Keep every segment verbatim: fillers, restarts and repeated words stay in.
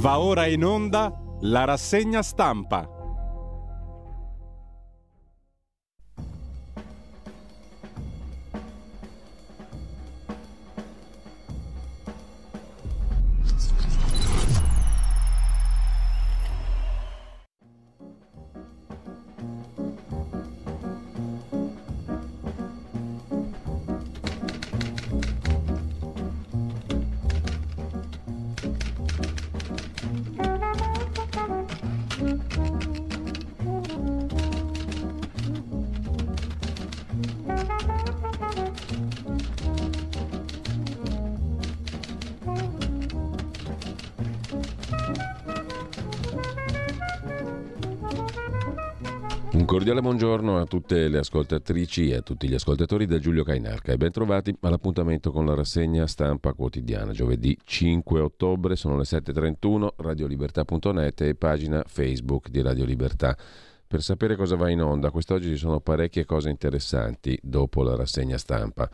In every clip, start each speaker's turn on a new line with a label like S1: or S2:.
S1: Va ora in onda la rassegna stampa.
S2: Un cordiale buongiorno a tutte le ascoltatrici e a tutti gli ascoltatori da Giulio Cainarca e ben trovati all'appuntamento con la rassegna stampa quotidiana. Giovedì cinque ottobre, sono le sette e trentuno, radiolibertà punto net e pagina Facebook di Radio Libertà. Per sapere cosa va in onda, quest'oggi ci sono parecchie cose interessanti dopo la rassegna stampa.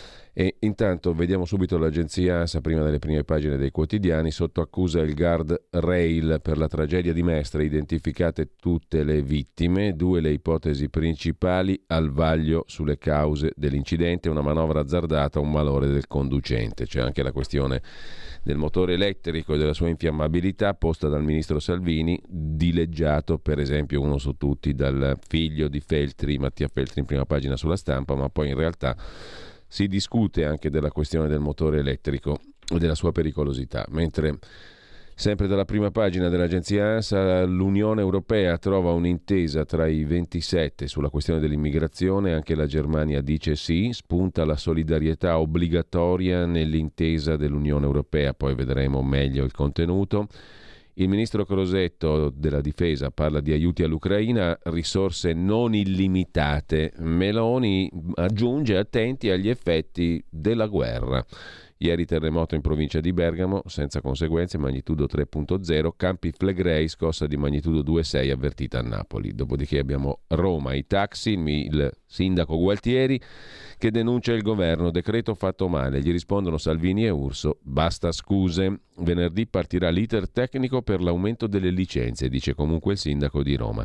S2: E intanto vediamo subito l'agenzia ANSA, prima delle prime pagine dei quotidiani. Sotto accusa il guardrail per la tragedia di Mestre, identificate tutte le vittime, due le ipotesi principali, al vaglio sulle cause dell'incidente, una manovra azzardata, un malore del conducente. C'è anche la questione del motore elettrico e della sua infiammabilità posta dal ministro Salvini, dileggiato per esempio uno su tutti dal figlio di Feltri, Mattia Feltri, in prima pagina sulla Stampa, ma poi in realtà si discute anche della questione del motore elettrico e della sua pericolosità, mentre sempre dalla prima pagina dell'agenzia ANSA l'Unione Europea trova un'intesa tra i ventisette sulla questione dell'immigrazione, anche la Germania dice sì, spunta la solidarietà obbligatoria nell'intesa dell'Unione Europea, poi vedremo meglio il contenuto. Il ministro Crosetto della Difesa parla di aiuti all'Ucraina, risorse non illimitate. Meloni aggiunge attenti agli effetti della guerra. Ieri terremoto in provincia di Bergamo, senza conseguenze, magnitudo tre virgola zero, Campi Flegrei, scossa di magnitudo due virgola sei avvertita a Napoli. Dopodiché abbiamo Roma, i taxi, il sindaco Gualtieri che denuncia il governo, decreto fatto male, gli rispondono Salvini e Urso, basta scuse. Venerdì partirà l'iter tecnico per l'aumento delle licenze, dice comunque il sindaco di Roma.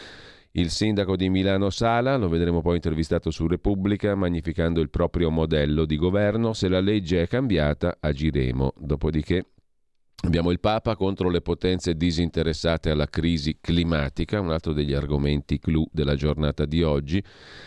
S2: Il sindaco di Milano Sala, lo vedremo poi intervistato su Repubblica, magnificando il proprio modello di governo. Se la legge è cambiata, agiremo. Dopodiché abbiamo il Papa contro le potenze disinteressate alla crisi climatica, un altro degli argomenti clou della giornata di oggi.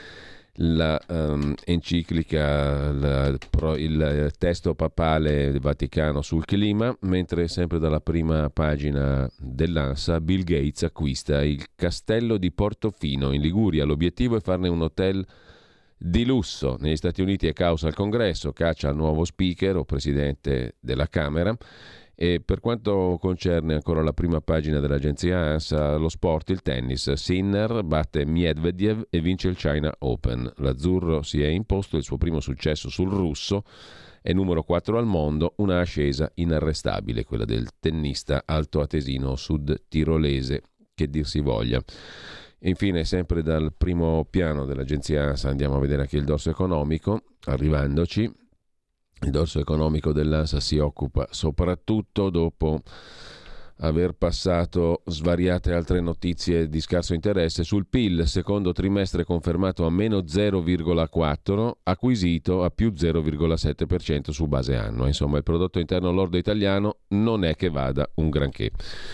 S2: La um, enciclica, la, pro, il testo papale del Vaticano sul clima, mentre sempre dalla prima pagina dell'ANSA Bill Gates acquista il castello di Portofino in Liguria, l'obiettivo è farne un hotel di lusso. Negli Stati Uniti è causa al Congresso, caccia al nuovo speaker o presidente della Camera. E per quanto concerne ancora la prima pagina dell'agenzia ANSA, lo sport, il tennis, Sinner batte Medvedev e vince il China Open. L'azzurro si è imposto il suo primo successo sul russo, è numero quattro al mondo, una ascesa inarrestabile, quella del tennista altoatesino sud tirolese, che dir si voglia. E infine, sempre dal primo piano dell'agenzia ANSA, andiamo a vedere anche il dorso economico, arrivandoci. Il dorso economico dell'ANSA si occupa soprattutto, dopo aver passato svariate altre notizie di scarso interesse, sul P I L, secondo trimestre confermato a meno zero virgola quattro, acquisito a più zero virgola sette per cento su base annua. Insomma, il prodotto interno lordo italiano non è che vada un granché.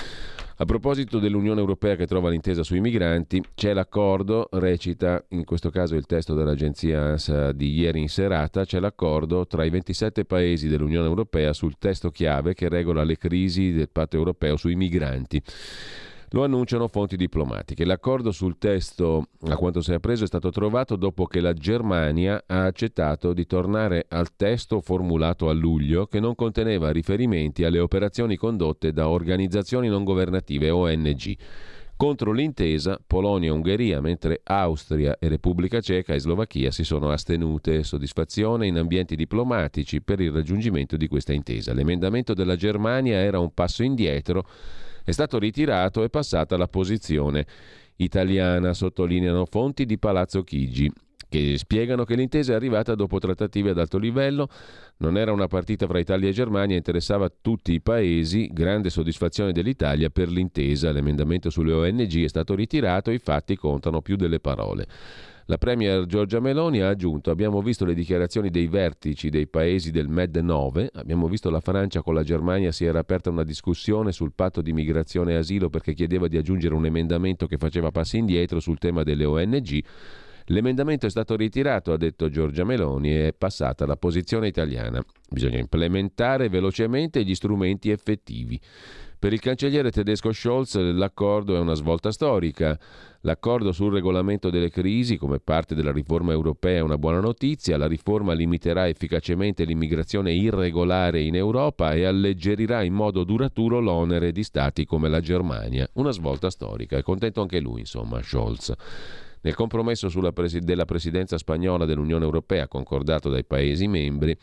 S2: A proposito dell'Unione Europea che trova l'intesa sui migranti, c'è l'accordo, recita in questo caso il testo dell'agenzia ANSA di ieri in serata, c'è l'accordo tra i ventisette paesi dell'Unione Europea sul testo chiave che regola le crisi del patto europeo sui migranti. Lo annunciano fonti diplomatiche. L'accordo sul testo, a quanto si è appreso, è stato trovato dopo che la Germania ha accettato di tornare al testo formulato a luglio, che non conteneva riferimenti alle operazioni condotte da organizzazioni non governative O N G. Contro l'intesa Polonia e Ungheria, mentre Austria e Repubblica Ceca e Slovacchia si sono astenute. Soddisfazione in ambienti diplomatici per il raggiungimento di questa intesa. L'emendamento della Germania era un passo indietro, è stato ritirato e passata la posizione italiana, sottolineano fonti di Palazzo Chigi. che spiegano che l'intesa è arrivata dopo trattative ad alto livello, non era una partita fra Italia e Germania, interessava tutti i paesi, grande soddisfazione dell'Italia per l'intesa, l'emendamento sulle O N G è stato ritirato, i fatti contano più delle parole. La premier Giorgia Meloni ha aggiunto: abbiamo visto le dichiarazioni dei vertici dei paesi del Med nove, abbiamo visto la Francia con la Germania si era aperta una discussione sul patto di migrazione e asilo perché chiedeva di aggiungere un emendamento che faceva passi indietro sul tema delle O N G. L'emendamento è stato ritirato, ha detto Giorgia Meloni, e è passata la posizione italiana. Bisogna implementare velocemente gli strumenti effettivi. Per il cancelliere tedesco Scholz l'accordo è una svolta storica. L'accordo sul regolamento delle crisi come parte della riforma europea è una buona notizia. La riforma limiterà efficacemente l'immigrazione irregolare in Europa e alleggerirà in modo duraturo l'onere di stati come la Germania. Una svolta storica. È contento anche lui, insomma, Scholz. Nel compromesso sulla presi- della presidenza spagnola dell'Unione Europea concordato dai Paesi membri,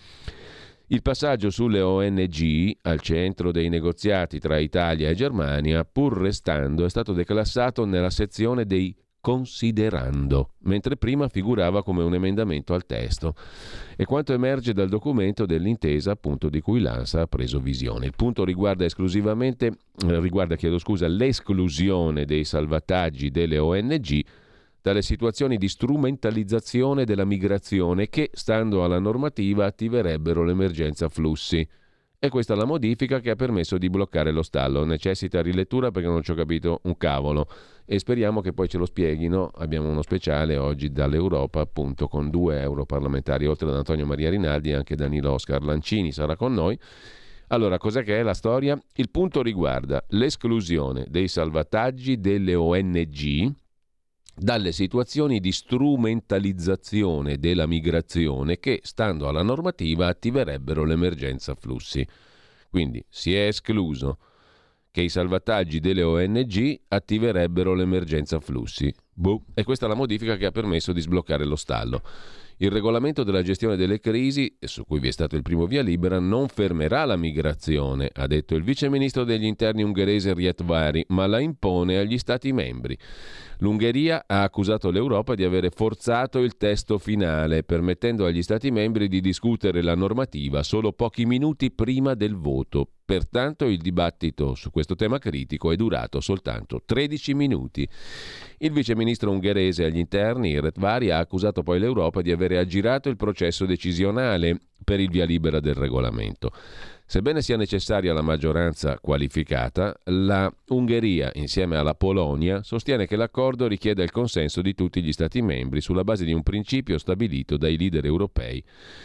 S2: il passaggio sulle O N G al centro dei negoziati tra Italia e Germania, pur restando, è stato declassato nella sezione dei considerando, mentre prima figurava come un emendamento al testo. E quanto emerge dal documento dell'intesa, appunto, di cui l'ANSA ha preso visione. Il punto riguarda esclusivamente, eh, riguarda, chiedo scusa, l'esclusione dei salvataggi delle O N G dalle situazioni di strumentalizzazione della migrazione che, stando alla normativa, attiverebbero l'emergenza flussi. E questa è la modifica che ha permesso di bloccare lo stallo. Necessita rilettura perché non ci ho capito un cavolo e speriamo che poi ce lo spieghino. Abbiamo uno speciale oggi dall'Europa, appunto, con due europarlamentari, oltre ad Antonio Maria Rinaldi anche Danilo Oscar Lancini sarà con noi. Allora, cos'è che è la storia? Il punto riguarda l'esclusione dei salvataggi delle O N G dalle situazioni di strumentalizzazione della migrazione che, stando alla normativa, attiverebbero l'emergenza flussi. Quindi si è escluso che i salvataggi delle O N G attiverebbero l'emergenza flussi. Boh. E questa è la modifica che ha permesso di sbloccare lo stallo. Il regolamento della gestione delle crisi, su cui vi è stato il primo via libera, non fermerà la migrazione, ha detto il vice ministro degli interni ungherese Rietvari, ma la impone agli Stati membri. L'Ungheria ha accusato l'Europa di avere forzato il testo finale, permettendo agli Stati membri di discutere la normativa solo pochi minuti prima del voto. Pertanto il dibattito su questo tema critico è durato soltanto tredici minuti. Il vice ministro ungherese agli interni, Rietvari, ha accusato poi l'Europa di avere aggirato il processo decisionale per il via libera del regolamento. Sebbene sia necessaria la maggioranza qualificata, la Ungheria, insieme alla Polonia, sostiene che l'accordo richiede il consenso di tutti gli Stati membri sulla base di un principio stabilito dai leader europei.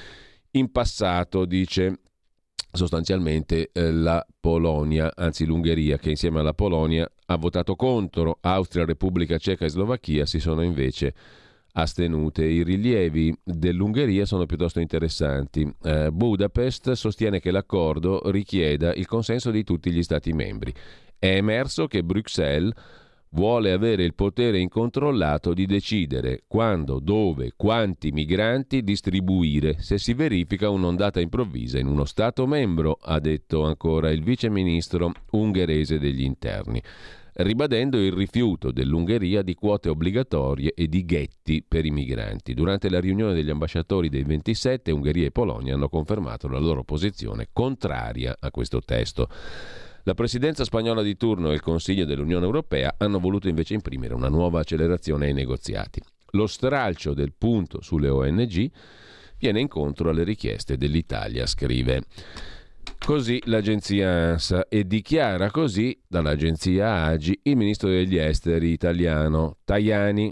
S2: In passato, dice sostanzialmente eh, la Polonia, anzi l'Ungheria, che insieme alla Polonia ha votato contro. Austria, Repubblica Ceca e Slovacchia si sono invece astenute. I rilievi dell'Ungheria sono piuttosto interessanti. Eh, Budapest sostiene che l'accordo richieda il consenso di tutti gli Stati membri. È emerso che Bruxelles vuole avere il potere incontrollato di decidere quando, dove, quanti migranti distribuire se si verifica un'ondata improvvisa in uno Stato membro, ha detto ancora il vice ministro ungherese degli interni, ribadendo il rifiuto dell'Ungheria di quote obbligatorie e di ghetti per i migranti. Durante la riunione degli ambasciatori dei ventisette, Ungheria e Polonia hanno confermato la loro posizione contraria a questo testo. La presidenza spagnola di turno e il Consiglio dell'Unione Europea hanno voluto invece imprimere una nuova accelerazione ai negoziati. Lo stralcio del punto sulle O N G viene incontro alle richieste dell'Italia, scrive così l'agenzia ANSA, e dichiara così dall'agenzia A G I il ministro degli esteri italiano Tajani.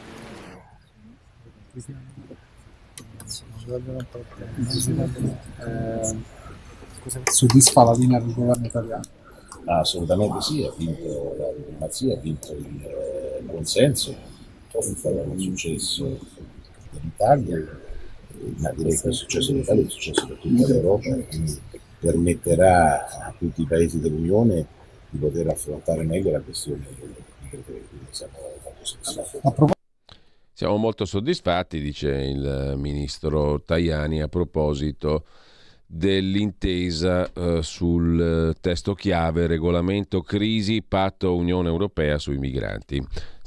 S3: Eh, soddisfa la linea del governo italiano?
S4: Assolutamente sì, ha vinto la diplomazia, ha vinto il eh, buonsenso, il successo dell'Italia, ma direi che il successo dell'Italia è il successo per tutta l'Europa e quindi permetterà a tutti i paesi dell'Unione di poter affrontare meglio la questione migratoria, quindi siamo molto soddisfatti.
S2: Siamo molto soddisfatti, dice il ministro Tajani a proposito dell'intesa eh, sul testo chiave regolamento crisi patto Unione Europea sui migranti.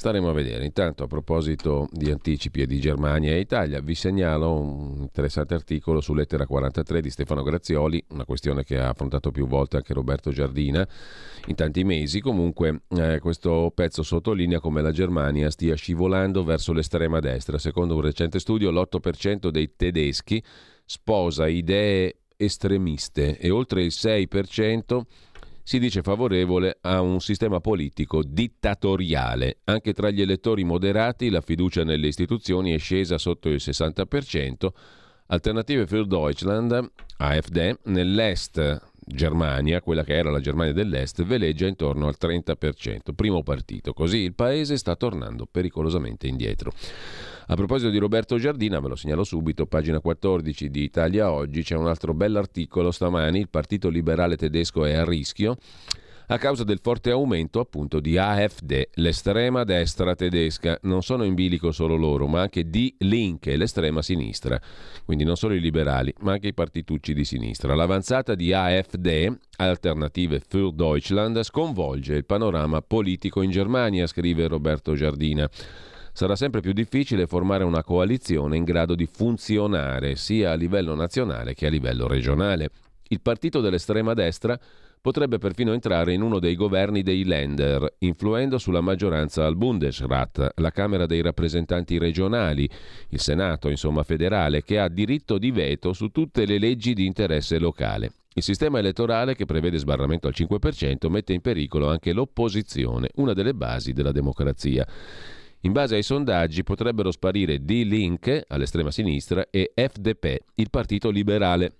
S2: Staremo a vedere. Intanto, a proposito di anticipi e di Germania e Italia, vi segnalo un interessante articolo su Lettera quarantatré di Stefano Grazioli, una questione che ha affrontato più volte anche Roberto Giardina in tanti mesi. Comunque eh, questo pezzo sottolinea come la Germania stia scivolando verso l'estrema destra. Secondo un recente studio l'otto per cento dei tedeschi sposa idee estremiste e oltre il sei per cento si dice favorevole a un sistema politico dittatoriale. Anche tra gli elettori moderati la fiducia nelle istituzioni è scesa sotto il sessanta per cento. Alternative für Deutschland, A F D, nell'est Germania, quella che era la Germania dell'Est, veleggia intorno al trenta per cento. Primo partito. Così il paese sta tornando pericolosamente indietro. A proposito di Roberto Giardina, ve lo segnalo subito, pagina quattordici di Italia Oggi, c'è un altro bell'articolo stamani. Il Partito Liberale Tedesco è a rischio a causa del forte aumento appunto di A F D, l'estrema destra tedesca. Non sono in bilico solo loro, ma anche Die Linke, l'estrema sinistra. Quindi non solo i liberali, ma anche i partitucci di sinistra. L'avanzata di A F D, Alternative für Deutschland, sconvolge il panorama politico in Germania, scrive Roberto Giardina. Sarà sempre più difficile formare una coalizione in grado di funzionare sia a livello nazionale che a livello regionale. Il partito dell'estrema destra potrebbe perfino entrare in uno dei governi dei Länder, influendo sulla maggioranza al Bundesrat, la Camera dei rappresentanti regionali, il Senato, insomma federale, che ha diritto di veto su tutte le leggi di interesse locale. Il sistema elettorale, che prevede sbarramento al cinque per cento, mette in pericolo anche l'opposizione, una delle basi della democrazia. In base ai sondaggi potrebbero sparire Die Linke all'estrema sinistra e F D P, il partito liberale.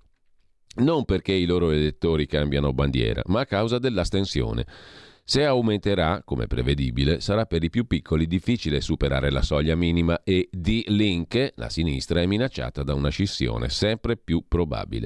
S2: Non perché i loro elettori cambiano bandiera, ma a causa dell'astensione. Se aumenterà, come prevedibile, sarà per i più piccoli difficile superare la soglia minima e Die Linke, la sinistra, è minacciata da una scissione sempre più probabile.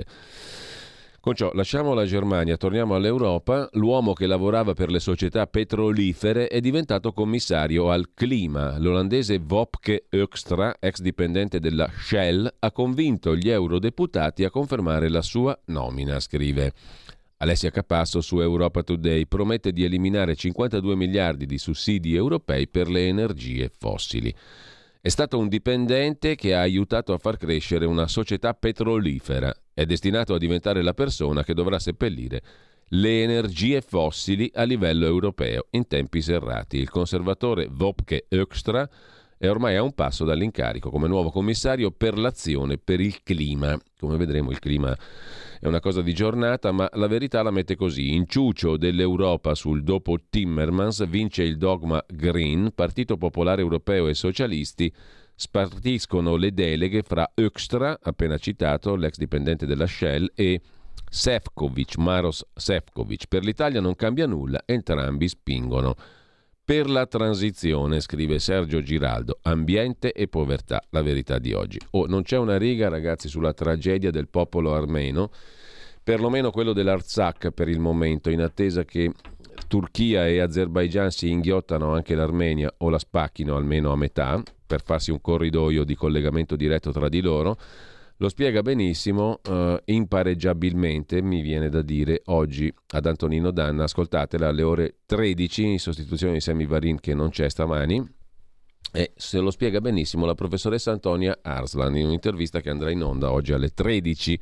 S2: Con ciò lasciamo la Germania, torniamo all'Europa. L'uomo che lavorava per le società petrolifere è diventato commissario al clima. L'olandese Wopke Hoekstra, ex dipendente della Shell, ha convinto gli eurodeputati a confermare la sua nomina, scrive Alessia Capasso su Europa Today. Promette di eliminare cinquantadue miliardi di sussidi europei per le energie fossili. È stato un dipendente che ha aiutato a far crescere una società petrolifera. È destinato a diventare la persona che dovrà seppellire le energie fossili a livello europeo in tempi serrati. Il conservatore Wopke Hoekstra è ormai a un passo dall'incarico come nuovo commissario per l'azione per il clima. Come vedremo, il clima è una cosa di giornata, ma la verità la mette così. Inciucio dell'Europa sul dopo Timmermans, vince il dogma Green, Partito Popolare Europeo e Socialisti spartiscono le deleghe fra Hoekstra, appena citato, l'ex dipendente della Shell, e Šefčovič, Maroš Šefčovič. Per l'Italia non cambia nulla, entrambi spingono per la transizione, scrive Sergio Giraldo. Ambiente e povertà, la verità di oggi. Oh, non c'è una riga, ragazzi, sulla tragedia del popolo armeno, perlomeno quello dell'Artsakh per il momento, in attesa che Turchia e Azerbaigian si inghiottano anche l'Armenia o la spacchino almeno a metà per farsi un corridoio di collegamento diretto tra di loro. Lo spiega benissimo, eh, impareggiabilmente, mi viene da dire, oggi ad Antonino Danna. Ascoltatela alle ore tredici in sostituzione di Semi Varin, che non c'è stamani, e se lo spiega benissimo la professoressa Antonia Arslan in un'intervista che andrà in onda oggi alle tredici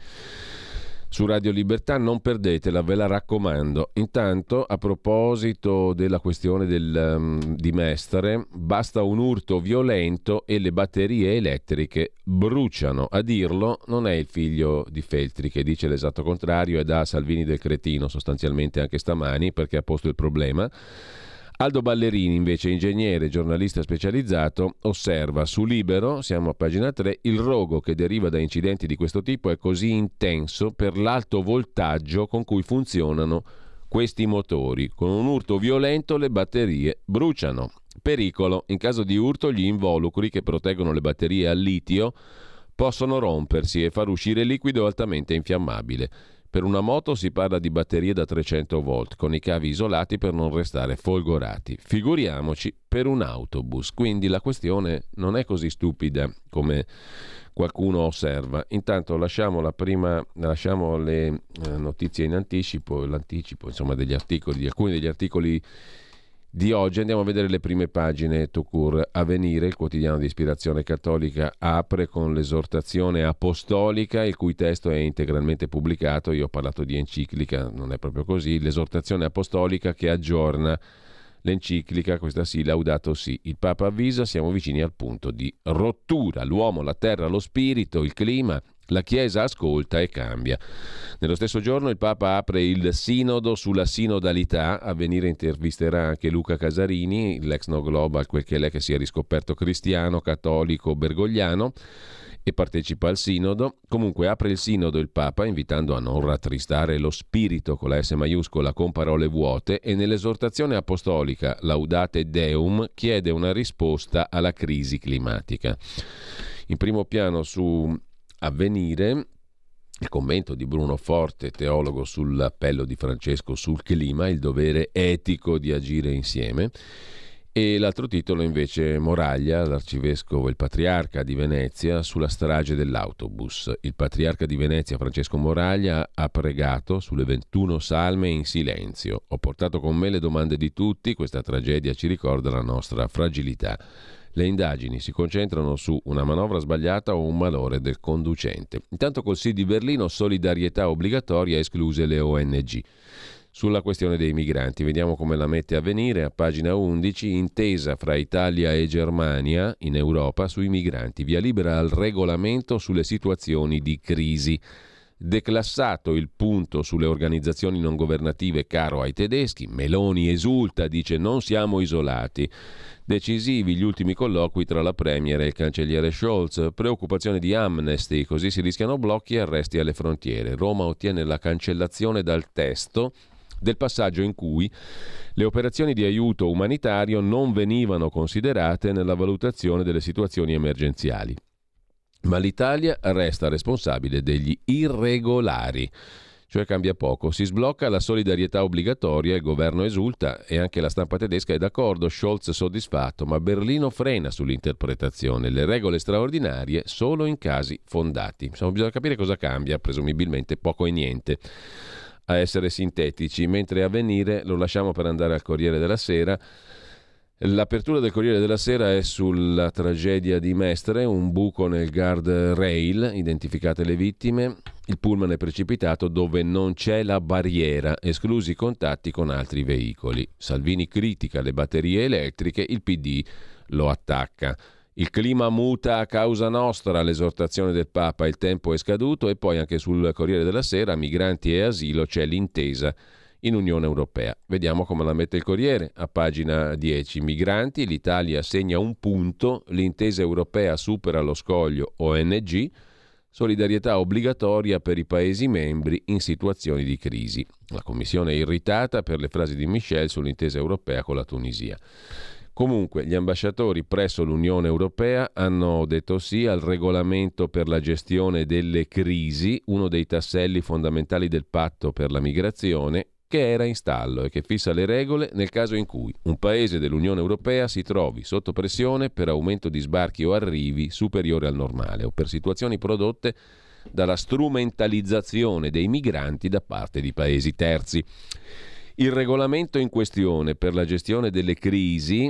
S2: su Radio Libertà. Non perdetela, ve la raccomando. Intanto, a proposito della questione del, um, di Mestre, basta un urto violento e le batterie elettriche bruciano. A dirlo non è il figlio di Feltri, che dice l'esatto contrario e dà Salvini del cretino sostanzialmente anche stamani, perché ha posto il problema. Aldo Ballerini, invece, ingegnere, giornalista specializzato, osserva su Libero, siamo a pagina tre, il rogo che deriva da incidenti di questo tipo è così intenso per l'alto voltaggio con cui funzionano questi motori. Con un urto violento le batterie bruciano. Pericolo: in caso di urto gli involucri che proteggono le batterie al litio possono rompersi e far uscire liquido altamente infiammabile. Per una moto si parla di batterie da trecento volt, con i cavi isolati per non restare folgorati. Figuriamoci per un autobus. Quindi la questione non è così stupida come qualcuno osserva. Intanto lasciamo la prima, lasciamo le eh, notizie in anticipo, l'anticipo insomma degli articoli, di alcuni degli articoli di oggi. Andiamo a vedere le prime pagine tout court. Avvenire, il quotidiano di ispirazione cattolica, apre con l'esortazione apostolica, il cui testo è integralmente pubblicato. Io ho parlato di enciclica, non è proprio così. L'esortazione apostolica che aggiorna l'enciclica, questa sì, Laudato Si. Il Papa avvisa, siamo vicini al punto di rottura. L'uomo, la terra, lo spirito, il clima. La Chiesa ascolta e cambia. Nello stesso giorno il Papa apre il sinodo sulla sinodalità. Avvenire intervisterà anche Luca Casarini, l'ex No Global, quel che è lei, che si è riscoperto cristiano, cattolico, bergogliano, e partecipa al sinodo. Comunque apre il sinodo il Papa, invitando a non rattristare lo spirito con la S maiuscola con parole vuote, e nell'esortazione apostolica Laudate Deum chiede una risposta alla crisi climatica. In primo piano su Avvenire, il commento di Bruno Forte, teologo, sull'appello di Francesco sul clima, il dovere etico di agire insieme. E l'altro titolo invece, Moraglia, l'arcivescovo e il patriarca di Venezia, sulla strage dell'autobus. Il patriarca di Venezia, Francesco Moraglia, ha pregato sulle ventuno salme in silenzio. Ho portato con me le domande di tutti, questa tragedia ci ricorda la nostra fragilità. Le indagini si concentrano su una manovra sbagliata o un malore del conducente. Intanto col sì di Berlino, solidarietà obbligatoria, escluse le O N G. Sulla questione dei migranti, vediamo come la mette Avvenire a pagina undici, intesa fra Italia e Germania in Europa sui migranti, via libera al regolamento sulle situazioni di crisi. Declassato il punto sulle organizzazioni non governative caro ai tedeschi, Meloni esulta, dice non siamo isolati. Decisivi gli ultimi colloqui tra la Premier e il cancelliere Scholz. Preoccupazione di Amnesty, così si rischiano blocchi e arresti alle frontiere. Roma ottiene la cancellazione dal testo del passaggio in cui le operazioni di aiuto umanitario non venivano considerate nella valutazione delle situazioni emergenziali. Ma l'Italia resta responsabile degli irregolari. Cioè cambia poco, si sblocca la solidarietà obbligatoria, il governo esulta e anche la stampa tedesca è d'accordo, Scholz soddisfatto, ma Berlino frena sull'interpretazione, le regole straordinarie solo in casi fondati. Insomma, bisogna capire cosa cambia, presumibilmente poco e niente, a essere sintetici, mentre Avvenire lo lasciamo per andare al Corriere della Sera. L'apertura del Corriere della Sera è sulla tragedia di Mestre, un buco nel guardrail, identificate le vittime, il pullman è precipitato dove non c'è la barriera, esclusi i contatti con altri veicoli. Salvini critica le batterie elettriche, il P D lo attacca. Il clima muta a causa nostra, l'esortazione del Papa, il tempo è scaduto, e poi anche sul Corriere della Sera, migranti e asilo, c'è l'intesa in Unione Europea. Vediamo come la mette il Corriere. A pagina dieci, migranti, l'Italia segna un punto, l'intesa europea supera lo scoglio O N G, solidarietà obbligatoria per i Paesi membri in situazioni di crisi. La Commissione è irritata per le frasi di Michel sull'intesa europea con la Tunisia. Comunque, gli ambasciatori presso l'Unione Europea hanno detto sì al regolamento per la gestione delle crisi, uno dei tasselli fondamentali del patto per la migrazione, che era in stallo e che fissa le regole nel caso in cui un paese dell'Unione Europea si trovi sotto pressione per aumento di sbarchi o arrivi superiore al normale o per situazioni prodotte dalla strumentalizzazione dei migranti da parte di paesi terzi. Il regolamento in questione per la gestione delle crisi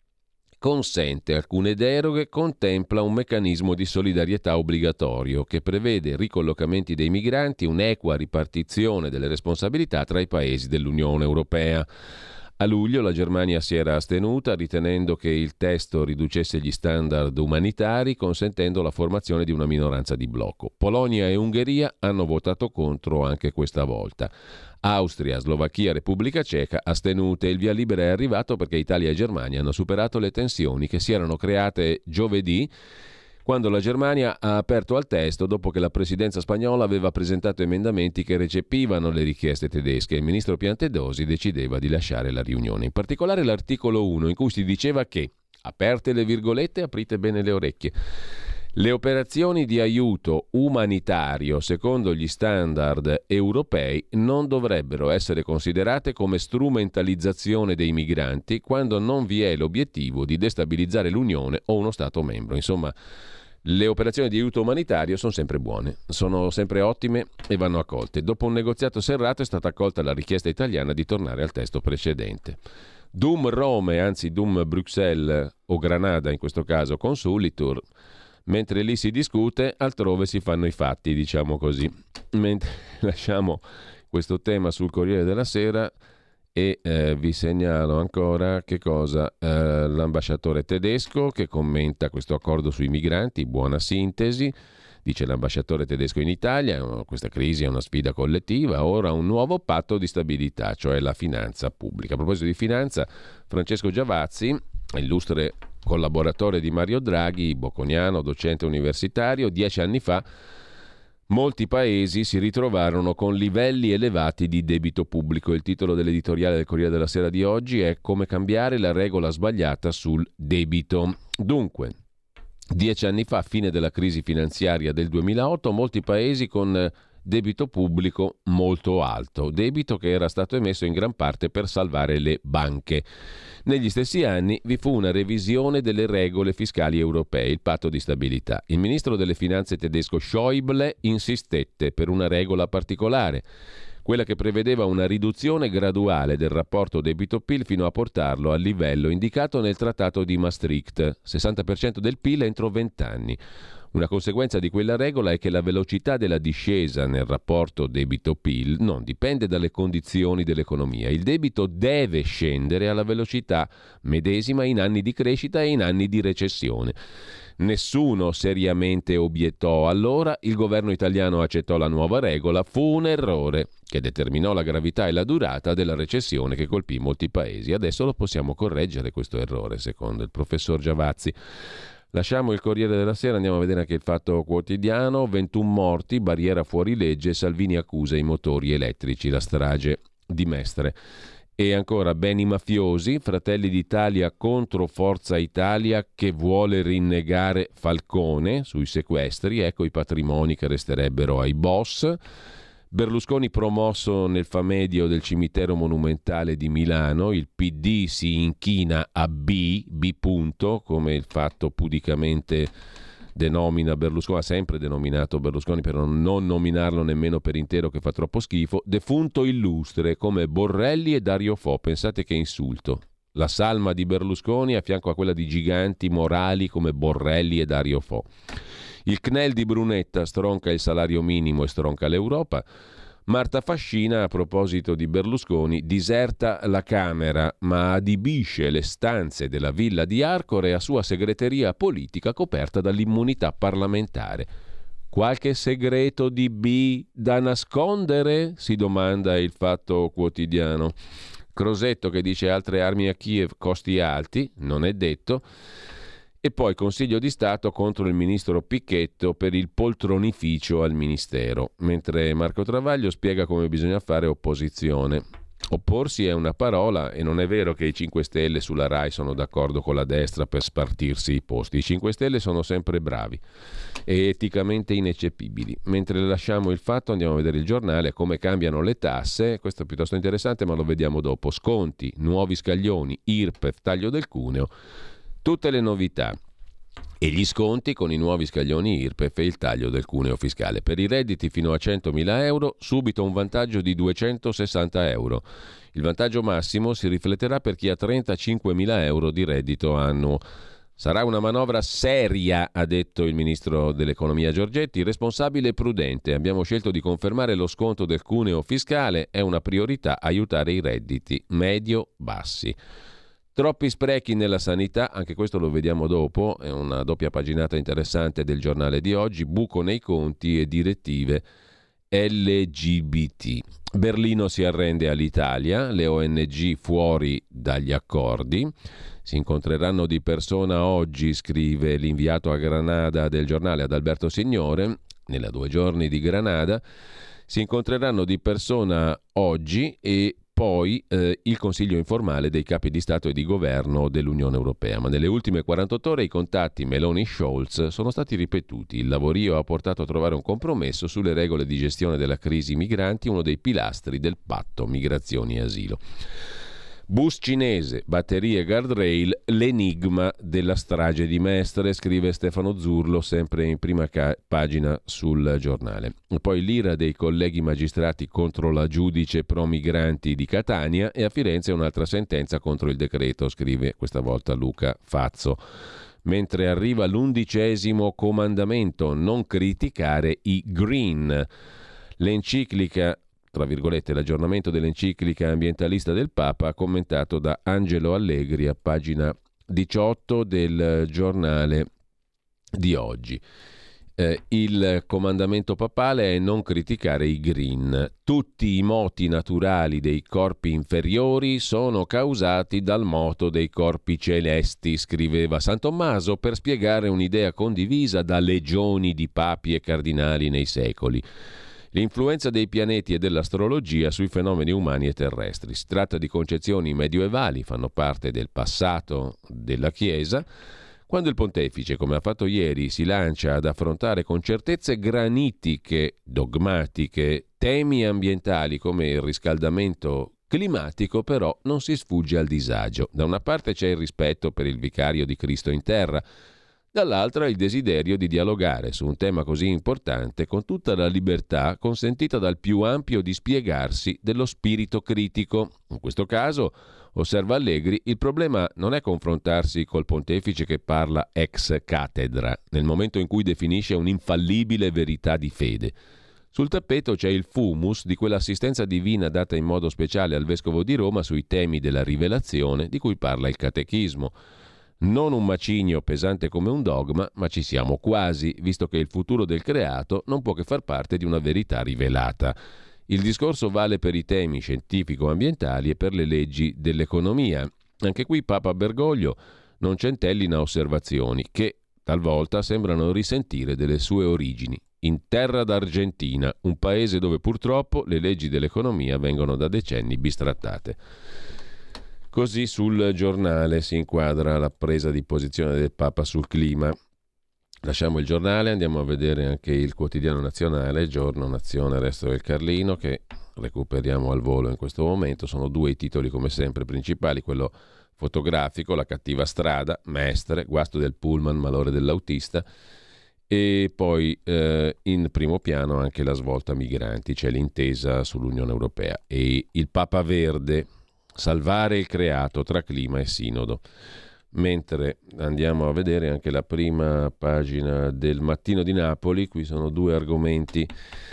S2: consente alcune deroghe, contempla un meccanismo di solidarietà obbligatorio che prevede ricollocamenti dei migranti, un'equa ripartizione delle responsabilità tra i paesi dell'Unione Europea. A luglio la Germania si era astenuta ritenendo che il testo riducesse gli standard umanitari, consentendo la formazione di una minoranza di blocco. Polonia e Ungheria hanno votato contro anche questa volta. Austria, Slovacchia, Repubblica Ceca astenute. Il via libera è arrivato perché Italia e Germania hanno superato le tensioni che si erano create giovedì, quando la Germania ha aperto al testo dopo che la presidenza spagnola aveva presentato emendamenti che recepivano le richieste tedesche. Il ministro Piantedosi decideva di lasciare la riunione. In particolare l'articolo uno, in cui si diceva che, aperte le virgolette, aprite bene le orecchie, le operazioni di aiuto umanitario secondo gli standard europei non dovrebbero essere considerate come strumentalizzazione dei migranti quando non vi è l'obiettivo di destabilizzare l'Unione o uno Stato membro. Insomma, le operazioni di aiuto umanitario sono sempre buone, sono sempre ottime e vanno accolte. Dopo un negoziato serrato è stata accolta la richiesta italiana di tornare al testo precedente. Dum Rome, anzi Dum Bruxelles o Granada in questo caso consulitur. Mentre lì si discute, altrove si fanno i fatti, diciamo così. Mentre lasciamo questo tema sul Corriere della Sera e eh, vi segnalo ancora che cosa eh, l'ambasciatore tedesco che commenta questo accordo sui migranti, buona sintesi, dice l'ambasciatore tedesco in Italia, questa crisi è una sfida collettiva, ora un nuovo patto di stabilità, cioè la finanza pubblica. A proposito di finanza, Francesco Giavazzi, illustre collaboratore di Mario Draghi, bocconiano, docente universitario, dieci anni fa molti paesi si ritrovarono con livelli elevati di debito pubblico. Il titolo dell'editoriale del Corriere della Sera di oggi è Come cambiare la regola sbagliata sul debito. Dunque, dieci anni fa, fine della crisi finanziaria del duemilaotto, molti paesi con debito pubblico molto alto, debito che era stato emesso in gran parte per salvare le banche. Negli stessi anni vi fu una revisione delle regole fiscali europee, il patto di stabilità. Il ministro delle finanze tedesco Schäuble insistette per una regola particolare, quella che prevedeva una riduzione graduale del rapporto debito-P I L fino a portarlo al livello indicato nel Trattato di Maastricht, sessanta per cento del P I L entro venti anni. Una conseguenza di quella regola è che la velocità della discesa nel rapporto debito-P I L non dipende dalle condizioni dell'economia. Il debito deve scendere alla velocità medesima in anni di crescita e in anni di recessione. Nessuno seriamente obiettò. Allora il governo italiano accettò la nuova regola. Fu un errore che determinò la gravità e la durata della recessione che colpì molti paesi. Adesso lo possiamo correggere questo errore, secondo il professor Giavazzi. Lasciamo il Corriere della Sera, andiamo a vedere anche il Fatto Quotidiano. ventuno morti, barriera fuori legge, Salvini accusa i motori elettrici, la strage di Mestre. E ancora beni mafiosi, Fratelli d'Italia contro Forza Italia che vuole rinnegare Falcone sui sequestri, ecco i patrimoni che resterebbero ai boss. Berlusconi promosso nel famedio del cimitero monumentale di Milano, il P D si inchina a B, B punto, come il Fatto pudicamente denomina Berlusconi, ha sempre denominato Berlusconi per non nominarlo nemmeno per intero che fa troppo schifo, defunto illustre come Borrelli e Dario Fo, pensate che insulto. La salma di Berlusconi a fianco a quella di giganti morali come Borrelli e Dario Fo. Il C N E L di Brunetta stronca il salario minimo e stronca l'Europa. Marta Fascina, a proposito di Berlusconi, diserta la Camera, ma adibisce le stanze della villa di Arcore a sua segreteria politica coperta dall'immunità parlamentare. Qualche segreto di B da nascondere? Si domanda il Fatto Quotidiano. Crosetto che dice altre armi a Kiev, costi alti, non è detto. E poi Consiglio di Stato contro il ministro Picchetto per il poltronificio al ministero, mentre Marco Travaglio spiega come bisogna fare opposizione. Opporsi è una parola e non è vero che i cinque Stelle sulla Rai sono d'accordo con la destra per spartirsi i posti. I cinque Stelle sono sempre bravi e eticamente ineccepibili. Mentre lasciamo il Fatto andiamo a vedere il Giornale, come cambiano le tasse, questo è piuttosto interessante ma lo vediamo dopo. Sconti, nuovi scaglioni, I R P E F, taglio del cuneo. Tutte le novità e gli sconti con i nuovi scaglioni I R P E F e il taglio del cuneo fiscale. Per i redditi fino a centomila euro, subito un vantaggio di duecentosessanta euro. Il vantaggio massimo si rifletterà per chi ha trentacinquemila euro di reddito annuo. Sarà una manovra seria, ha detto il ministro dell'economia Giorgetti, responsabile e prudente. Abbiamo scelto di confermare lo sconto del cuneo fiscale, è una priorità aiutare i redditi medio-bassi. Troppi sprechi nella sanità, anche questo lo vediamo dopo, è una doppia paginata interessante del Giornale di oggi, buco nei conti e direttive L G B T. Berlino si arrende all'Italia, le O N G fuori dagli accordi, si incontreranno di persona oggi, scrive l'inviato a Granada del Giornale Adalberto Signore, nella due giorni di Granada, si incontreranno di persona oggi e poi eh, il Consiglio informale dei capi di Stato e di Governo dell'Unione Europea. Ma nelle ultime quarantotto ore i contatti Meloni-Scholz sono stati ripetuti. Il lavorio ha portato a trovare un compromesso sulle regole di gestione della crisi migranti, uno dei pilastri del patto migrazioni e asilo. Bus cinese, batterie guardrail, l'enigma della strage di Mestre, scrive Stefano Zurlo, sempre in prima ca- pagina sul giornale. E poi l'ira dei colleghi magistrati contro la giudice pro migranti di Catania, e a Firenze un'altra sentenza contro il decreto, scrive questa volta Luca Fazzo. Mentre arriva l'undicesimo comandamento, non criticare i green. L'enciclica, tra virgolette, l'aggiornamento dell'enciclica ambientalista del Papa, commentato da Angelo Allegri a pagina diciotto del giornale di oggi. Eh, il comandamento papale è non criticare i green. Tutti i moti naturali dei corpi inferiori sono causati dal moto dei corpi celesti, scriveva San Tommaso per spiegare un'idea condivisa da legioni di papi e cardinali nei secoli. L'influenza dei pianeti e dell'astrologia sui fenomeni umani e terrestri. Si tratta di concezioni medievali, fanno parte del passato della Chiesa. Quando il pontefice, come ha fatto ieri, si lancia ad affrontare con certezze granitiche, dogmatiche, temi ambientali come il riscaldamento climatico, però non si sfugge al disagio. Da una parte c'è il rispetto per il vicario di Cristo in terra, dall'altra il desiderio di dialogare su un tema così importante con tutta la libertà consentita dal più ampio dispiegarsi dello spirito critico. In questo caso, osserva Allegri, il problema non è confrontarsi col pontefice che parla ex cattedra, nel momento in cui definisce un'infallibile verità di fede. Sul tappeto c'è il fumus di quell'assistenza divina data in modo speciale al vescovo di Roma sui temi della rivelazione di cui parla il catechismo. Non un macigno pesante come un dogma, ma ci siamo quasi, visto che il futuro del creato non può che far parte di una verità rivelata. Il discorso vale per i temi scientifico-ambientali e per le leggi dell'economia. Anche qui Papa Bergoglio non centellina osservazioni che talvolta sembrano risentire delle sue origini. In terra d'Argentina, un paese dove purtroppo le leggi dell'economia vengono da decenni bistrattate. Così sul giornale si inquadra la presa di posizione del Papa sul clima. Lasciamo il giornale, andiamo a vedere anche il quotidiano nazionale, Giorno, Nazione, Resto del Carlino, che recuperiamo al volo in questo momento. Sono due i titoli come sempre principali, quello fotografico, La cattiva strada, Mestre, guasto del pullman, malore dell'autista, e poi eh, in primo piano anche la svolta migranti, c'è l'intesa sull'Unione Europea e il Papa Verde, salvare il creato tra clima e sinodo. Mentre andiamo a vedere anche la prima pagina del Mattino di Napoli, qui sono due argomenti.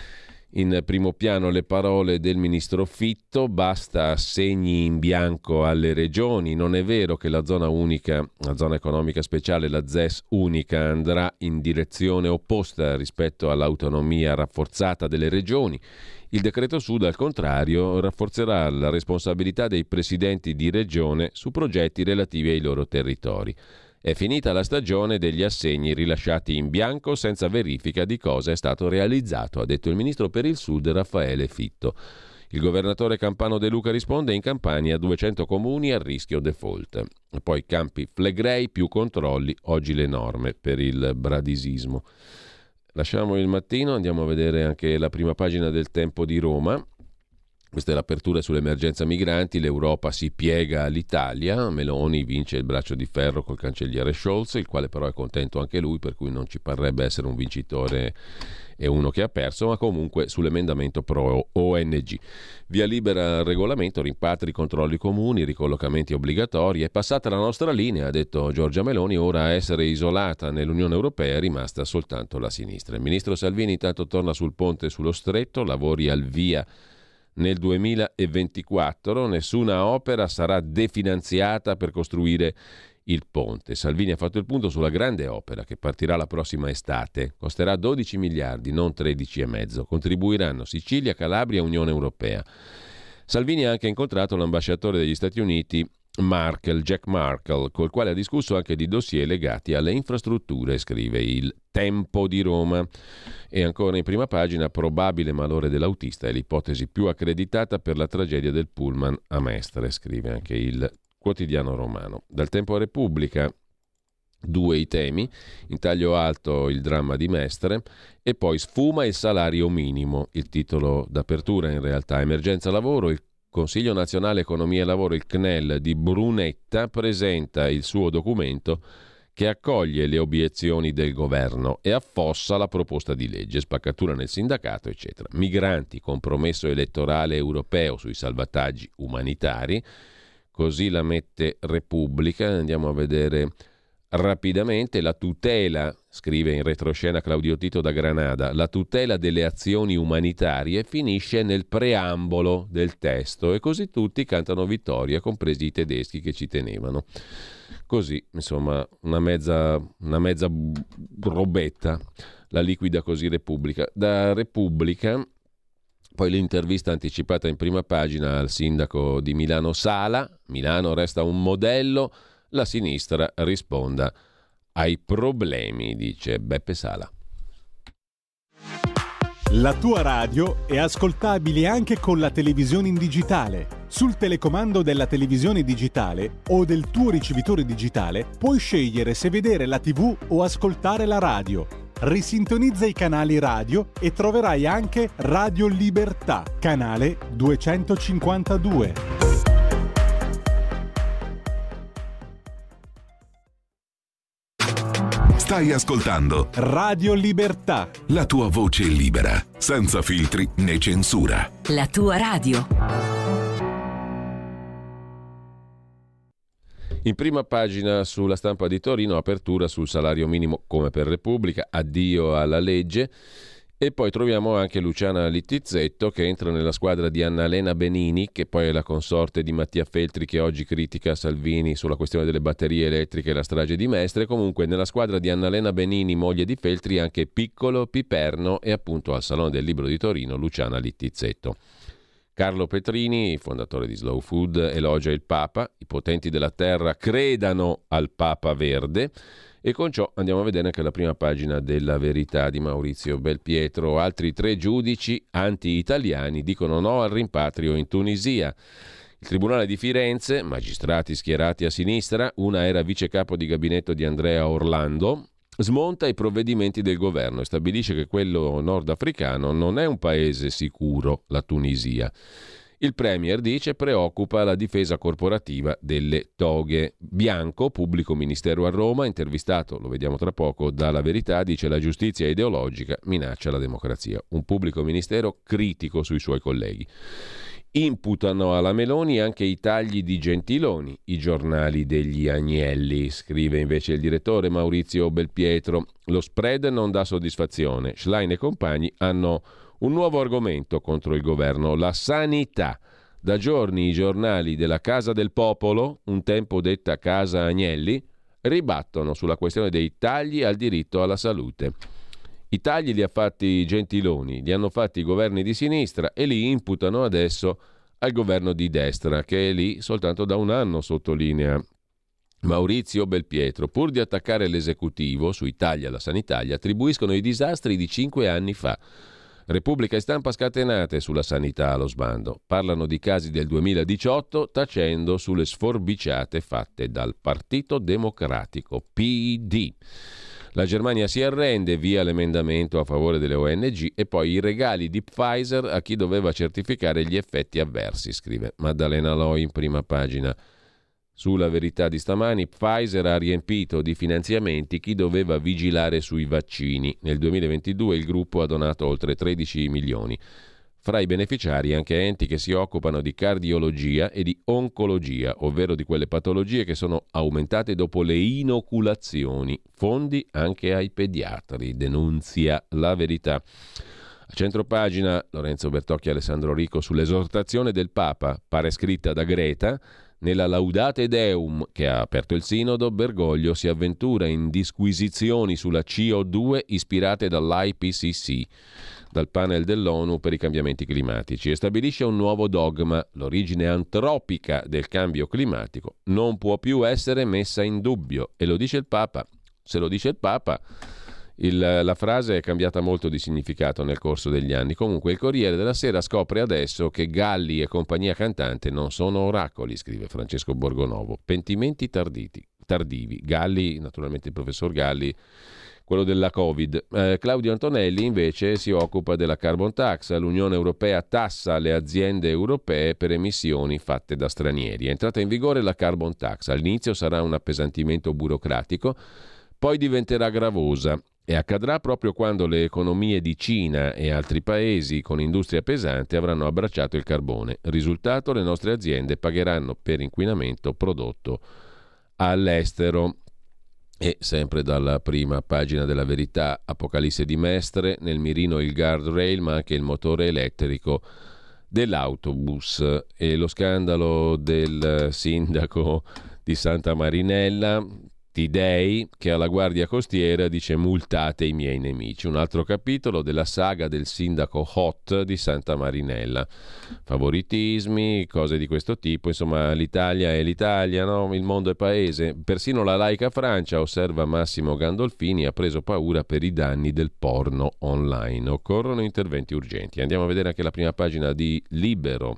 S2: In primo piano le parole del ministro Fitto, basta assegni in bianco alle regioni, non è vero che la zona unica, la zona economica speciale, la Z E S unica andrà in direzione opposta rispetto all'autonomia rafforzata delle regioni. Il decreto Sud, al contrario, rafforzerà la responsabilità dei presidenti di regione su progetti relativi ai loro territori. È finita la stagione degli assegni rilasciati in bianco senza verifica di cosa è stato realizzato, ha detto il ministro per il Sud Raffaele Fitto. Il governatore campano De Luca risponde: in Campania duecento comuni a rischio default. E poi Campi Flegrei, più controlli, oggi le norme per il bradisismo. Lasciamo il Mattino, andiamo a vedere anche la prima pagina del Tempo di Roma. Questa è l'apertura sull'emergenza migranti, l'Europa si piega all'Italia, Meloni vince il braccio di ferro col cancelliere Scholz, il quale però è contento anche lui, per cui non ci parrebbe essere un vincitore e uno che ha perso, ma comunque sull'emendamento pro O N G. Via libera al regolamento, rimpatri, controlli comuni, ricollocamenti obbligatori, è passata la nostra linea, ha detto Giorgia Meloni, ora a essere isolata nell'Unione Europea è rimasta soltanto la sinistra. Il ministro Salvini intanto torna sul ponte sullo Stretto, lavori al via nel duemilaventiquattro, nessuna opera sarà definanziata per costruire il ponte. Salvini ha fatto il punto sulla grande opera che partirà la prossima estate. Costerà dodici miliardi, non tredici e mezzo. Contribuiranno Sicilia, Calabria e Unione Europea. Salvini ha anche incontrato l'ambasciatore degli Stati Uniti Markle, Jack Markle, col quale ha discusso anche di dossier legati alle infrastrutture, scrive il Tempo di Roma. E ancora in prima pagina, probabile malore dell'autista è l'ipotesi più accreditata per la tragedia del pullman a Mestre, scrive anche il Quotidiano Romano. Dal Tempo a Repubblica, due i temi, in taglio alto il dramma di Mestre e poi sfuma il salario minimo, il titolo d'apertura in realtà, emergenza lavoro, il Consiglio Nazionale Economia e Lavoro, il C N E L di Brunetta, presenta il suo documento che accoglie le obiezioni del governo e affossa la proposta di legge, spaccatura nel sindacato, eccetera. Migranti, compromesso elettorale europeo sui salvataggi umanitari, così la mette Repubblica. Andiamo a vedere rapidamente la tutela, scrive in retroscena Claudio Tito da Granada, la tutela delle azioni umanitarie finisce nel preambolo del testo e così tutti cantano vittoria, compresi i tedeschi che ci tenevano. Così, insomma, una mezza, una mezza robetta, la liquida così Repubblica. Da Repubblica, poi l'intervista anticipata in prima pagina al sindaco di Milano Sala, Milano resta un modello, la sinistra risponda ai problemi, dice Beppe Sala.
S1: La tua radio è ascoltabile anche con la televisione in digitale. Sul telecomando della televisione digitale o del tuo ricevitore digitale puoi scegliere se vedere la tivù o ascoltare la radio. Risintonizza i canali radio e troverai anche Radio Libertà, canale duecentocinquantadue.
S5: Stai ascoltando
S1: Radio Libertà,
S5: la tua voce libera, senza filtri né censura.
S6: La tua radio.
S2: In prima pagina sulla Stampa di Torino, apertura sul salario minimo come per Repubblica, addio alla legge. E poi troviamo anche Luciana Littizzetto che entra nella squadra di Annalena Benini, che poi è la consorte di Mattia Feltri, che oggi critica Salvini sulla questione delle batterie elettriche e la strage di Mestre. Comunque nella squadra di Annalena Benini, moglie di Feltri, anche Piccolo, Piperno e appunto al Salone del Libro di Torino Luciana Littizzetto. Carlo Petrini, fondatore di Slow Food, elogia il Papa. I potenti della terra credano al Papa Verde. E con ciò andiamo a vedere anche la prima pagina della Verità di Maurizio Belpietro. Altri tre giudici anti-italiani dicono no al rimpatrio in Tunisia. Il Tribunale di Firenze, magistrati schierati a sinistra, una era vice capo di gabinetto di Andrea Orlando, smonta i provvedimenti del governo e stabilisce che quello nordafricano non è un paese sicuro, la Tunisia. Il Premier dice preoccupa la difesa corporativa delle toghe. Bianco, pubblico ministero a Roma, intervistato, lo vediamo tra poco, dalla Verità, dice la giustizia ideologica minaccia la democrazia. Un pubblico ministero critico sui suoi colleghi. Imputano alla Meloni anche i tagli di Gentiloni, i giornali degli Agnelli, scrive invece il direttore Maurizio Belpietro. Lo spread non dà soddisfazione. Schlein e compagni hanno un nuovo argomento contro il governo, la sanità. Da giorni i giornali della Casa del Popolo, un tempo detta Casa Agnelli, ribattono sulla questione dei tagli al diritto alla salute. I tagli li ha fatti Gentiloni, li hanno fatti i governi di sinistra e li imputano adesso al governo di destra, che è lì soltanto da un anno, sottolinea Maurizio Belpietro. Pur di attaccare l'esecutivo sui tagli alla sanità, gli attribuiscono i disastri di cinque anni fa. Repubblica e Stampa scatenate sulla sanità allo sbando. Parlano di casi del duemiladiciotto, tacendo sulle sforbiciate fatte dal Partito Democratico, P D. La Germania si arrende, via l'emendamento a favore delle O N G e poi i regali di Pfizer a chi doveva certificare gli effetti avversi, scrive Maddalena Loi in prima pagina. Sulla Verità di stamani, Pfizer ha riempito di finanziamenti chi doveva vigilare sui vaccini. Nel duemilaventidue il gruppo ha donato oltre tredici milioni. Fra i beneficiari anche enti che si occupano di cardiologia e di oncologia, ovvero di quelle patologie che sono aumentate dopo le inoculazioni. Fondi anche ai pediatri, denunzia La Verità. A centropagina Lorenzo Bertocchi e Alessandro Rico sull'esortazione del Papa, pare scritta da Greta. Nella Laudate Deum, che ha aperto il sinodo, Bergoglio si avventura in disquisizioni sulla C O due ispirate dall'I P C C, dal panel dell'ONU per i cambiamenti climatici, e stabilisce un nuovo dogma: l'origine antropica del cambio climatico non può più essere messa in dubbio. E lo dice il Papa. Se lo dice il Papa, il, la frase è cambiata molto di significato nel corso degli anni. Comunque il Corriere della Sera scopre adesso che Galli e compagnia cantante non sono oracoli, scrive Francesco Borgonovo. Pentimenti tarditi. tardivi. Galli, naturalmente il professor Galli, quello della Covid. Eh, Claudio Antonelli invece si occupa della carbon tax. L'Unione Europea tassa le aziende europee per emissioni fatte da stranieri. È entrata in vigore la carbon tax. All'inizio sarà un appesantimento burocratico, poi diventerà gravosa e accadrà proprio quando le economie di Cina e altri paesi con industria pesante avranno abbracciato il carbone. Risultato: le nostre aziende pagheranno per inquinamento prodotto all'estero. E sempre dalla prima pagina della Verità, Apocalisse di Mestre, nel mirino il guardrail ma anche il motore elettrico dell'autobus, e lo scandalo del sindaco di Santa Marinella, Tidei, che alla Guardia Costiera dice multate i miei nemici. Un altro capitolo della saga del sindaco hot di Santa Marinella. Favoritismi, cose di questo tipo. Insomma, l'Italia è l'Italia, no? Il mondo è paese. Persino la laica Francia, osserva Massimo Gandolfini, ha preso paura per i danni del porno online. Occorrono interventi urgenti. Andiamo a vedere anche la prima pagina di Libero.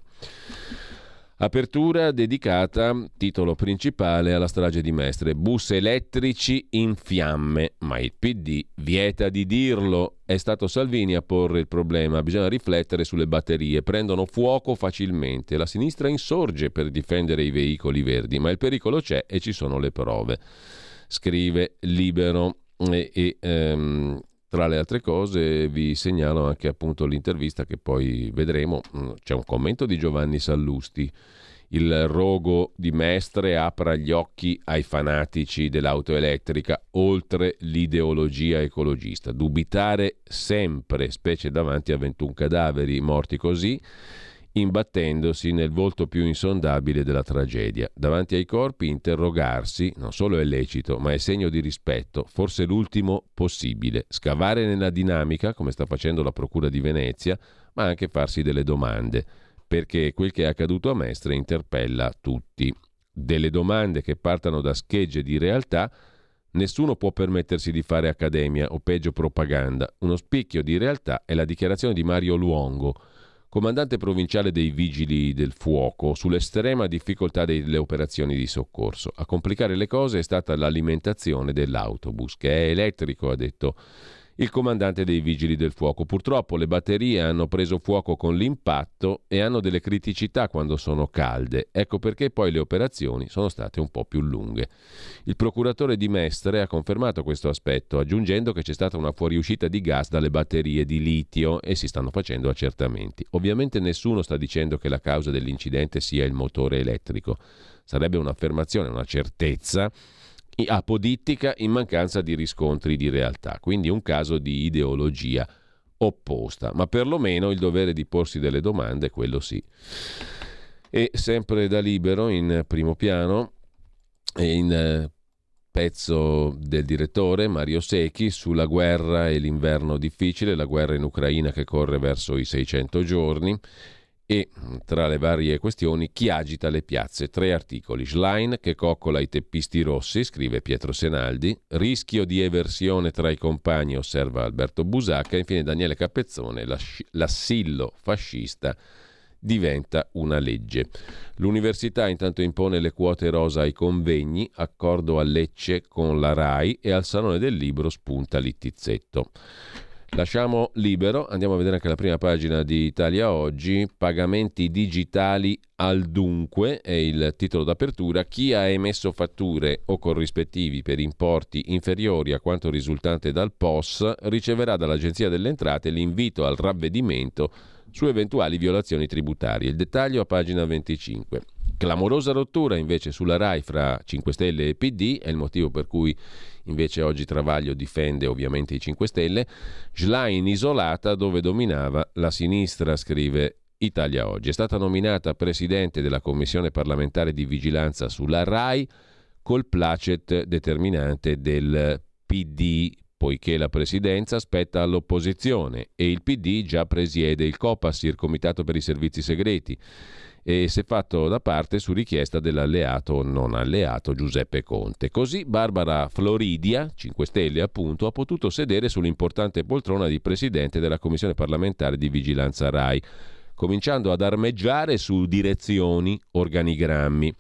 S2: Apertura dedicata, titolo principale, alla strage di Mestre. Bus elettrici in fiamme, ma il P D vieta di dirlo. È stato Salvini a porre il problema. Bisogna riflettere sulle batterie, prendono fuoco facilmente. La sinistra insorge per difendere i veicoli verdi, ma il pericolo c'è e ci sono le prove. Scrive Libero. E, e ehm, tra le altre cose vi segnalo anche appunto l'intervista che poi vedremo. C'è un commento di Giovanni Sallusti. Il rogo di Mestre apra gli occhi ai fanatici dell'auto elettrica, oltre l'ideologia ecologista. Dubitare sempre, specie davanti a ventuno cadaveri morti così, imbattendosi nel volto più insondabile della tragedia. Davanti ai corpi interrogarsi non solo è lecito, ma è segno di rispetto, forse l'ultimo possibile. Scavare nella dinamica, come sta facendo la Procura di Venezia, ma anche farsi delle domande, perché quel che è accaduto a Mestre interpella tutti. Delle domande che partano da schegge di realtà. Nessuno può permettersi di fare accademia o peggio propaganda. Uno spicchio di realtà è la dichiarazione di Mario Luongo, comandante provinciale dei Vigili del Fuoco, sull'estrema difficoltà delle operazioni di soccorso. A complicare le cose è stata l'alimentazione dell'autobus, che è elettrico, ha detto il comandante dei Vigili del Fuoco. Purtroppo le batterie hanno preso fuoco con l'impatto e hanno delle criticità quando sono calde. Ecco perché poi le operazioni sono state un po' più lunghe. Il procuratore di Mestre ha confermato questo aspetto, aggiungendo che c'è stata una fuoriuscita di gas dalle batterie di litio e si stanno facendo accertamenti. Ovviamente nessuno sta dicendo che la causa dell'incidente sia il motore elettrico. Sarebbe un'affermazione, una certezza apodittica in mancanza di riscontri di realtà, quindi un caso di ideologia opposta, ma perlomeno il dovere di porsi delle domande, quello sì. E sempre da Libero, in primo piano, in pezzo del direttore Mario Secchi sulla guerra e l'inverno difficile, la guerra in Ucraina che corre verso i seicento giorni. E tra le varie questioni, chi agita le piazze? Tre articoli. Schlein che coccola i teppisti rossi, scrive Pietro Senaldi. Rischio di eversione tra i compagni, osserva Alberto Busacca. Infine Daniele Capezzone, l'assillo fascista diventa una legge. L'università intanto impone le quote rosa ai convegni, accordo a Lecce con la RAI, e al Salone del Libro spunta Littizzetto. Lasciamo Libero, andiamo a vedere anche la prima pagina di Italia Oggi. Pagamenti digitali al dunque è il titolo d'apertura. Chi ha emesso fatture o corrispettivi per importi inferiori a quanto risultante dal P O S riceverà dall'Agenzia delle Entrate l'invito al ravvedimento su eventuali violazioni tributarie. Il dettaglio a pagina venticinque. Clamorosa rottura invece sulla RAI fra cinque Stelle e P D, è il motivo per cui invece oggi Travaglio difende ovviamente i cinque Stelle. Schlein isolata dove dominava la sinistra, scrive Italia Oggi. È stata nominata presidente della commissione parlamentare di vigilanza sulla RAI col placet determinante del P D, poiché la presidenza spetta all'opposizione e il P D già presiede il Copasir, il Comitato per i Servizi Segreti, e si è fatto da parte su richiesta dell'alleato o non alleato Giuseppe Conte. Così Barbara Floridia, cinque Stelle appunto, ha potuto sedere sull'importante poltrona di presidente della Commissione parlamentare di vigilanza RAI, cominciando ad armeggiare su direzioni, organigrammi.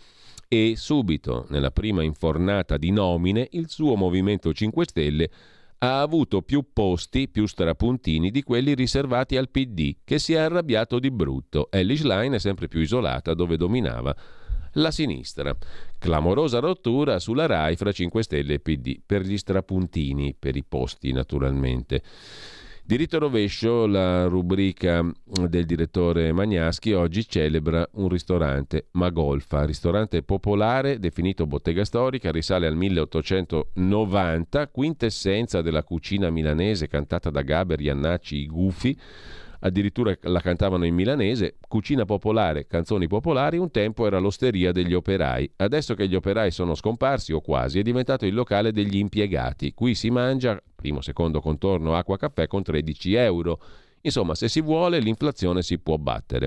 S2: e subito, nella prima infornata di nomine, il suo Movimento cinque Stelle ha avuto più posti, più strapuntini di quelli riservati al P D, che si è arrabbiato di brutto. Elly Schlein è sempre più isolata dove dominava la sinistra. Clamorosa rottura sulla Rai fra cinque Stelle e P D, per gli strapuntini, per i posti naturalmente. Diritto rovescio, la rubrica del direttore Magnaschi, oggi celebra un ristorante, Magolfa, ristorante popolare definito bottega storica, risale al milleottocentonovanta, quintessenza della cucina milanese cantata da Gaber, Iannacci, i Gufi, addirittura la cantavano in milanese. Cucina popolare, canzoni popolari, un tempo era l'osteria degli operai. Adesso che gli operai sono scomparsi o quasi, è diventato il locale degli impiegati. Qui si mangia, primo, secondo contorno, acqua, caffè con tredici euro. Insomma, se si vuole, l'inflazione si può battere.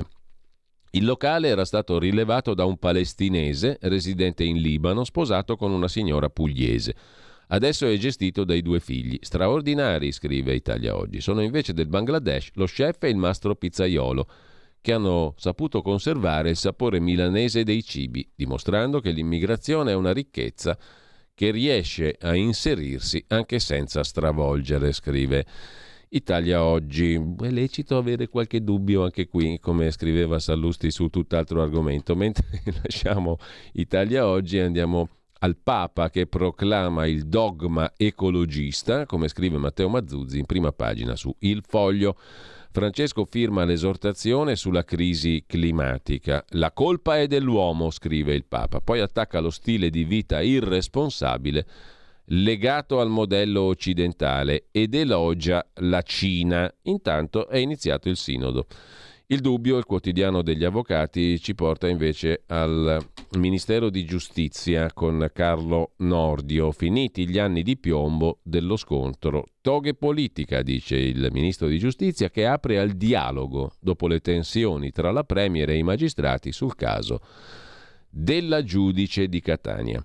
S2: Il locale era stato rilevato da un palestinese residente in Libano, sposato con una signora pugliese. Adesso è gestito dai due figli. Straordinari, scrive Italia Oggi. Sono invece del Bangladesh lo chef e il mastro pizzaiolo, che hanno saputo conservare il sapore milanese dei cibi, dimostrando che l'immigrazione è una ricchezza che riesce a inserirsi anche senza stravolgere, scrive Italia Oggi. È lecito avere qualche dubbio anche qui, come scriveva Sallusti su tutt'altro argomento. Mentre lasciamo Italia Oggi e andiamo al Papa che proclama il dogma ecologista, come scrive Matteo Mazzuzzi in prima pagina su Il Foglio. Francesco firma l'esortazione sulla crisi climatica. La colpa è dell'uomo, scrive il Papa. Poi attacca lo stile di vita irresponsabile legato al modello occidentale ed elogia la Cina. Intanto è iniziato il sinodo. Il dubbio, il quotidiano degli avvocati, ci porta invece al Ministero di Giustizia con Carlo Nordio. Finiti gli anni di piombo dello scontro. Toghe politica, dice il Ministro di Giustizia, che apre al dialogo dopo le tensioni tra la Premier e i magistrati sul caso della giudice di Catania.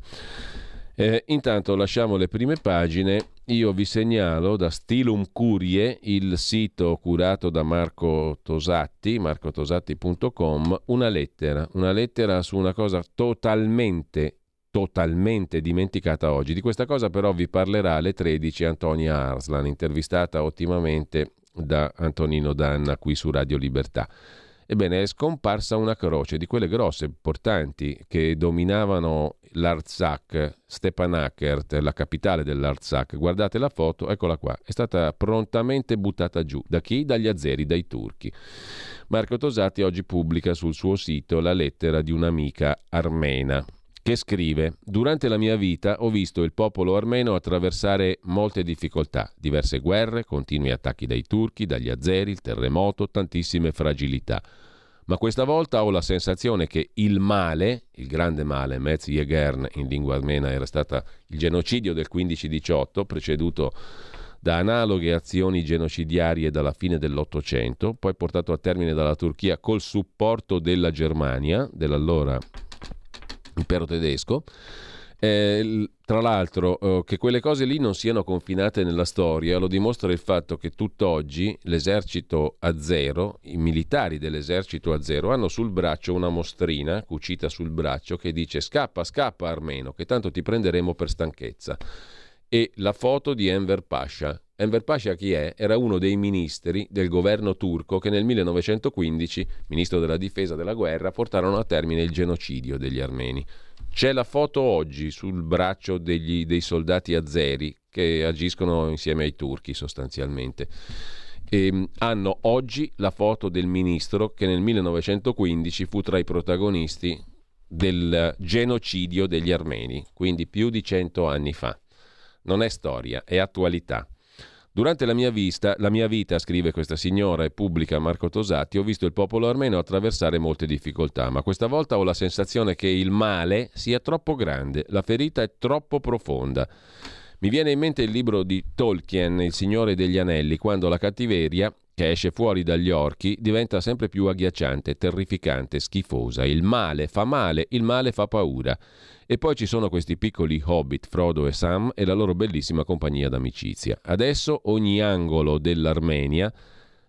S2: Eh, intanto lasciamo le prime pagine. Io vi segnalo da Stilum Curie, il sito curato da Marco Tosatti, marco tosatti punto com, una lettera, una lettera su una cosa totalmente, totalmente dimenticata oggi. Di questa cosa però vi parlerà alle tredici Antonia Arslan, intervistata ottimamente da Antonino Danna qui su Radio Libertà. Ebbene, è scomparsa una croce di quelle grosse, importanti, che dominavano l'Artsakh, Stepanakert, la capitale dell'Artsakh. Guardate la foto, eccola qua. È stata prontamente buttata giù. Da chi? Dagli azeri, dai turchi. Marco Tosatti oggi pubblica sul suo sito la lettera di un'amica armena che scrive: durante la mia vita ho visto il popolo armeno attraversare molte difficoltà, diverse guerre, continui attacchi dai turchi, dagli azeri, il terremoto, tantissime fragilità. Ma questa volta ho la sensazione che il male, il grande male, Metz Yegern in lingua armena era stata il genocidio del quindici diciotto, preceduto da analoghe azioni genocidiarie dalla fine dell'Ottocento, poi portato a termine dalla Turchia col supporto della Germania, dell'allora impero tedesco. Eh, tra l'altro eh, che quelle cose lì non siano confinate nella storia lo dimostra il fatto che tutt'oggi l'esercito azero, i militari dell'esercito azero hanno sul braccio una mostrina cucita sul braccio che dice scappa, scappa armeno, che tanto ti prenderemo per stanchezza, e la foto di Enver Pasha. Enver Pasha chi è? Era uno dei ministri del governo turco che nel millenovecentoquindici, ministro della difesa della guerra, portarono a termine il genocidio degli armeni. C'è la foto oggi sul braccio degli, dei soldati azeri che agiscono insieme ai turchi sostanzialmente. E hanno oggi la foto del ministro che nel millenovecentoquindici fu tra i protagonisti del genocidio degli armeni, quindi più di cento anni fa. Non è storia, è attualità. Durante la mia, vista, la mia vita, scrive questa signora e pubblica Marco Tosatti, ho visto il popolo armeno attraversare molte difficoltà, ma questa volta ho la sensazione che il male sia troppo grande, la ferita è troppo profonda. Mi viene in mente il libro di Tolkien, Il Signore degli Anelli, quando la cattiveria, che esce fuori dagli orchi, diventa sempre più agghiacciante, terrificante, schifosa. Il male fa male, il male fa paura. E poi ci sono questi piccoli hobbit, Frodo e Sam, e la loro bellissima compagnia d'amicizia. Adesso ogni angolo dell'Armenia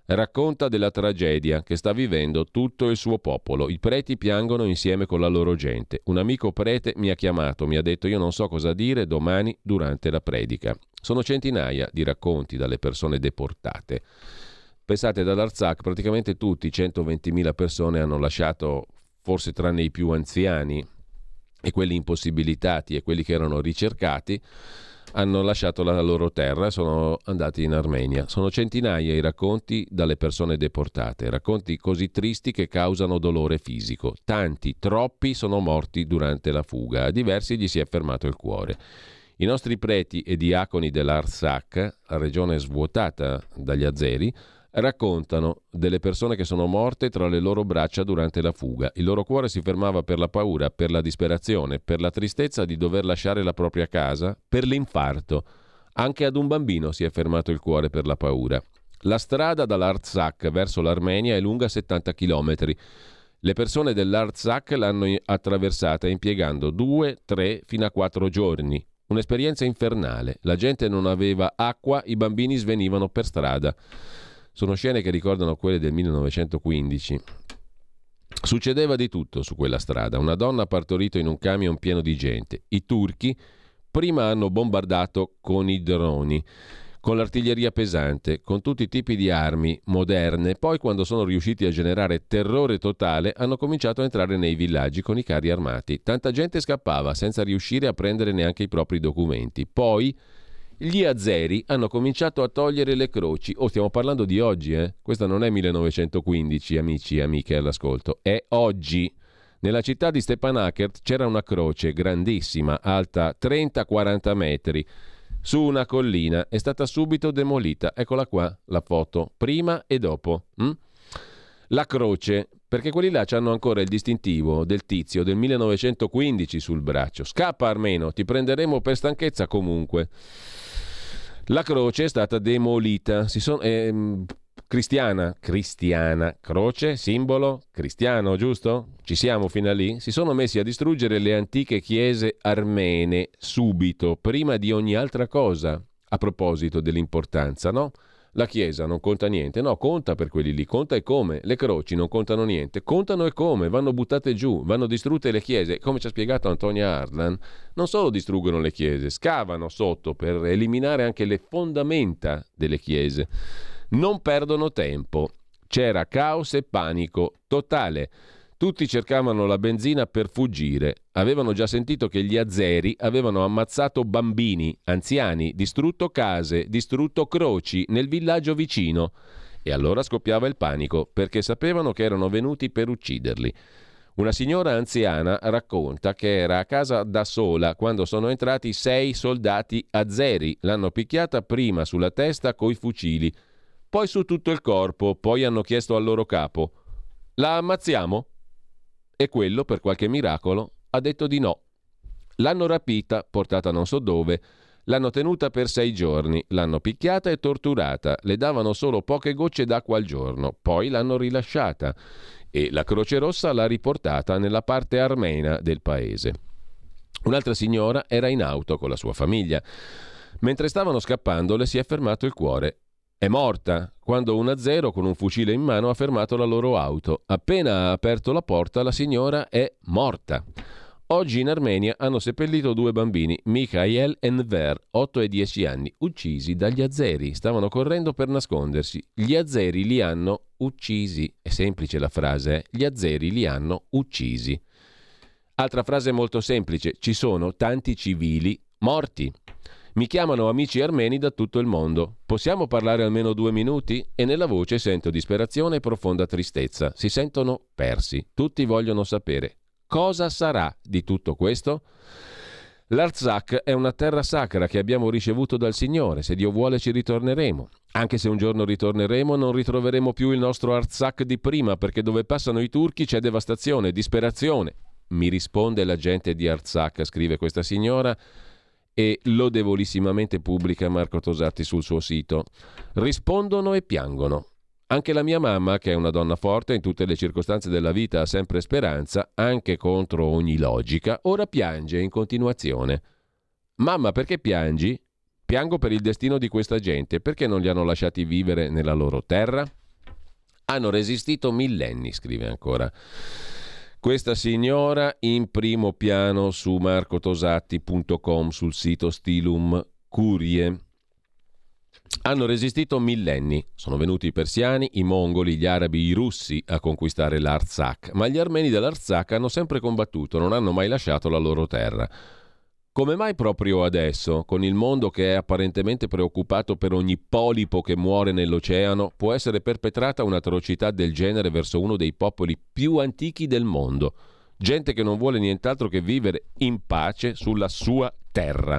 S2: Racconta della tragedia che sta vivendo tutto il suo popolo. I preti piangono insieme con la loro gente. Un amico prete mi ha chiamato, mi ha detto io non so cosa dire domani durante la predica. Sono centinaia di racconti dalle persone deportate. Pensate, dall'Artsakh praticamente tutti, centoventimila persone hanno lasciato, forse tranne i più anziani e quelli impossibilitati e quelli che erano ricercati, hanno lasciato la loro terra e sono andati in Armenia. Sono centinaia i racconti dalle persone deportate, racconti così tristi che causano dolore fisico. Tanti, troppi sono morti durante la fuga, a diversi gli si è fermato il cuore. I nostri preti e diaconi dell'Artsakh, la regione svuotata dagli azeri, raccontano delle persone che sono morte tra le loro braccia durante la fuga. Il loro cuore si fermava per la paura, per la disperazione, per la tristezza di dover lasciare la propria casa, per l'infarto. Anche ad un bambino si è fermato il cuore per la paura. La strada dall'Artsakh verso l'Armenia è lunga settanta chilometri. Le persone dell'Artsakh l'hanno attraversata impiegando due, tre, fino a quattro giorni. Un'esperienza infernale. La gente non aveva acqua, i bambini svenivano per strada. Sono scene che ricordano quelle del millenovecentoquindici. Succedeva di tutto su quella strada. Una donna ha partorito in un camion pieno di gente. I turchi prima hanno bombardato con i droni, con l'artiglieria pesante, con tutti i tipi di armi moderne. Poi, quando sono riusciti a generare terrore totale, hanno cominciato a entrare nei villaggi con i carri armati. Tanta gente scappava senza riuscire a prendere neanche i propri documenti. Poi gli azeri hanno cominciato a togliere le croci. Oh, stiamo parlando di oggi, eh? Questa non è millenovecentoquindici, amici e amiche all'ascolto. È oggi. Nella città di Stepanakert c'era una croce grandissima, alta trenta quaranta metri, su una collina. È stata subito demolita. Eccola qua, la foto, prima e dopo. Hm? La croce, perché quelli là c'hanno ancora il distintivo del tizio del millenovecentoquindici sul braccio. Scappa Armeno, ti prenderemo per stanchezza comunque. La croce è stata demolita. Si sono, eh, cristiana, cristiana, croce, simbolo cristiano, giusto? Ci siamo fino a lì? Si sono messi a distruggere le antiche chiese armene subito, prima di ogni altra cosa. A proposito dell'importanza, no? La chiesa non conta niente, no, conta per quelli lì, conta e come. Le croci non contano niente, contano e come, vanno buttate giù, vanno distrutte le chiese. Come ci ha spiegato Antonia Ardan, non solo distruggono le chiese, scavano sotto per eliminare anche le fondamenta delle chiese. Non perdono tempo. C'era caos e panico totale. Tutti cercavano la benzina per fuggire. Avevano già sentito che gli azeri avevano ammazzato bambini, anziani, distrutto case, distrutto croci nel villaggio vicino. E allora scoppiava il panico, perché sapevano che erano venuti per ucciderli. Una signora anziana racconta che era a casa da sola quando sono entrati sei soldati azeri. L'hanno picchiata prima sulla testa coi fucili, poi su tutto il corpo, poi hanno chiesto al loro capo: la ammazziamo? E quello, per qualche miracolo, ha detto di no. L'hanno rapita, portata non so dove, l'hanno tenuta per sei giorni, l'hanno picchiata e torturata, le davano solo poche gocce d'acqua al giorno, poi l'hanno rilasciata e la Croce Rossa l'ha riportata nella parte armena del paese. Un'altra signora era in auto con la sua famiglia. Mentre stavano scappando le si è fermato il cuore. È morta quando un azero con un fucile in mano ha fermato la loro auto. Appena ha aperto la porta, la signora è morta. Oggi in Armenia hanno seppellito due bambini, Mikhail e Enver, otto e dieci anni, uccisi dagli azeri. Stavano correndo per nascondersi. Gli azeri li hanno uccisi. È semplice la frase, eh? Gli azeri li hanno uccisi. Altra frase molto semplice, ci sono tanti civili morti. Mi chiamano amici armeni da tutto il mondo. Possiamo parlare almeno due minuti? E nella voce sento disperazione e profonda tristezza. Si sentono persi. Tutti vogliono sapere cosa sarà di tutto questo. L'Artsakh è una terra sacra che abbiamo ricevuto dal Signore. Se Dio vuole ci ritorneremo. Anche se un giorno ritorneremo, non ritroveremo più il nostro Artsakh di prima, perché dove passano i turchi c'è devastazione, disperazione. Mi risponde la gente di Artsakh, scrive questa signora, e lodevolissimamente pubblica Marco Tosatti sul suo sito. Rispondono e piangono. Anche la mia mamma, che è una donna forte, in tutte le circostanze della vita ha sempre speranza, anche contro ogni logica, ora piange in continuazione. Mamma, perché piangi? Piango per il destino di questa gente. Perché non li hanno lasciati vivere nella loro terra? Hanno resistito millenni, scrive ancora questa signora in primo piano su marcotosatti punto com, sul sito Stilum Curie. Hanno resistito millenni. Sono venuti i persiani, i mongoli, gli arabi, i russi a conquistare l'Artsakh, ma gli armeni dell'Artsakh hanno sempre combattuto, non hanno mai lasciato la loro terra. Come mai proprio adesso, con il mondo che è apparentemente preoccupato per ogni polipo che muore nell'oceano, può essere perpetrata un'atrocità del genere verso uno dei popoli più antichi del mondo? Gente che non vuole nient'altro che vivere in pace sulla sua terra.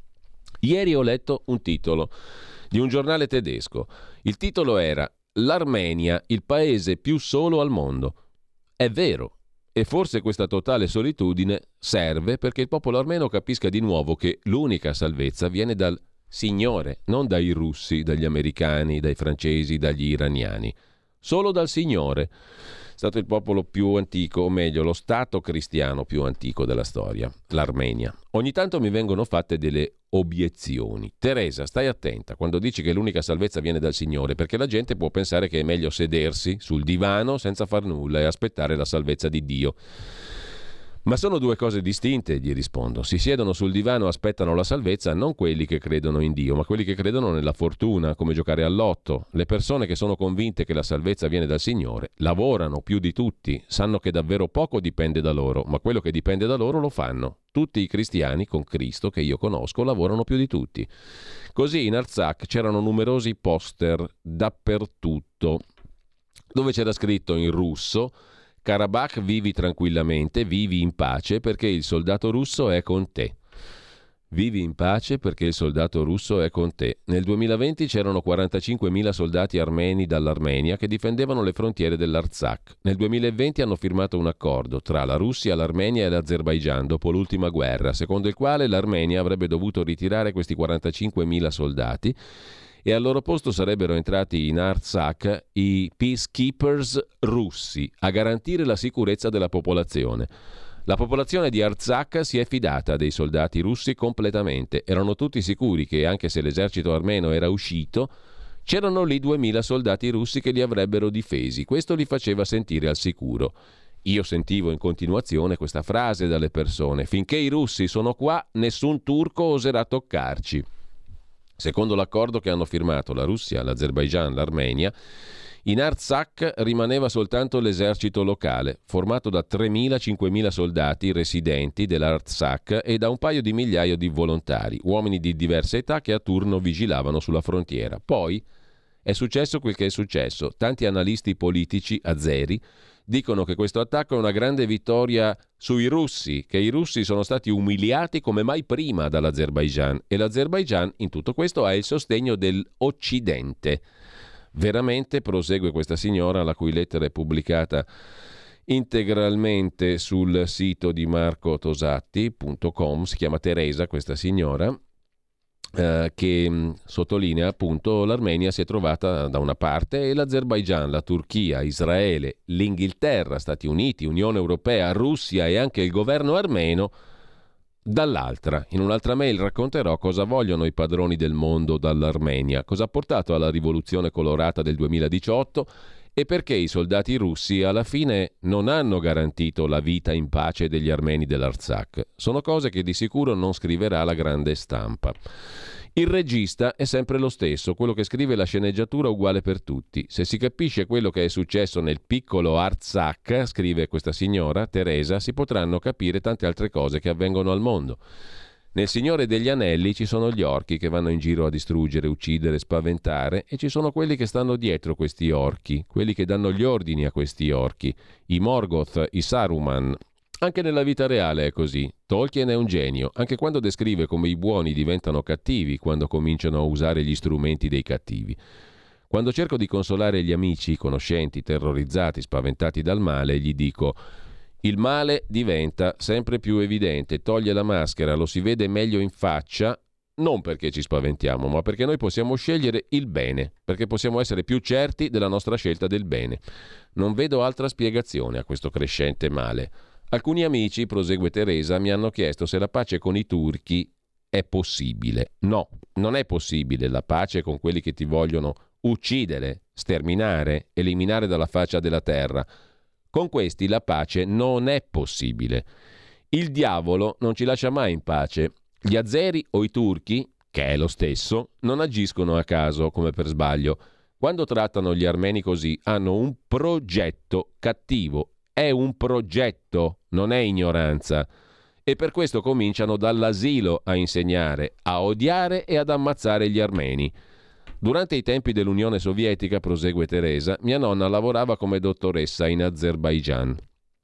S2: Ieri ho letto un titolo di un giornale tedesco. Il titolo era «L'Armenia, il paese più solo al mondo». È vero. E forse questa totale solitudine serve perché il popolo armeno capisca di nuovo che l'unica salvezza viene dal Signore, non dai russi, dagli americani, dai francesi, dagli iraniani. Solo dal Signore. È stato il popolo più antico, o meglio, lo stato cristiano più antico della storia, l'Armenia. Ogni tanto mi vengono fatte delle obiezioni. Teresa, stai attenta quando dici che l'unica salvezza viene dal Signore, perché la gente può pensare che è meglio sedersi sul divano senza far nulla e aspettare la salvezza di Dio. Ma sono due cose distinte, gli rispondo. Si siedono sul divano, aspettano la salvezza non quelli che credono in Dio, ma quelli che credono nella fortuna, come giocare al lotto. Le persone che sono convinte che la salvezza viene dal Signore lavorano più di tutti, sanno che davvero poco dipende da loro, ma quello che dipende da loro lo fanno. Tutti i cristiani con Cristo che io conosco lavorano più di tutti. Così in Artsakh c'erano numerosi poster dappertutto, dove c'era scritto in russo: Karabakh, vivi tranquillamente, vivi in pace perché il soldato russo è con te. Vivi in pace perché il soldato russo è con te. Nel duemilaventi c'erano quarantacinquemila soldati armeni dall'Armenia che difendevano le frontiere dell'Artsakh. Nel duemilaventi hanno firmato un accordo tra la Russia, l'Armenia e l'Azerbaigian dopo l'ultima guerra, secondo il quale l'Armenia avrebbe dovuto ritirare questi quarantacinquemila soldati e al loro posto sarebbero entrati in Artsakh i peacekeepers russi a garantire la sicurezza della popolazione. La popolazione di Artsakh si è fidata dei soldati russi completamente. Erano tutti sicuri che, anche se l'esercito armeno era uscito, c'erano lì duemila soldati russi che li avrebbero difesi. Questo li faceva sentire al sicuro. Io sentivo in continuazione questa frase dalle persone: finché i russi sono qua, nessun turco oserà toccarci. Secondo l'accordo che hanno firmato la Russia, l'Azerbaigian, l'Armenia, in Artsakh rimaneva soltanto l'esercito locale, formato da tremila-cinquemila soldati residenti dell'Artsakh e da un paio di migliaia di volontari, uomini di diversa età che a turno vigilavano sulla frontiera. Poi è successo quel che è successo. Tanti analisti politici azeri dicono che questo attacco è una grande vittoria sui russi, che i russi sono stati umiliati come mai prima dall'Azerbaigian e l'Azerbaigian in tutto questo ha il sostegno dell'Occidente. Veramente, prosegue questa signora, la cui lettera è pubblicata integralmente sul sito di marcotosatti punto com, si chiama Teresa questa signora, eh, che mh, sottolinea appunto l'Armenia si è trovata da una parte e l'Azerbaigian, la Turchia, Israele, l'Inghilterra, Stati Uniti, Unione Europea, Russia e anche il governo armeno dall'altra. In un'altra mail racconterò cosa vogliono i padroni del mondo dall'Armenia, cosa ha portato alla rivoluzione colorata del duemiladiciotto e perché i soldati russi alla fine non hanno garantito la vita in pace degli armeni dell'Artsakh. Sono cose che di sicuro non scriverà la grande stampa. Il regista è sempre lo stesso, quello che scrive la sceneggiatura uguale per tutti. Se si capisce quello che è successo nel piccolo Artsakh, scrive questa signora, Teresa, si potranno capire tante altre cose che avvengono al mondo. Nel Signore degli Anelli ci sono gli orchi che vanno in giro a distruggere, uccidere, spaventare e ci sono quelli che stanno dietro questi orchi, quelli che danno gli ordini a questi orchi, i Morgoth, i Saruman. Anche nella vita reale è così. Tolkien è un genio, anche quando descrive come i buoni diventano cattivi quando cominciano a usare gli strumenti dei cattivi. Quando cerco di consolare gli amici, conoscenti, terrorizzati, spaventati dal male, gli dico: il male diventa sempre più evidente, toglie la maschera, lo si vede meglio in faccia, non perché ci spaventiamo, ma perché noi possiamo scegliere il bene, perché possiamo essere più certi della nostra scelta del bene. Non vedo altra spiegazione a questo crescente male. Alcuni amici, prosegue Teresa, mi hanno chiesto se la pace con i turchi è possibile. No, non è possibile la pace con quelli che ti vogliono uccidere, sterminare, eliminare dalla faccia della terra. Con questi la pace non è possibile. Il diavolo non ci lascia mai in pace. Gli azeri o i turchi, che è lo stesso, non agiscono a caso come per sbaglio. Quando trattano gli armeni così, hanno un progetto cattivo. È un progetto, non è ignoranza. E per questo cominciano dall'asilo a insegnare, a odiare e ad ammazzare gli armeni. Durante i tempi dell'Unione Sovietica, prosegue Teresa, mia nonna lavorava come dottoressa in Azerbaigian.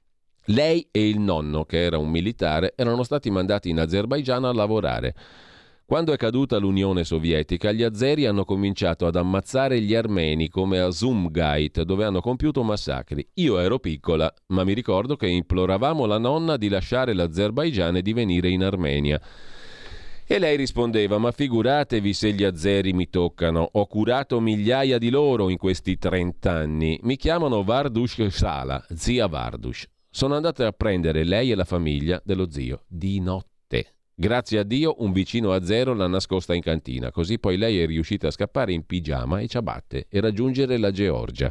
S2: Lei e il nonno, che era un militare, erano stati mandati in Azerbaigian a lavorare. Quando è caduta l'Unione Sovietica, gli azeri hanno cominciato ad ammazzare gli armeni come a Sumgait, dove hanno compiuto massacri. Io ero piccola, ma mi ricordo che imploravamo la nonna di lasciare l'Azerbaigian e di venire in Armenia. E lei rispondeva: ma figuratevi se gli azeri mi toccano, ho curato migliaia di loro in questi trent'anni. Mi chiamano Vardush Sala, zia Vardush. Sono andate a prendere lei e la famiglia dello zio di notte. Grazie a Dio un vicino azero l'ha nascosta in cantina, così poi lei è riuscita a scappare in pigiama e ciabatte e raggiungere la Georgia.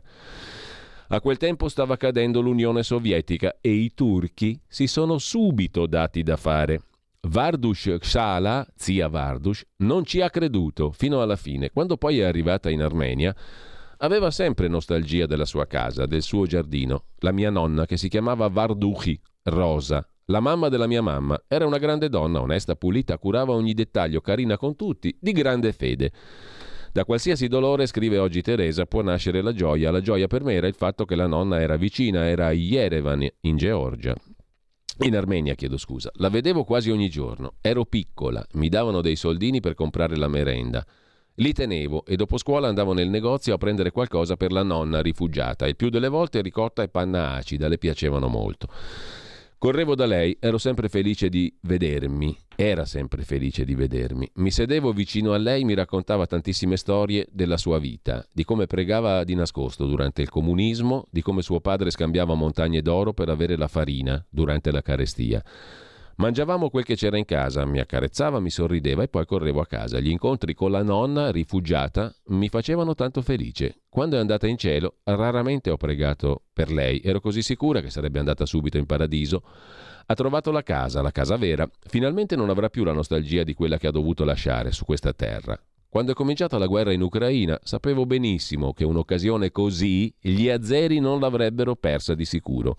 S2: A quel tempo stava cadendo l'Unione Sovietica e i turchi si sono subito dati da fare. Vardush Shala, zia Vardush, non ci ha creduto fino alla fine. Quando poi è arrivata in Armenia, aveva sempre nostalgia della sua casa, del suo giardino. La mia nonna, che si chiamava Varduhi, Rosa, la mamma della mia mamma, era una grande donna, onesta, pulita, curava ogni dettaglio, carina con tutti, di grande fede. Da qualsiasi dolore, scrive oggi Teresa, può nascere la gioia. La gioia per me era il fatto che la nonna era vicina, era a Yerevan, in Georgia. In Armenia, chiedo scusa. La vedevo quasi ogni giorno. Ero piccola, mi davano dei soldini per comprare la merenda. Li tenevo e dopo scuola andavo nel negozio a prendere qualcosa per la nonna rifugiata. Il più delle volte ricotta e panna acida, le piacevano molto. Correvo da lei, ero sempre felice di vedermi, era sempre felice di vedermi. Mi sedevo vicino a lei, mi raccontava tantissime storie della sua vita, di come pregava di nascosto durante il comunismo, di come suo padre scambiava montagne d'oro per avere la farina durante la carestia. Mangiavamo quel che c'era in casa, mi accarezzava, mi sorrideva e poi correvo a casa. Gli incontri con la nonna rifugiata mi facevano tanto felice. Quando è andata in cielo, raramente ho pregato per lei. Ero così sicura che sarebbe andata subito in paradiso. Ha trovato la casa, la casa vera. Finalmente non avrà più la nostalgia di quella che ha dovuto lasciare su questa terra. Quando è cominciata la guerra in Ucraina, sapevo benissimo che un'occasione così gli azeri non l'avrebbero persa di sicuro.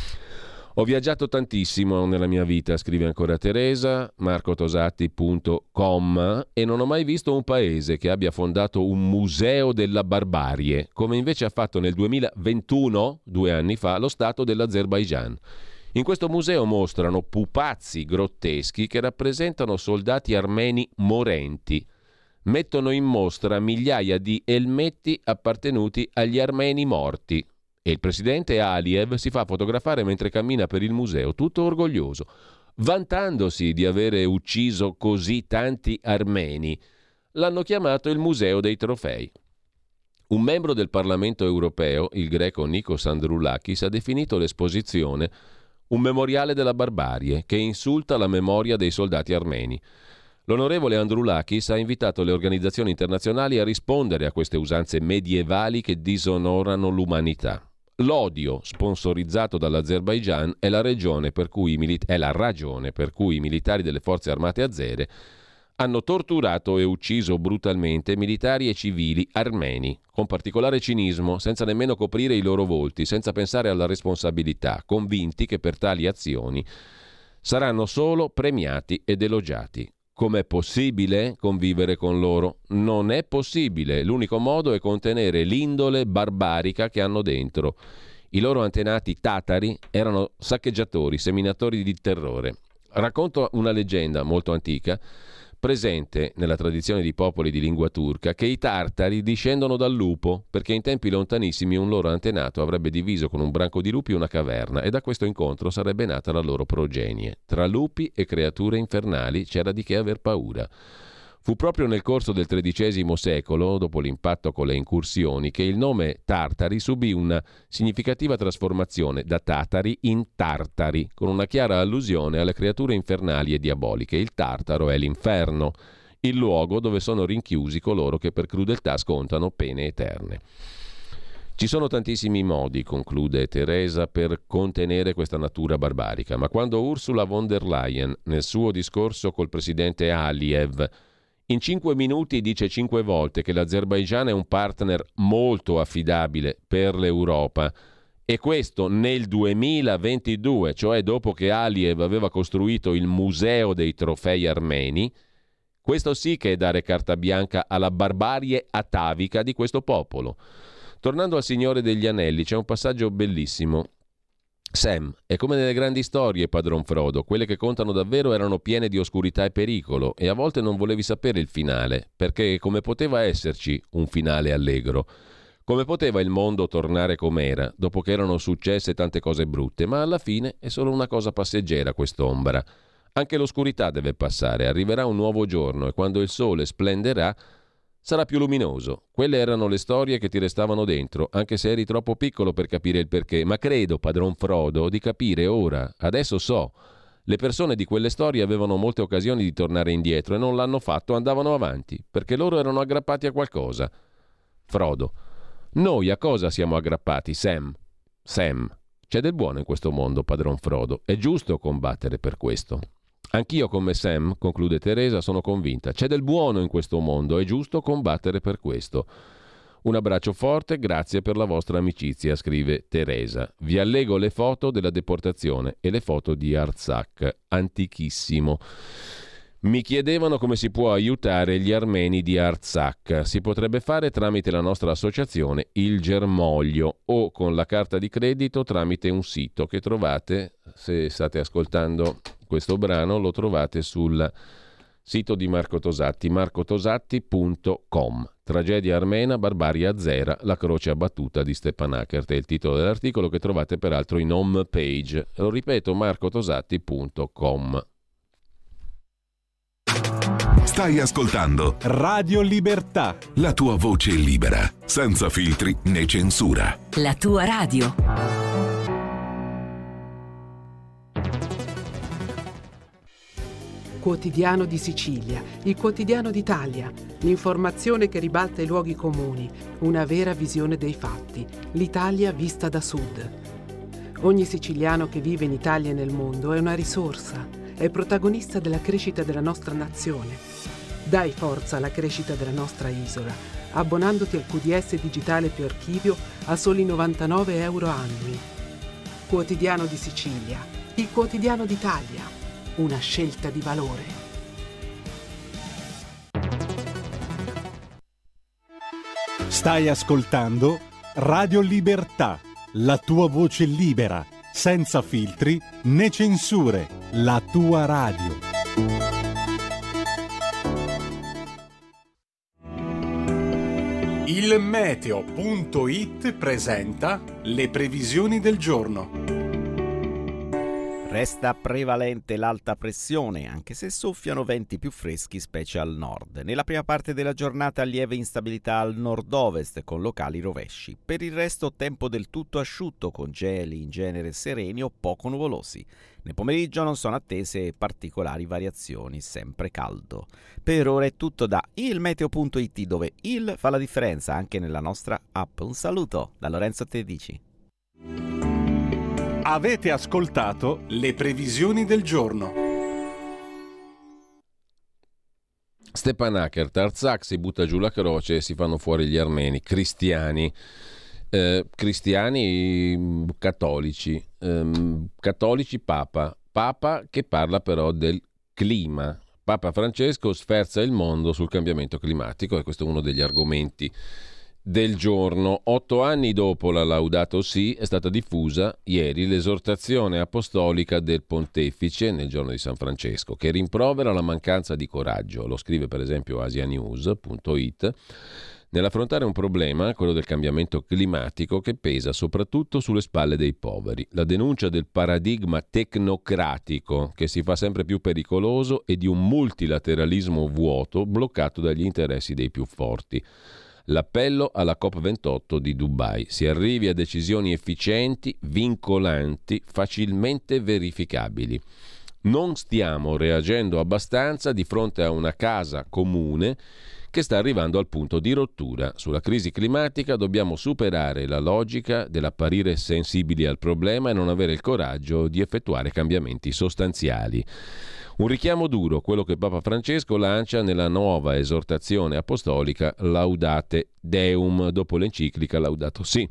S2: Ho viaggiato tantissimo nella mia vita, scrive ancora Teresa, marcotosatti punto com, e non ho mai visto un paese che abbia fondato un museo della barbarie, come invece ha fatto nel duemilaventuno, due anni fa, lo Stato dell'Azerbaigian. In questo museo mostrano pupazzi grotteschi che rappresentano soldati armeni morenti. Mettono in mostra migliaia di elmetti appartenuti agli armeni morti. E il presidente Aliyev si fa fotografare mentre cammina per il museo, tutto orgoglioso, vantandosi di avere ucciso così tanti armeni. L'hanno chiamato il Museo dei Trofei. Un membro del Parlamento europeo, il greco Nikos Androulakis, ha definito l'esposizione un memoriale della barbarie che insulta la memoria dei soldati armeni. L'onorevole Androulakis ha invitato le organizzazioni internazionali a rispondere a queste usanze medievali che disonorano l'umanità. L'odio sponsorizzato dall'Azerbaigian è la, regione per cui i mili- è la ragione per cui i militari delle forze armate azere hanno torturato e ucciso brutalmente militari e civili armeni, con particolare cinismo, senza nemmeno coprire i loro volti, senza pensare alla responsabilità, convinti che per tali azioni saranno solo premiati ed elogiati. Com'è possibile convivere con loro? Non è possibile. L'unico modo è contenere l'indole barbarica che hanno dentro. I loro antenati tatari erano saccheggiatori, seminatori di terrore. Racconto una leggenda molto antica, presente nella tradizione di popoli di lingua turca, che i tartari discendono dal lupo, perché in tempi lontanissimi un loro antenato avrebbe diviso con un branco di lupi una caverna e da questo incontro sarebbe nata la loro progenie. Tra lupi e creature infernali c'era di che aver paura. Fu proprio nel corso del tredicesimo secolo, dopo l'impatto con le incursioni, che il nome Tartari subì una significativa trasformazione da Tatari in Tartari, con una chiara allusione alle creature infernali e diaboliche. Il Tartaro è l'inferno. il luogo dove sono rinchiusi coloro che per crudeltà scontano pene eterne. Ci sono tantissimi modi, conclude Teresa, per contenere questa natura barbarica, ma quando Ursula von der Leyen, nel suo discorso col presidente Aliyev, in cinque minuti dice cinque volte che l'Azerbaigian è un partner molto affidabile per l'Europa, e questo nel duemilaventidue, cioè dopo che Aliyev aveva costruito il museo dei trofei armeni, questo sì che è dare carta bianca alla barbarie atavica di questo popolo. Tornando al Signore degli Anelli, c'è un passaggio bellissimo. Sam, è come nelle grandi storie, padron Frodo, quelle che contano davvero erano piene di oscurità e pericolo, e a volte non volevi sapere il finale, perché come poteva esserci un finale allegro? Come poteva il mondo tornare com'era, dopo che erano successe tante cose brutte? Ma alla fine è solo una cosa passeggera quest'ombra. Anche l'oscurità deve passare, arriverà un nuovo giorno, e quando il sole splenderà sarà più luminoso. Quelle erano le storie che ti restavano dentro, anche se eri troppo piccolo per capire il perché. Ma credo, padron Frodo, di capire ora. Adesso so. Le persone di quelle storie avevano molte occasioni di tornare indietro e non l'hanno fatto, andavano avanti, perché loro erano aggrappati a qualcosa. Frodo. Noi a cosa siamo aggrappati, Sam? Sam. C'è del buono in questo mondo, padron Frodo. È giusto combattere per questo. Anch'io come Sam, conclude Teresa, sono convinta. C'è del buono in questo mondo, è giusto combattere per questo. Un abbraccio forte, grazie per la vostra amicizia, scrive Teresa. Vi allego le foto della deportazione e le foto di Artsakh, antichissimo. Mi chiedevano come si può aiutare gli armeni di Artsakh. Si potrebbe fare tramite la nostra associazione Il Germoglio o con la carta di credito tramite un sito che trovate, se state ascoltando questo brano, lo trovate sul sito di Marco Tosatti, marco tosatti punto com. Tragedia armena, barbarie azzera, la croce abbattuta di Stepanakert è il titolo dell'articolo che trovate peraltro in home page. Lo ripeto, marco tosatti punto com.
S5: Stai ascoltando
S1: Radio Libertà,
S5: la tua voce libera, senza filtri né censura.
S6: La tua radio.
S7: Quotidiano di Sicilia, il quotidiano d'Italia, l'informazione che ribalta i luoghi comuni, una vera visione dei fatti, l'Italia vista da sud. Ogni siciliano che vive in Italia e nel mondo è una risorsa, è protagonista della crescita della nostra nazione. Dai forza alla crescita della nostra isola, abbonandoti al Q D S digitale più archivio a soli novantanove euro annui. Quotidiano di Sicilia, il quotidiano d'Italia, una scelta di valore.
S1: Stai ascoltando Radio Libertà, la tua voce libera, senza filtri né censure, la tua radio. Il meteo punto it presenta le previsioni del giorno.
S8: Resta prevalente l'alta pressione, anche se soffiano venti più freschi, specie al nord. Nella prima parte della giornata lieve instabilità al nord-ovest, con locali rovesci. Per il resto tempo del tutto asciutto, con geli in genere sereni o poco nuvolosi. Nel pomeriggio non sono attese particolari variazioni, sempre caldo. Per ora è tutto da il meteo punto it, dove il fa la differenza anche nella nostra app. Un saluto da Lorenzo Tedici.
S1: Avete ascoltato le previsioni del giorno.
S2: Stepanakert, Artsakh, si butta giù la croce e si fanno fuori gli armeni, cristiani, eh, cristiani cattolici, ehm, cattolici papa, papa che parla però del clima. Papa Francesco sferza il mondo sul cambiamento climatico e questo è uno degli argomenti del giorno. Otto anni dopo la Laudato Si è stata diffusa ieri l'esortazione apostolica del pontefice nel giorno di San Francesco, che rimprovera la mancanza di coraggio, lo scrive per esempio asianews punto it, nell'affrontare un problema, quello del cambiamento climatico, che pesa soprattutto sulle spalle dei poveri. La denuncia del paradigma tecnocratico che si fa sempre più pericoloso e di un multilateralismo vuoto bloccato dagli interessi dei più forti. L'appello alla COP ventotto di Dubai: si arrivi a decisioni efficienti, vincolanti, facilmente verificabili. Non stiamo reagendo abbastanza di fronte a una casa comune che sta arrivando al punto di rottura. Sulla crisi climatica dobbiamo superare la logica dell'apparire sensibili al problema e non avere il coraggio di effettuare cambiamenti sostanziali. Un richiamo duro, quello che Papa Francesco lancia nella nuova esortazione apostolica Laudate Deum, dopo l'enciclica Laudato Si.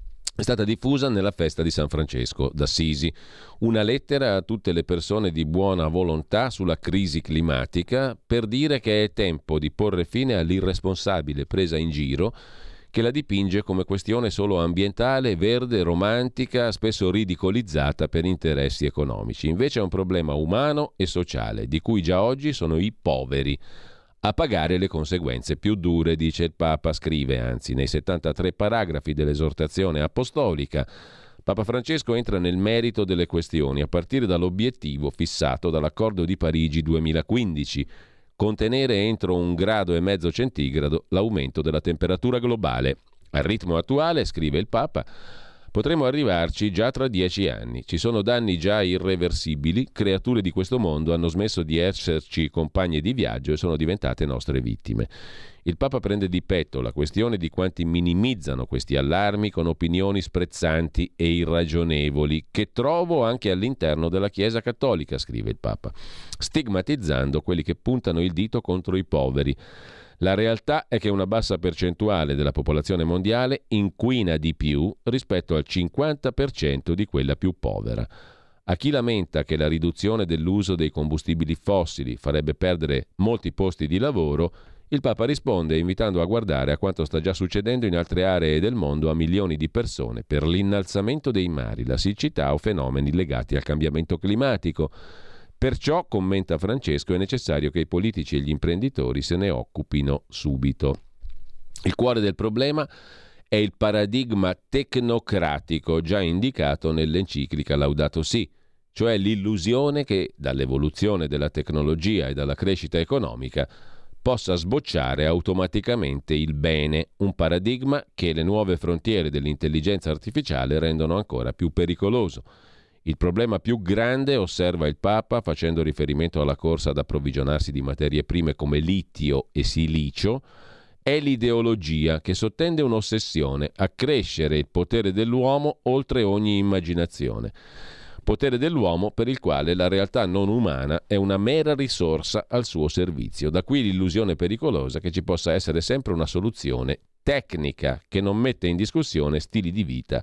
S2: È stata diffusa nella festa di San Francesco d'Assisi. Una lettera a tutte le persone di buona volontà sulla crisi climatica per dire che è tempo di porre fine all'irresponsabile presa in giro che la dipinge come questione solo ambientale, verde, romantica, spesso ridicolizzata per interessi economici. Invece è un problema umano e sociale, di cui già oggi sono i poveri a pagare le conseguenze più dure, dice il Papa, scrive anzi nei settantatré paragrafi dell'esortazione apostolica. Papa Francesco entra nel merito delle questioni a partire dall'obiettivo fissato dall'Accordo di Parigi duemilaquindici, contenere entro un grado e mezzo centigrado l'aumento della temperatura globale. Al ritmo attuale, scrive il Papa, potremo arrivarci già tra dieci anni. Ci sono danni già irreversibili, creature di questo mondo hanno smesso di esserci compagne di viaggio e sono diventate nostre vittime. Il Papa prende di petto la questione di quanti minimizzano questi allarmi con opinioni sprezzanti e irragionevoli, che trovo anche all'interno della Chiesa Cattolica, scrive il Papa, stigmatizzando quelli che puntano il dito contro i poveri. La realtà è che una bassa percentuale della popolazione mondiale inquina di più rispetto al cinquanta per cento di quella più povera. A chi lamenta che la riduzione dell'uso dei combustibili fossili farebbe perdere molti posti di lavoro, il Papa risponde invitando a guardare a quanto sta già succedendo in altre aree del mondo a milioni di persone per l'innalzamento dei mari, la siccità o fenomeni legati al cambiamento climatico. Perciò, commenta Francesco, è necessario che i politici e gli imprenditori se ne occupino subito. Il cuore del problema è il paradigma tecnocratico già indicato nell'enciclica Laudato Si, cioè l'illusione che dall'evoluzione della tecnologia e dalla crescita economica possa sbocciare automaticamente il bene, un paradigma che le nuove frontiere dell'intelligenza artificiale rendono ancora più pericoloso. Il problema più grande, osserva il Papa, facendo riferimento alla corsa ad approvvigionarsi di materie prime come litio e silicio, è l'ideologia che sottende un'ossessione a crescere il potere dell'uomo oltre ogni immaginazione. Potere dell'uomo per il quale la realtà non umana è una mera risorsa al suo servizio. Da qui l'illusione pericolosa che ci possa essere sempre una soluzione tecnica che non mette in discussione stili di vita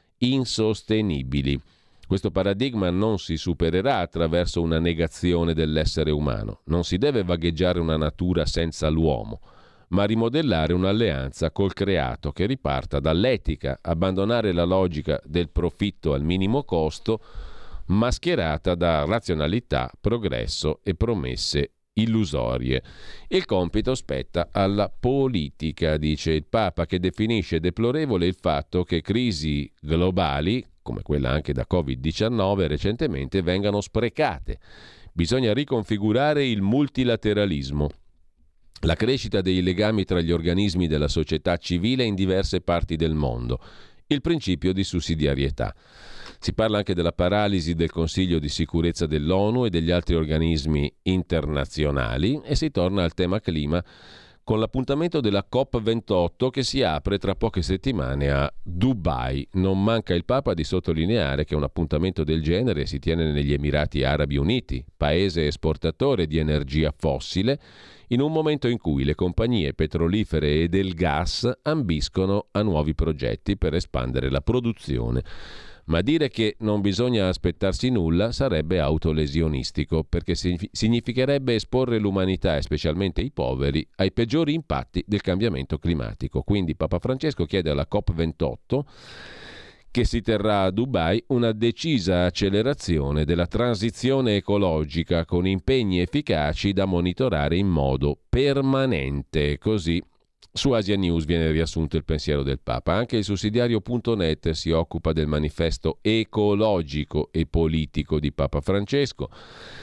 S2: insostenibili. Questo paradigma non si supererà attraverso una negazione dell'essere umano. Non si deve vagheggiare una natura senza l'uomo, ma rimodellare un'alleanza col creato che riparta dall'etica, abbandonare la logica del profitto al minimo costo, mascherata da razionalità, progresso e promesse illusorie. Il compito spetta alla politica, dice il Papa, che definisce deplorevole il fatto che crisi globali, come quella anche da covid diciannove recentemente, vengano sprecate. Bisogna riconfigurare il multilateralismo, la crescita dei legami tra gli organismi della società civile in diverse parti del mondo, il principio di sussidiarietà. Si parla anche della paralisi del Consiglio di sicurezza dell'ONU e degli altri organismi internazionali e si torna al tema clima con l'appuntamento della COP ventotto che si apre tra poche settimane a Dubai. Non manca il Papa di sottolineare che un appuntamento del genere si tiene negli Emirati Arabi Uniti, paese esportatore di energia fossile, in un momento in cui le compagnie petrolifere e del gas ambiscono a nuovi progetti per espandere la produzione. Ma dire che non bisogna aspettarsi nulla sarebbe autolesionistico, perché significherebbe esporre l'umanità, e specialmente i poveri, ai peggiori impatti del cambiamento climatico. Quindi Papa Francesco chiede alla COP ventotto, che si terrà a Dubai, una decisa accelerazione della transizione ecologica con impegni efficaci da monitorare in modo permanente. Così su Asia News viene riassunto il pensiero del Papa. Anche il sussidiario punto net si occupa del manifesto ecologico e politico di Papa Francesco.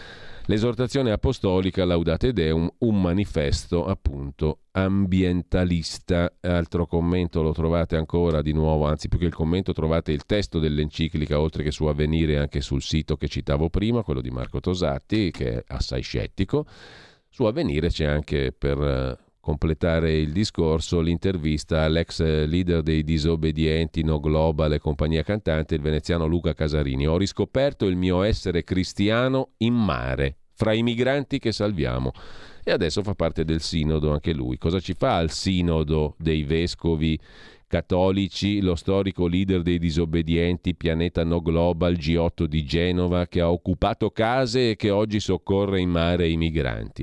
S2: L'esortazione apostolica Laudate Deum, un manifesto appunto ambientalista. Altro commento lo trovate ancora di nuovo, anzi più che il commento trovate il testo dell'enciclica, oltre che su Avvenire anche sul sito che citavo prima, quello di Marco Tosatti, che è assai scettico. Su Avvenire c'è anche, per completare il discorso, l'intervista all'ex leader dei disobbedienti, No Global e compagnia cantante, il veneziano Luca Casarini. Ho riscoperto il mio essere cristiano in mare, fra i migranti che salviamo. E adesso fa parte del sinodo anche lui. Cosa ci fa al sinodo dei vescovi cattolici lo storico leader dei disobbedienti, Pianeta No Global, G otto di Genova, che ha occupato case e che oggi soccorre in mare i migranti?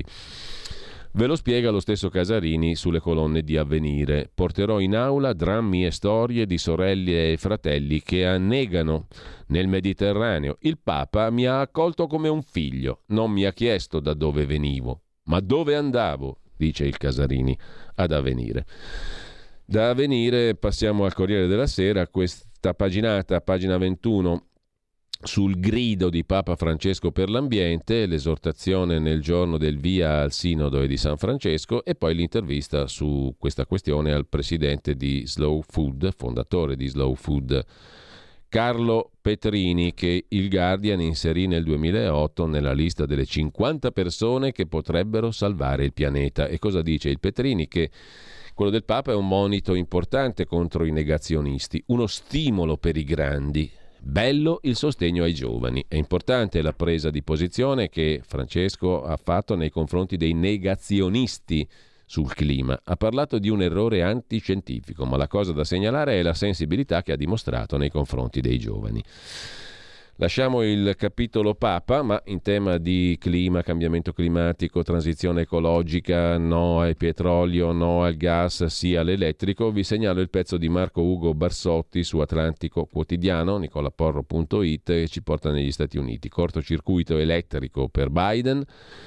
S2: Ve lo spiega lo stesso Casarini sulle colonne di Avvenire. Porterò in aula drammi e storie di sorelle e fratelli che annegano nel Mediterraneo. Il Papa mi ha accolto come un figlio, non mi ha chiesto da dove venivo, ma dove andavo, dice il Casarini ad Avvenire. Da Avvenire passiamo al Corriere della Sera, questa paginata, pagina ventuno, sul grido di Papa Francesco per l'ambiente, l'esortazione nel giorno del via al Sinodo e di San Francesco, e poi l'intervista su questa questione al presidente di Slow Food, fondatore di Slow Food, Carlo Petrini, che il Guardian inserì nel duemilaotto nella lista delle cinquanta persone che potrebbero salvare il pianeta. E cosa dice il Petrini? Che quello del Papa è un monito importante contro i negazionisti, uno stimolo per i grandi. Bello il sostegno ai giovani. È importante la presa di posizione che Francesco ha fatto nei confronti dei negazionisti sul clima. Ha parlato di un errore antiscientifico, ma la cosa da segnalare è la sensibilità che ha dimostrato nei confronti dei giovani. Lasciamo il capitolo Papa, ma in tema di clima, cambiamento climatico, transizione ecologica, no al petrolio, no al gas, sì all'elettrico, vi segnalo il pezzo di Marco Ugo Barsotti su Atlantico Quotidiano, nicolaporro punto it, che ci porta negli Stati Uniti. Cortocircuito elettrico per Biden,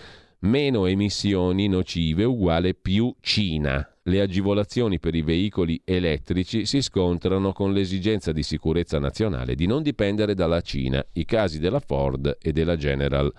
S2: meno emissioni nocive uguale più Cina. Le agevolazioni per i veicoli elettrici si scontrano con l'esigenza di sicurezza nazionale di non dipendere dalla Cina. I casi della Ford e della General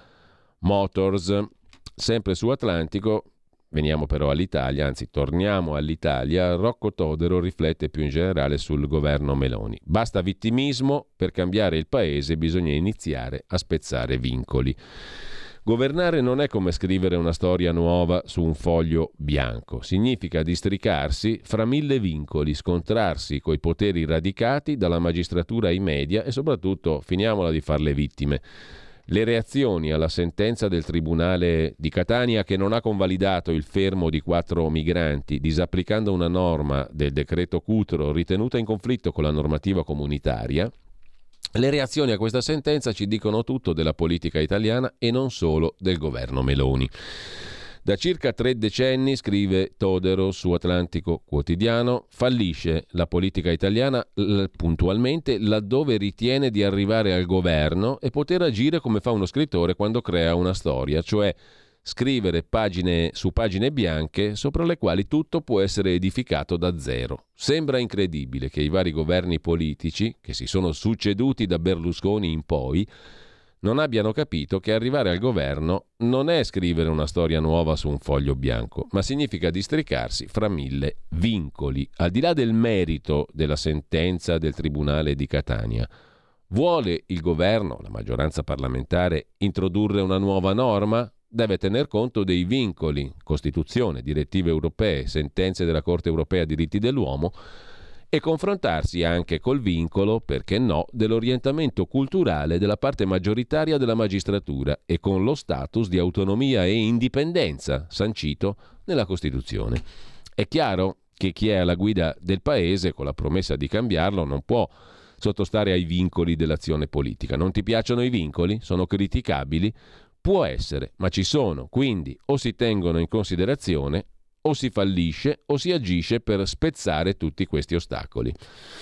S2: Motors. Sempre su Atlantico, veniamo però all'Italia, anzi torniamo all'Italia, Rocco Todero riflette più in generale sul governo Meloni. Basta vittimismo, per cambiare il paese bisogna iniziare a spezzare vincoli. Governare non è come scrivere una storia nuova su un foglio bianco. Significa districarsi fra mille vincoli, scontrarsi coi poteri radicati dalla magistratura ai media e soprattutto finiamola di far le vittime. Le reazioni alla sentenza del Tribunale di Catania, che non ha convalidato il fermo di quattro migranti, disapplicando una norma del decreto Cutro ritenuta in conflitto con la normativa comunitaria. Le reazioni a questa sentenza ci dicono tutto della politica italiana e non solo del governo Meloni. Da circa tre decenni, scrive Todero su Atlantico Quotidiano, fallisce la politica italiana l- puntualmente laddove ritiene di arrivare al governo e poter agire come fa uno scrittore quando crea una storia, cioè scrivere pagine su pagine bianche sopra le quali tutto può essere edificato da zero. Sembra incredibile che i vari governi politici, che si sono succeduti da Berlusconi in poi, non abbiano capito che arrivare al governo non è scrivere una storia nuova su un foglio bianco, ma significa districarsi fra mille vincoli. Al di là del merito della sentenza del Tribunale di Catania, vuole il governo, la maggioranza parlamentare, introdurre una nuova norma? Deve tener conto dei vincoli, Costituzione, direttive europee, sentenze della Corte europea diritti dell'uomo, e confrontarsi anche col vincolo, perché no, dell'orientamento culturale della parte maggioritaria della magistratura e con lo status di autonomia e indipendenza sancito nella Costituzione. È chiaro che chi è alla guida del paese, con la promessa di cambiarlo, non può sottostare ai vincoli dell'azione politica. Non ti piacciono i vincoli? Sono criticabili? Può essere, ma ci sono, quindi o si tengono in considerazione o si fallisce o si agisce per spezzare tutti questi ostacoli.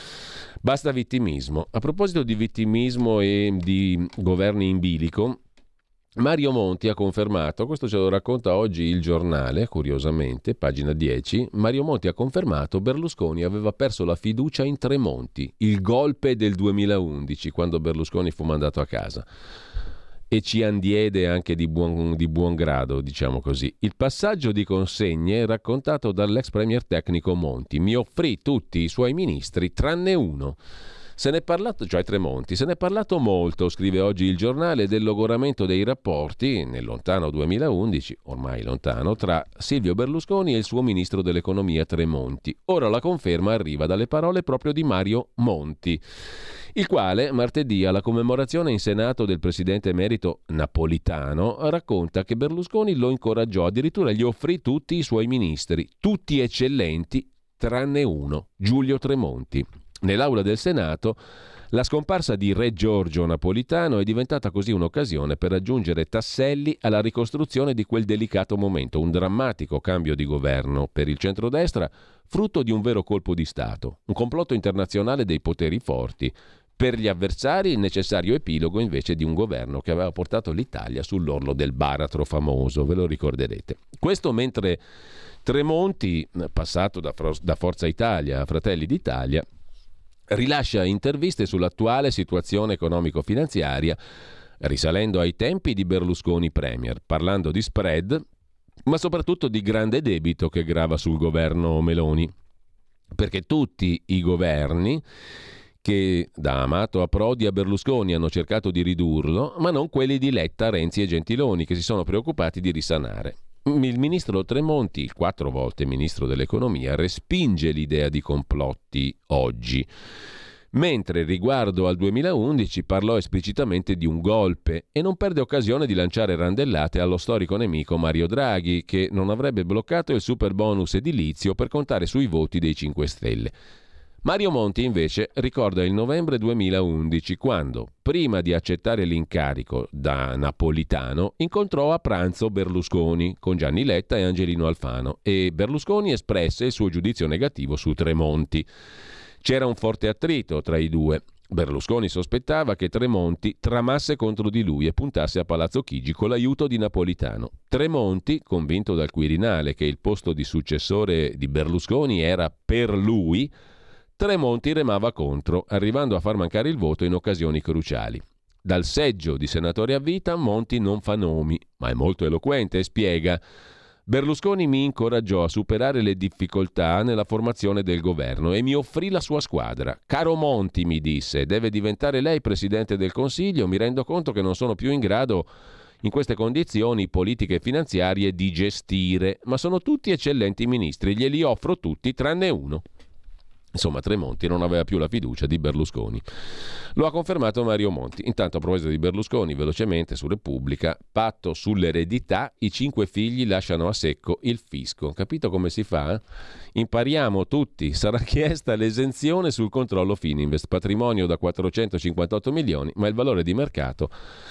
S2: Basta vittimismo. A proposito di vittimismo e di governi in bilico, Mario Monti ha confermato, questo ce lo racconta oggi il Giornale, curiosamente, pagina dieci, Mario Monti ha confermato Berlusconi aveva perso la fiducia in Tremonti, il golpe del duemilaundici, quando Berlusconi fu mandato a casa. e ci andiede anche di buon, di buon grado, diciamo così. Il passaggio di consegne raccontato dall'ex premier tecnico Monti: mi offrì tutti i suoi ministri tranne uno. Se ne è parlato, cioè Tremonti, se ne è parlato molto, scrive oggi il giornale, del logoramento dei rapporti nel lontano duemilaundici, ormai lontano, tra Silvio Berlusconi e il suo ministro dell'economia Tremonti. Ora la conferma arriva dalle parole proprio di Mario Monti, il quale martedì alla commemorazione in Senato del presidente emerito Napolitano racconta che Berlusconi lo incoraggiò, addirittura gli offrì tutti i suoi ministri, tutti eccellenti tranne uno, Giulio Tremonti. Nell'aula del Senato la scomparsa di Re Giorgio Napolitano è diventata così un'occasione per aggiungere tasselli alla ricostruzione di quel delicato momento, un drammatico cambio di governo per il centrodestra, frutto di un vero colpo di Stato, un complotto internazionale dei poteri forti. Per gli avversari il necessario epilogo invece di un governo che aveva portato l'Italia sull'orlo del baratro famoso, ve lo ricorderete. Questo mentre Tremonti, passato da, da Forza Italia a Fratelli d'Italia, rilascia interviste sull'attuale situazione economico-finanziaria, risalendo ai tempi di Berlusconi premier, parlando di spread, ma soprattutto di grande debito che grava sul governo Meloni. Perché tutti i governi che da Amato a Prodi a Berlusconi hanno cercato di ridurlo, ma non quelli di Letta, Renzi e Gentiloni, che si sono preoccupati di risanare. Il ministro Tremonti, il quattro volte ministro dell'economia, respinge l'idea di complotti oggi, mentre riguardo al duemilaundici parlò esplicitamente di un golpe e non perde occasione di lanciare randellate allo storico nemico Mario Draghi, che non avrebbe bloccato il super bonus edilizio per contare sui voti dei cinque Stelle. Mario Monti invece ricorda il novembre duemilaundici, quando, prima di accettare l'incarico da Napolitano, incontrò a pranzo Berlusconi con Gianni Letta e Angelino Alfano, e Berlusconi espresse il suo giudizio negativo su Tremonti. C'era un forte attrito tra i due. Berlusconi sospettava che Tremonti tramasse contro di lui e puntasse a Palazzo Chigi con l'aiuto di Napolitano. Tremonti, convinto dal Quirinale che il posto di successore di Berlusconi era per lui, Tremonti remava contro, arrivando a far mancare il voto in occasioni cruciali. Dal seggio di senatore a vita Monti non fa nomi, ma è molto eloquente e spiega: Berlusconi mi incoraggiò a superare le difficoltà nella formazione del governo e mi offrì la sua squadra. Caro Monti, mi disse, deve diventare lei presidente del Consiglio, mi rendo conto che non sono più in grado in queste condizioni politiche e finanziarie di gestire, ma sono tutti eccellenti ministri, glieli offro tutti tranne uno. Insomma, Tremonti non aveva più la fiducia di Berlusconi. Lo ha confermato Mario Monti. Intanto, a proposito di Berlusconi, velocemente su Repubblica, patto sull'eredità, i cinque figli lasciano a secco il fisco. Capito come si fa? Impariamo tutti. Sarà chiesta l'esenzione sul controllo Fininvest, patrimonio da quattrocentocinquantotto milioni, ma il valore di mercato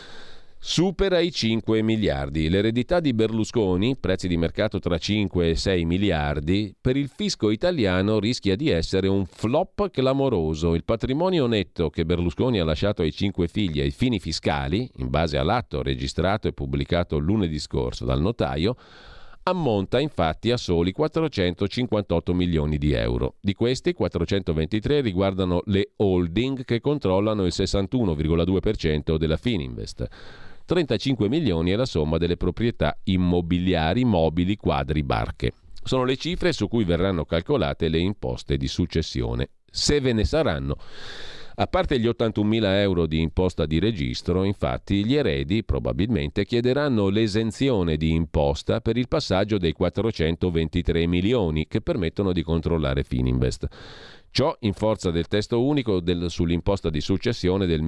S2: supera i cinque miliardi. L'eredità di Berlusconi, prezzi di mercato tra cinque e sei miliardi, per il fisco italiano rischia di essere un flop clamoroso. Il patrimonio netto che Berlusconi ha lasciato ai cinque figli ai fini fiscali, in base all'atto registrato e pubblicato lunedì scorso dal notaio, ammonta infatti a soli quattrocentocinquantotto milioni di euro. Di questi, quattrocentoventitré riguardano le holding che controllano il sessantuno virgola due per cento della Fininvest. trentacinque milioni è la somma delle proprietà immobiliari, mobili, quadri, barche. Sono le cifre su cui verranno calcolate le imposte di successione, se ve ne saranno. A parte gli ottantunomila euro di imposta di registro, infatti, gli eredi probabilmente chiederanno l'esenzione di imposta per il passaggio dei quattrocentoventitré milioni che permettono di controllare Fininvest. Ciò in forza del testo unico del, sull'imposta di successione del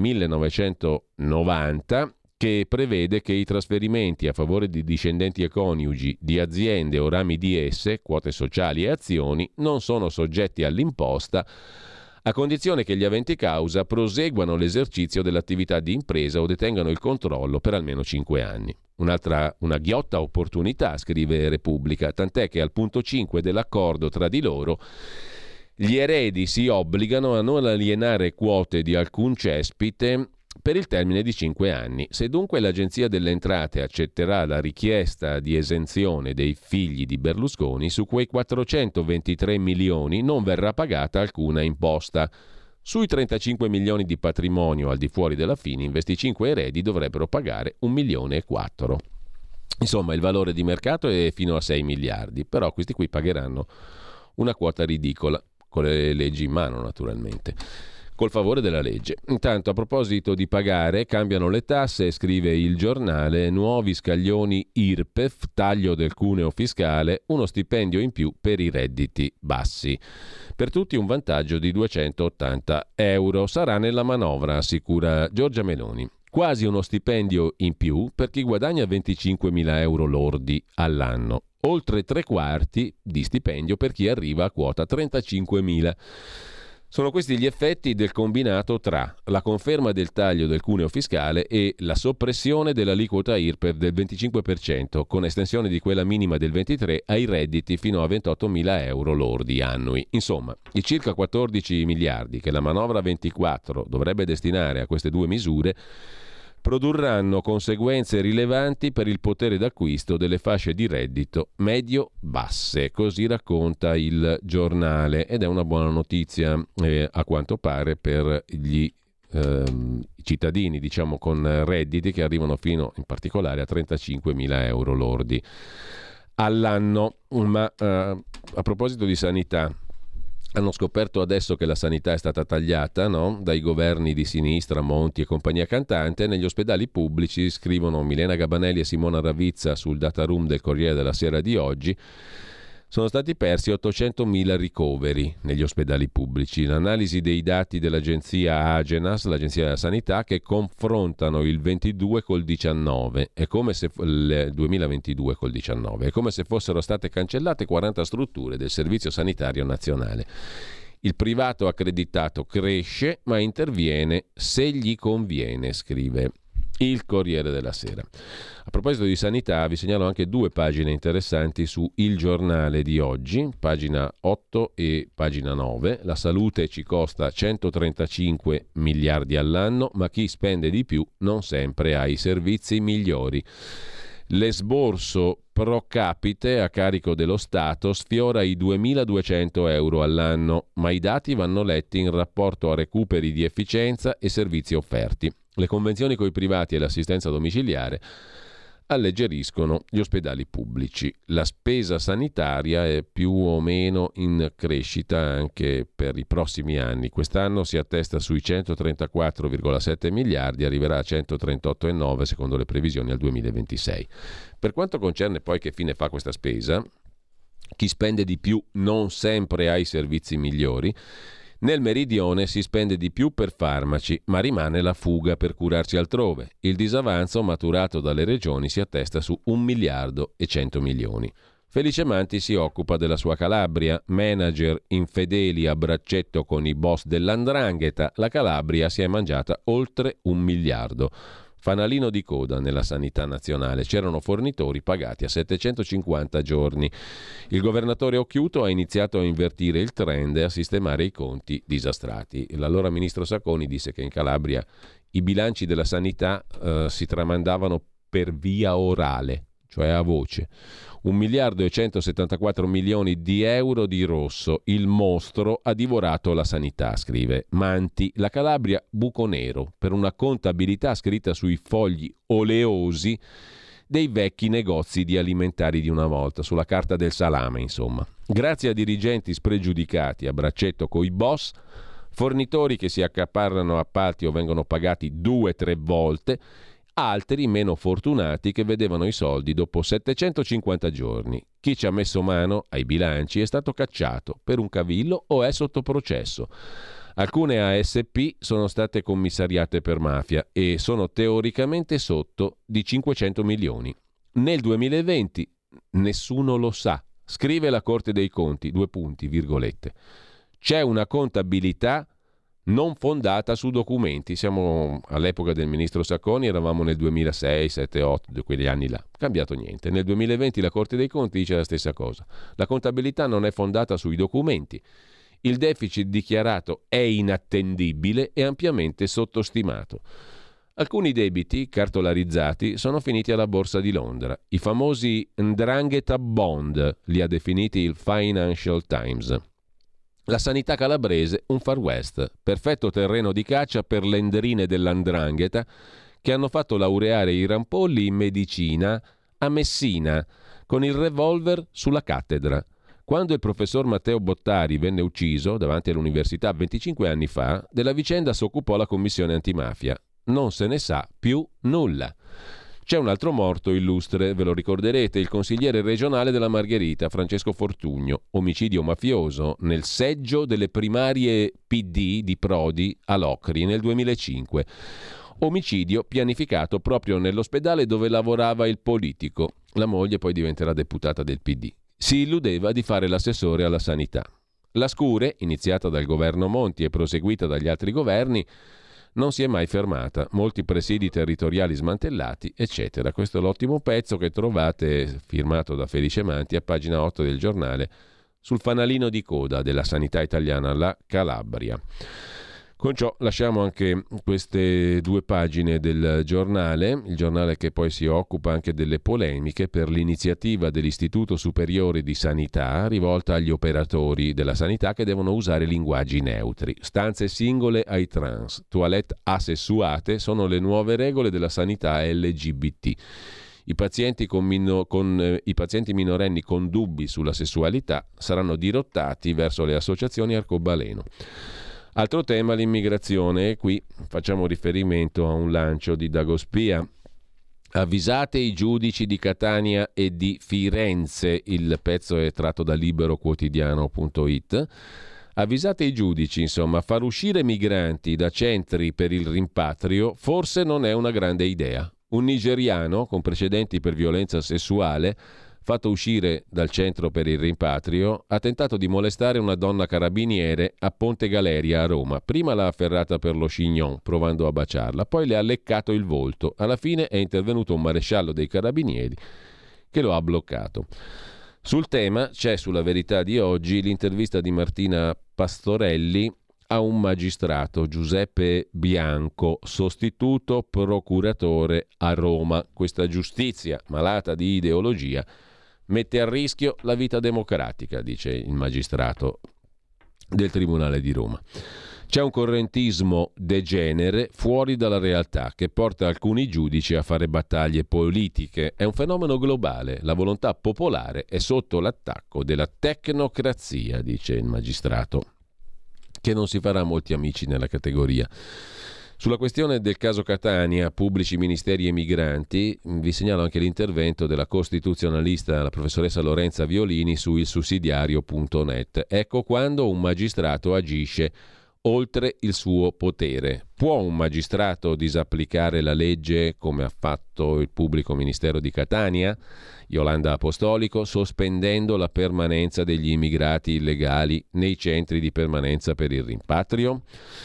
S2: millenovecentonovanta, che prevede che i trasferimenti a favore di discendenti e coniugi di aziende o rami di esse, quote sociali e azioni, non sono soggetti all'imposta, a condizione che gli aventi causa proseguano l'esercizio dell'attività di impresa o detengano il controllo per almeno cinque anni. Un'altra, una ghiotta opportunità, scrive Repubblica, tant'è che al punto cinque dell'accordo tra di loro gli eredi si obbligano a non alienare quote di alcun cespite per il termine di cinque anni. Se dunque l'Agenzia delle Entrate accetterà la richiesta di esenzione dei figli di Berlusconi, su quei quattrocentoventitré milioni non verrà pagata alcuna imposta. Sui trentacinque milioni di patrimonio al di fuori della Fininvest, i cinque eredi dovrebbero pagare un milione e quattro. Insomma, il valore di mercato è fino a sei miliardi, però questi qui pagheranno una quota ridicola, con le leggi in mano naturalmente, col favore della legge. Intanto, a proposito di pagare, cambiano le tasse, scrive il giornale, nuovi scaglioni I R P E F, taglio del cuneo fiscale, uno stipendio in più per i redditi bassi. Per tutti un vantaggio di duecentottanta euro, sarà nella manovra, assicura Giorgia Meloni. Quasi uno stipendio in più per chi guadagna venticinquemila euro lordi all'anno, oltre tre quarti di stipendio per chi arriva a quota trentacinquemila. Sono questi gli effetti del combinato tra la conferma del taglio del cuneo fiscale e la soppressione dell'aliquota I R P E F del venticinque per cento, con estensione di quella minima del ventitré per cento ai redditi fino a ventottomila euro lordi annui. Insomma, i circa quattordici miliardi che la manovra ventiquattro dovrebbe destinare a queste due misure produrranno conseguenze rilevanti per il potere d'acquisto delle fasce di reddito medio-basse, così racconta il giornale, ed è una buona notizia eh, a quanto pare per gli ehm, cittadini, diciamo, con redditi che arrivano fino in particolare a trentacinquemila euro lordi all'anno. Ma eh, a proposito di sanità, hanno scoperto adesso che la sanità è stata tagliata, no? Dai governi di sinistra, Monti e compagnia cantante. Negli ospedali pubblici, scrivono Milena Gabanelli e Simona Ravizza sul data room del Corriere della Sera di oggi, sono stati persi ottocentomila ricoveri negli ospedali pubblici. L'analisi dei dati dell'agenzia Agenas, l'agenzia della sanità, che confrontano il ventidue col diciannove, è come se il duemilaventidue col diciannove, è come se fossero state cancellate quaranta strutture del Servizio Sanitario Nazionale. Il privato accreditato cresce, ma interviene se gli conviene, scrive il Corriere della Sera. A proposito di sanità, vi segnalo anche due pagine interessanti su Il Giornale di oggi, pagina otto e pagina nove. La salute ci costa centotrentacinque miliardi all'anno, ma chi spende di più non sempre ha i servizi migliori. L'esborso pro capite a carico dello Stato sfiora i duemiladuecento euro all'anno, ma i dati vanno letti in rapporto a recuperi di efficienza e servizi offerti. Le convenzioni coi privati e l'assistenza domiciliare alleggeriscono gli ospedali pubblici. La spesa sanitaria è più o meno in crescita anche per i prossimi anni. Quest'anno si attesta sui centotrentaquattro virgola sette miliardi, arriverà a centotrentotto virgola nove secondo le previsioni al duemilaventisei. Per quanto concerne poi che fine fa questa spesa, chi spende di più non sempre ha i servizi migliori. Nel meridione si spende di più per farmaci, ma rimane la fuga per curarsi altrove. Il disavanzo maturato dalle regioni si attesta su un miliardo e cento milioni. Felice Manti si occupa della sua Calabria, manager infedeli a braccetto con i boss dell'Andrangheta. La Calabria si è mangiata oltre un miliardo. Fanalino di coda nella sanità nazionale. C'erano fornitori pagati a settecentocinquanta giorni. Il governatore Occhiuto ha iniziato a invertire il trend e a sistemare i conti disastrati. L'allora ministro Sacconi disse che in Calabria i bilanci della sanità eh, si tramandavano per via orale, cioè a voce. Un miliardo e centosettantaquattro milioni di euro di rosso. Il mostro ha divorato la sanità, scrive Manti. La Calabria buco nero per una contabilità scritta sui fogli oleosi dei vecchi negozi di alimentari di una volta, sulla carta del salame, insomma. Grazie a dirigenti spregiudicati a braccetto coi boss, fornitori che si accaparrano appalti o vengono pagati due o tre volte, altri meno fortunati che vedevano i soldi dopo settecentocinquanta giorni. Chi ci ha messo mano ai bilanci è stato cacciato per un cavillo o è sotto processo. Alcune A S P sono state commissariate per mafia e sono teoricamente sotto di cinquecento milioni. Nel duemilaventi nessuno lo sa, scrive la Corte dei Conti, due punti, virgolette. C'è una contabilità non fondata su documenti. Siamo all'epoca del ministro Sacconi, eravamo nel duemilasei, sette, otto, quegli anni là. Cambiato niente. Nel duemilaventi la Corte dei Conti dice la stessa cosa. La contabilità non è fondata sui documenti. Il deficit dichiarato è inattendibile e ampiamente sottostimato. Alcuni debiti cartolarizzati sono finiti alla Borsa di Londra. I famosi Ndrangheta Bond li ha definiti il Financial Times. La sanità calabrese, un far west, perfetto terreno di caccia per le endrine dell'andrangheta che hanno fatto laureare i rampolli in medicina a Messina con il revolver sulla cattedra. Quando il professor Matteo Bottari venne ucciso davanti all'università venticinque anni fa, della vicenda si occupò la commissione antimafia. Non se ne sa più nulla. C'è un altro morto illustre, ve lo ricorderete, il consigliere regionale della Margherita, Francesco Fortugno, omicidio mafioso nel seggio delle primarie P D di Prodi a Locri nel duemilacinque. Omicidio pianificato proprio nell'ospedale dove lavorava il politico. La moglie poi diventerà deputata del P D. Si illudeva di fare l'assessore alla sanità. La scure, iniziata dal governo Monti e proseguita dagli altri governi, non si è mai fermata, molti presidi territoriali smantellati, eccetera. Questo è l'ottimo pezzo che trovate, firmato da Felice Manti, a pagina otto del giornale, sul fanalino di coda della sanità italiana, la Calabria. Con ciò lasciamo anche queste due pagine del giornale, il giornale che poi si occupa anche delle polemiche per l'iniziativa dell'Istituto Superiore di Sanità rivolta agli operatori della sanità che devono usare linguaggi neutri. Stanze singole ai trans, toilette asessuate sono le nuove regole della sanità L G B T. I pazienti, con mino, con, eh, i pazienti minorenni con dubbi sulla sessualità saranno dirottati verso le associazioni arcobaleno. Altro tema, l'immigrazione, e qui facciamo riferimento a un lancio di Dagospia. Avvisate i giudici di Catania e di Firenze, il pezzo è tratto da libero quotidiano punto it. Avvisate i giudici, insomma, far uscire migranti da centri per il rimpatrio forse non è una grande idea. Un nigeriano con precedenti per violenza sessuale, fatto uscire dal centro per il rimpatrio, ha tentato di molestare una donna carabiniere a Ponte Galeria a Roma. Prima l'ha afferrata per lo chignon, provando a baciarla, poi le ha leccato il volto. Alla fine è intervenuto un maresciallo dei carabinieri che lo ha bloccato. Sul tema c'è sulla Verità di oggi l'intervista di Martina Pastorelli a un magistrato, Giuseppe Bianco, sostituto procuratore a Roma. Questa giustizia malata di ideologia mette a rischio la vita democratica, dice il magistrato del Tribunale di Roma. C'è un correntismo degenere fuori dalla realtà che porta alcuni giudici a fare battaglie politiche. È un fenomeno globale. La volontà popolare è sotto l'attacco della tecnocrazia, dice il magistrato, che non si farà molti amici nella categoria. Sulla questione del caso Catania, pubblici ministeri e migranti, vi segnalo anche l'intervento della costituzionalista, la professoressa Lorenza Violini, su il sussidiario punto net. Ecco quando un magistrato agisce oltre il suo potere. Può un magistrato disapplicare la legge come ha fatto il pubblico ministero di Catania, Iolanda Apostolico, sospendendo la permanenza degli immigrati illegali nei centri di permanenza per il rimpatrio?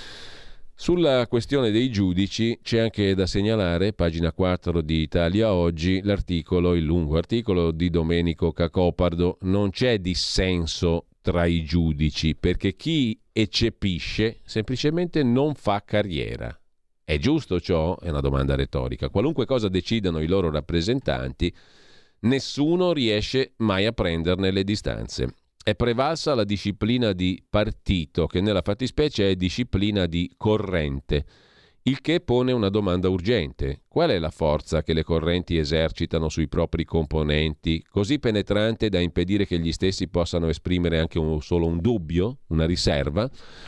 S2: Sulla questione dei giudici c'è anche da segnalare, pagina quattro di Italia Oggi, l'articolo, il lungo articolo di Domenico Cacopardo. Non c'è dissenso tra i giudici perché chi eccepisce semplicemente non fa carriera. È giusto ciò? È una domanda retorica. Qualunque cosa decidano i loro rappresentanti, nessuno riesce mai a prenderne le distanze. È prevalsa la disciplina di partito, che nella fattispecie è disciplina di corrente, il che pone una domanda urgente. Qual è la forza che le correnti esercitano sui propri componenti, così penetrante da impedire che gli stessi possano esprimere anche un, solo un dubbio, una riserva?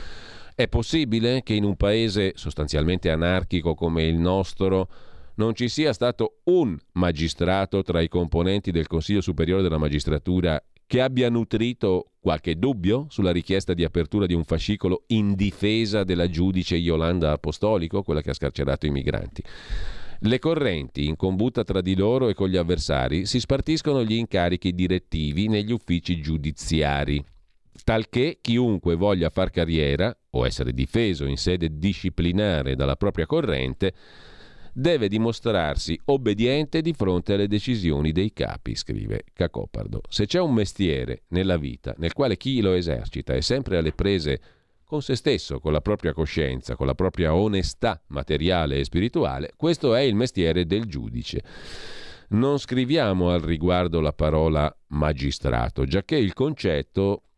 S2: È possibile che in un paese sostanzialmente anarchico come il nostro non ci sia stato un magistrato tra i componenti del Consiglio Superiore della Magistratura che abbia nutrito qualche dubbio sulla richiesta di apertura di un fascicolo in difesa della giudice Iolanda Apostolico, quella che ha scarcerato i migranti? Le correnti, in combutta tra di loro e con gli avversari, si spartiscono gli incarichi direttivi negli uffici giudiziari, talché chiunque voglia far carriera o essere difeso in sede disciplinare dalla propria corrente deve dimostrarsi obbediente di fronte alle decisioni dei capi, scrive Cacopardo. Se c'è un mestiere nella vita nel quale chi lo esercita è sempre alle prese con se stesso, con la propria coscienza, con la propria onestà materiale e spirituale, questo è il mestiere del giudice. Non scriviamo al riguardo la parola magistrato, giacché il concetto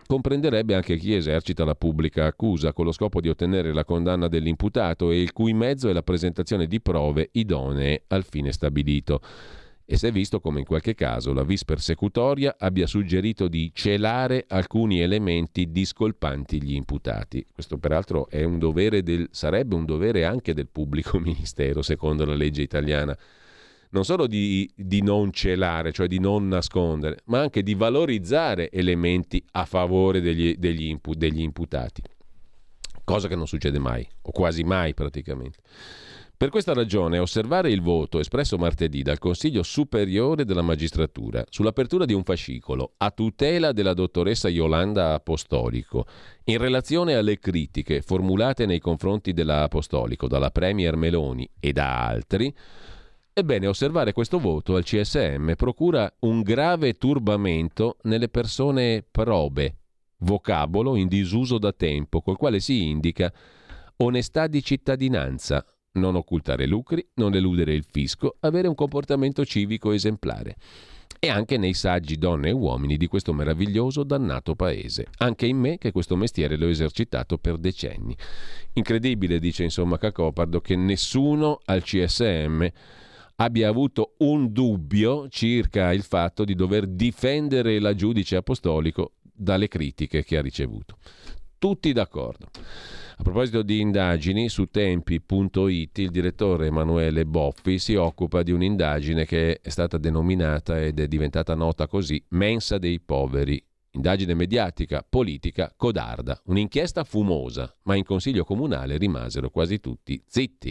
S2: comprenderebbe anche chi esercita la pubblica accusa con lo scopo di ottenere la condanna dell'imputato e il cui mezzo è la presentazione di prove idonee al fine stabilito. E si è visto come in qualche caso la vis persecutoria abbia suggerito di celare alcuni elementi discolpanti gli imputati. Questo peraltro è un dovere del, sarebbe un dovere anche del pubblico ministero, secondo la legge italiana. Non solo di, di non celare, cioè di non nascondere, ma anche di valorizzare elementi a favore degli, degli, impu, degli imputati, cosa che non succede mai, o quasi mai praticamente. Per questa ragione, osservare il voto espresso martedì dal Consiglio Superiore della Magistratura sull'apertura di un fascicolo a tutela della dottoressa Iolanda Apostolico in relazione alle critiche formulate nei confronti della Apostolico dalla Premier Meloni e da altri, ebbene, osservare questo voto al C S M procura un grave turbamento nelle persone probe, vocabolo in disuso da tempo, col quale si indica onestà di cittadinanza, non occultare lucri, non eludere il fisco, avere un comportamento civico esemplare. E anche nei saggi donne e uomini di questo meraviglioso dannato paese. Anche in me, che questo mestiere l'ho esercitato per decenni. Incredibile, dice insomma Cacopardo, che nessuno al C S M abbia avuto un dubbio circa il fatto di dover difendere la giudice apostolico dalle critiche che ha ricevuto. Tutti d'accordo. A proposito di indagini, su tempi punto it il direttore Emanuele Boffi si occupa di un'indagine che è stata denominata ed è diventata nota così, Mensa dei poveri. Indagine mediatica, politica, codarda. Un'inchiesta fumosa, ma in consiglio comunale rimasero quasi tutti zitti.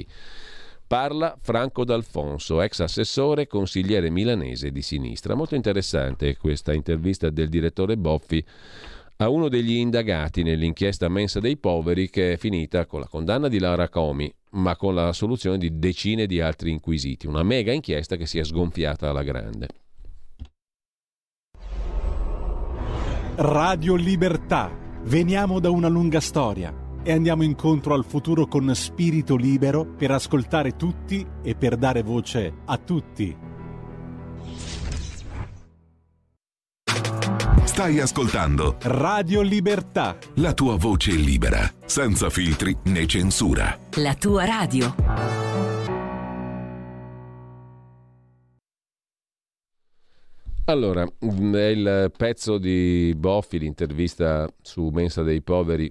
S2: Parla Franco D'Alfonso, ex assessore, consigliere milanese di sinistra. Molto interessante questa intervista del direttore Boffi a uno degli indagati nell'inchiesta Mensa dei poveri, che è finita con la condanna di Lara Comi, ma con la soluzione di decine di altri inquisiti. Una mega inchiesta che si è sgonfiata alla grande.
S1: Radio Libertà. Veniamo da una lunga storia e andiamo incontro al futuro con spirito libero per ascoltare tutti e per dare voce a tutti.
S5: Stai ascoltando
S1: Radio Libertà.
S5: La tua voce libera, senza filtri né censura.
S6: La tua radio.
S2: Allora, è il pezzo di Boffi, l'intervista su Mensa dei poveri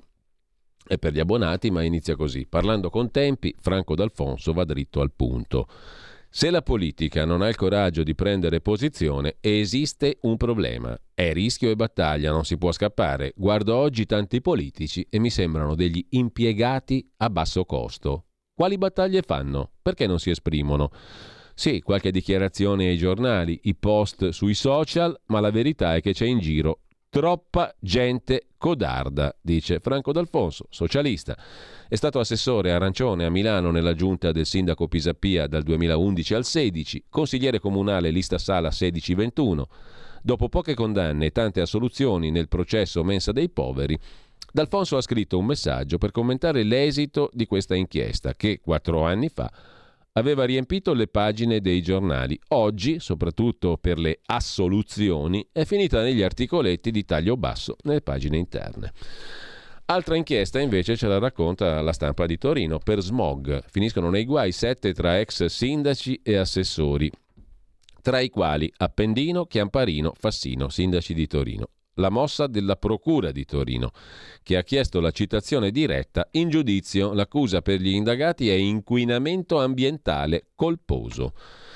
S2: è per gli abbonati, ma inizia così. Parlando con tempi, Franco D'Alfonso va dritto al punto. Se la politica non ha il coraggio di prendere posizione, esiste un problema. È rischio e battaglia, non si può scappare. Guardo oggi tanti politici e mi sembrano degli impiegati a basso costo. Quali battaglie fanno? Perché non si esprimono? Sì, qualche dichiarazione ai giornali, i post sui social, ma la verità è che c'è in giro troppa gente codarda, dice Franco D'Alfonso, socialista. È stato assessore arancione a Milano nella giunta del sindaco Pisapia dal duemilaundici al sedici, consigliere comunale lista Sala sedici ventuno. Dopo poche condanne e tante assoluzioni nel processo Mensa dei poveri, D'Alfonso ha scritto un messaggio per commentare l'esito di questa inchiesta che, quattro anni fa, aveva riempito le pagine dei giornali. Oggi, soprattutto per le assoluzioni, è finita negli articoletti di taglio basso nelle pagine interne. Altra inchiesta invece ce la racconta La Stampa di Torino. Per smog finiscono nei guai sette tra ex sindaci e assessori, tra i quali Appendino, Chiamparino, Fassino, sindaci di Torino. La mossa della Procura di Torino, che ha chiesto la citazione diretta in giudizio. L'accusa per gli indagati è inquinamento ambientale colposo.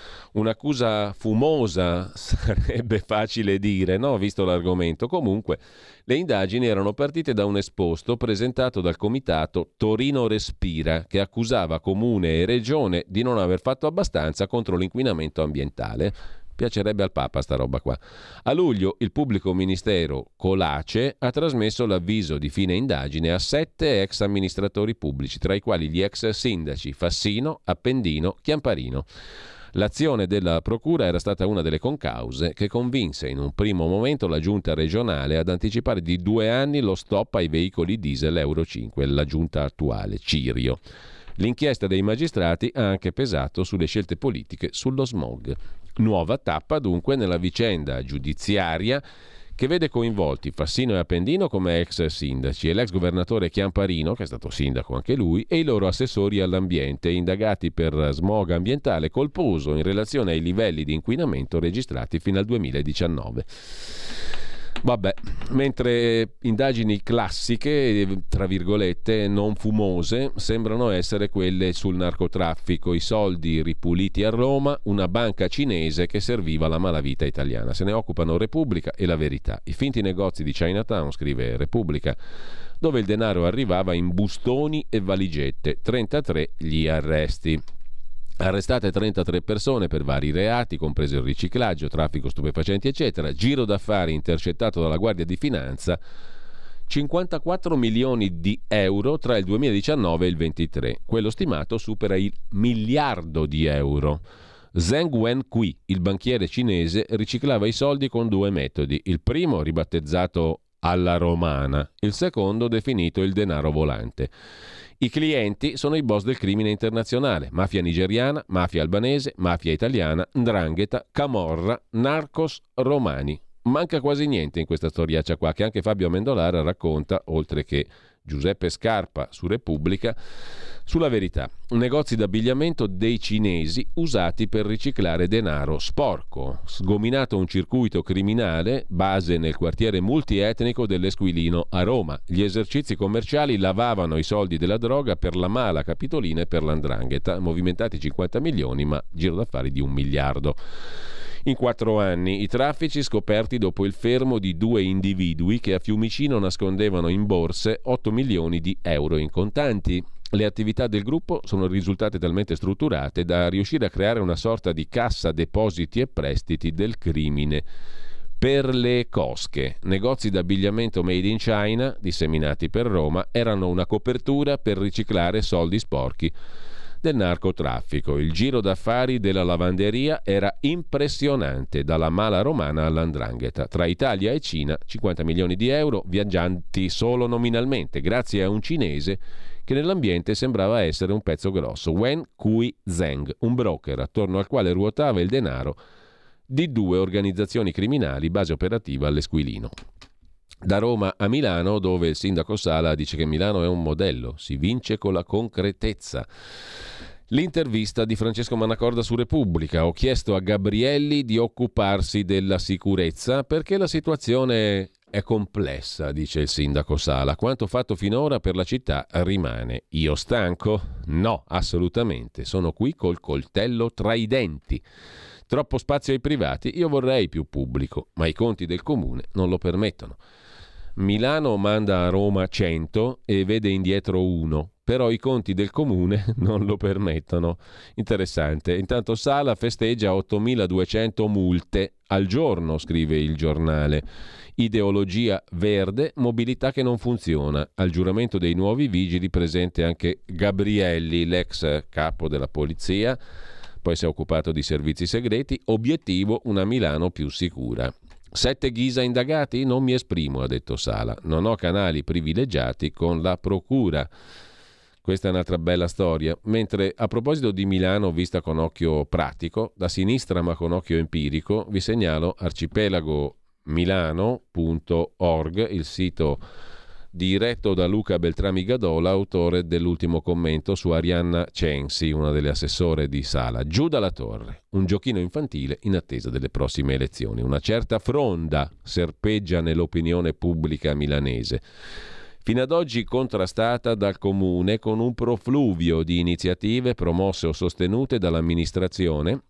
S2: Un'accusa fumosa, sarebbe facile dire, no? Visto l'argomento. Comunque, le indagini erano partite da un esposto presentato dal comitato Torino Respira, che accusava comune e regione di non aver fatto abbastanza contro l'inquinamento ambientale. Piacerebbe al Papa sta roba qua. A luglio il pubblico ministero Colace ha trasmesso l'avviso di fine indagine a sette ex amministratori pubblici, tra i quali gli ex sindaci Fassino, Appendino, Chiamparino. L'azione della procura era stata una delle concause che convinse in un primo momento la giunta regionale ad anticipare di due anni lo stop ai veicoli diesel Euro cinque, la giunta attuale, Cirio. L'inchiesta dei magistrati ha anche pesato sulle scelte politiche sullo smog. Nuova tappa dunque nella vicenda giudiziaria che vede coinvolti Fassino e Appendino come ex sindaci e l'ex governatore Chiamparino, che è stato sindaco anche lui, e i loro assessori all'ambiente, indagati per smog ambientale colposo in relazione ai livelli di inquinamento registrati fino al duemiladiciannove. Vabbè, mentre indagini classiche, tra virgolette, non fumose, sembrano essere quelle sul narcotraffico, i soldi ripuliti a Roma, una banca cinese che serviva alla malavita italiana. Se ne occupano Repubblica e La Verità. I finti negozi di Chinatown, scrive Repubblica, dove il denaro arrivava in bustoni e valigette. trentatré gli arresti. Arrestate trentatré persone per vari reati, compreso il riciclaggio, traffico stupefacenti, eccetera. Giro d'affari intercettato dalla Guardia di Finanza, cinquantaquattro milioni di euro tra il duemiladiciannove e il ventitré. Quello stimato supera il miliardo di euro. Zheng Wenqi, il banchiere cinese, riciclava i soldi con due metodi. Il primo, ribattezzato alla romana, il secondo definito il denaro volante. I clienti sono i boss del crimine internazionale, mafia nigeriana, mafia albanese, mafia italiana, 'ndrangheta, camorra, narcos romani. Manca quasi niente in questa storiaccia qua, che anche Fabio Amendolara racconta, oltre che Giuseppe Scarpa su Repubblica, sulla Verità. Negozi d'abbigliamento dei cinesi usati per riciclare denaro sporco. Sgominato un circuito criminale, base nel quartiere multietnico dell'Esquilino a Roma. Gli esercizi commerciali lavavano i soldi della droga per la mala capitolina e per l'andrangheta, movimentati cinquanta milioni, ma giro d'affari di un miliardo. In quattro anni, i traffici scoperti dopo il fermo di due individui che a Fiumicino nascondevano in borse otto milioni di euro in contanti. Le attività del gruppo sono risultate talmente strutturate da riuscire a creare una sorta di cassa depositi e prestiti del crimine. Per le cosche, negozi d'abbigliamento made in China, disseminati per Roma, erano una copertura per riciclare soldi sporchi del narcotraffico. Il giro d'affari della lavanderia era impressionante, dalla mala romana all'andrangheta. Tra Italia e Cina, cinquanta milioni di euro, viaggianti solo nominalmente, grazie a un cinese che nell'ambiente sembrava essere un pezzo grosso, Wen Kui Zheng, un broker attorno al quale ruotava il denaro di due organizzazioni criminali, base operativa all'Esquilino. Da Roma a Milano, dove il sindaco Sala dice che Milano è un modello, si vince con la concretezza. L'intervista di Francesco Mannacorda su Repubblica. Ho chiesto a Gabrielli di occuparsi della sicurezza perché la situazione è complessa, dice il sindaco Sala. Quanto fatto finora per la città rimane. Io stanco? No, assolutamente. Sono qui col coltello tra i denti. Troppo spazio ai privati? Io vorrei più pubblico, ma i conti del comune non lo permettono. Milano manda a Roma cento e vede indietro uno, però i conti del comune non lo permettono. Interessante. Intanto Sala festeggia ottomiladuecento multe al giorno, scrive il giornale. Ideologia verde, mobilità che non funziona. Al giuramento dei nuovi vigili presente anche Gabrielli, l'ex capo della polizia, poi si è occupato di servizi segreti. Obiettivo una Milano più sicura. Sette Ghisa indagati? Non mi esprimo, ha detto Sala. Non ho canali privilegiati con la procura. Questa è un'altra bella storia. Mentre a proposito di Milano vista con occhio pratico, da sinistra ma con occhio empirico, vi segnalo arcipelago milano punto org, il sito diretto da Luca Beltrami Gadola, autore dell'ultimo commento su Arianna Censi, una delle assessore di Sala. Giù dalla torre, un giochino infantile in attesa delle prossime elezioni. Una certa fronda serpeggia nell'opinione pubblica milanese, fino ad oggi contrastata dal comune con un profluvio di iniziative promosse o sostenute dall'amministrazione,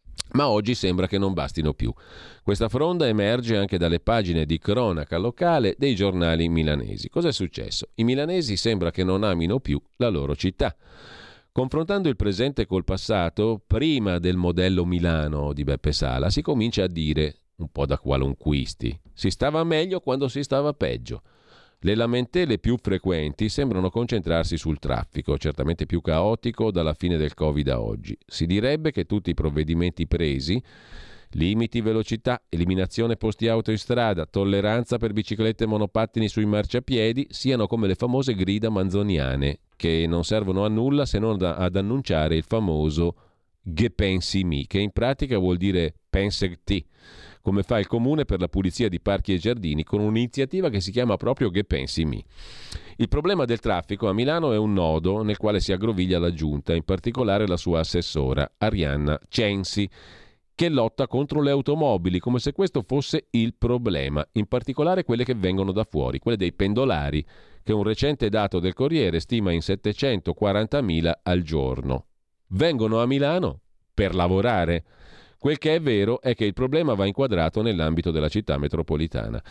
S2: ma oggi sembra che non bastino più. Questa fronda emerge anche dalle pagine di cronaca locale dei giornali milanesi. Cos'è successo? I milanesi sembra che non amino più la loro città. Confrontando il presente col passato, prima del modello Milano di Beppe Sala, si comincia a dire, un po' da qualunquisti, si stava meglio quando si stava peggio. Le lamentele più frequenti sembrano concentrarsi sul traffico, certamente più caotico dalla fine del Covid a oggi. Si direbbe che tutti i provvedimenti presi, limiti velocità, eliminazione posti auto in strada, tolleranza per biciclette e monopattini sui marciapiedi, siano come le famose grida manzoniane, che non servono a nulla se non ad annunciare il famoso «Che pensi mi», che in pratica vuol dire «pensec ti», come fa il comune per la pulizia di parchi e giardini, con un'iniziativa che si chiama proprio Che pensi mi. Il problema del traffico a Milano è un nodo nel quale si aggroviglia la giunta, in particolare la sua assessora, Arianna Censi, che lotta contro le automobili, come se questo fosse il problema, in particolare quelle che vengono da fuori, quelle dei pendolari, che un recente dato del Corriere stima in settecentoquarantamila al giorno. Vengono a Milano per lavorare. Quel che è vero è che il problema va inquadrato nell'ambito della città metropolitana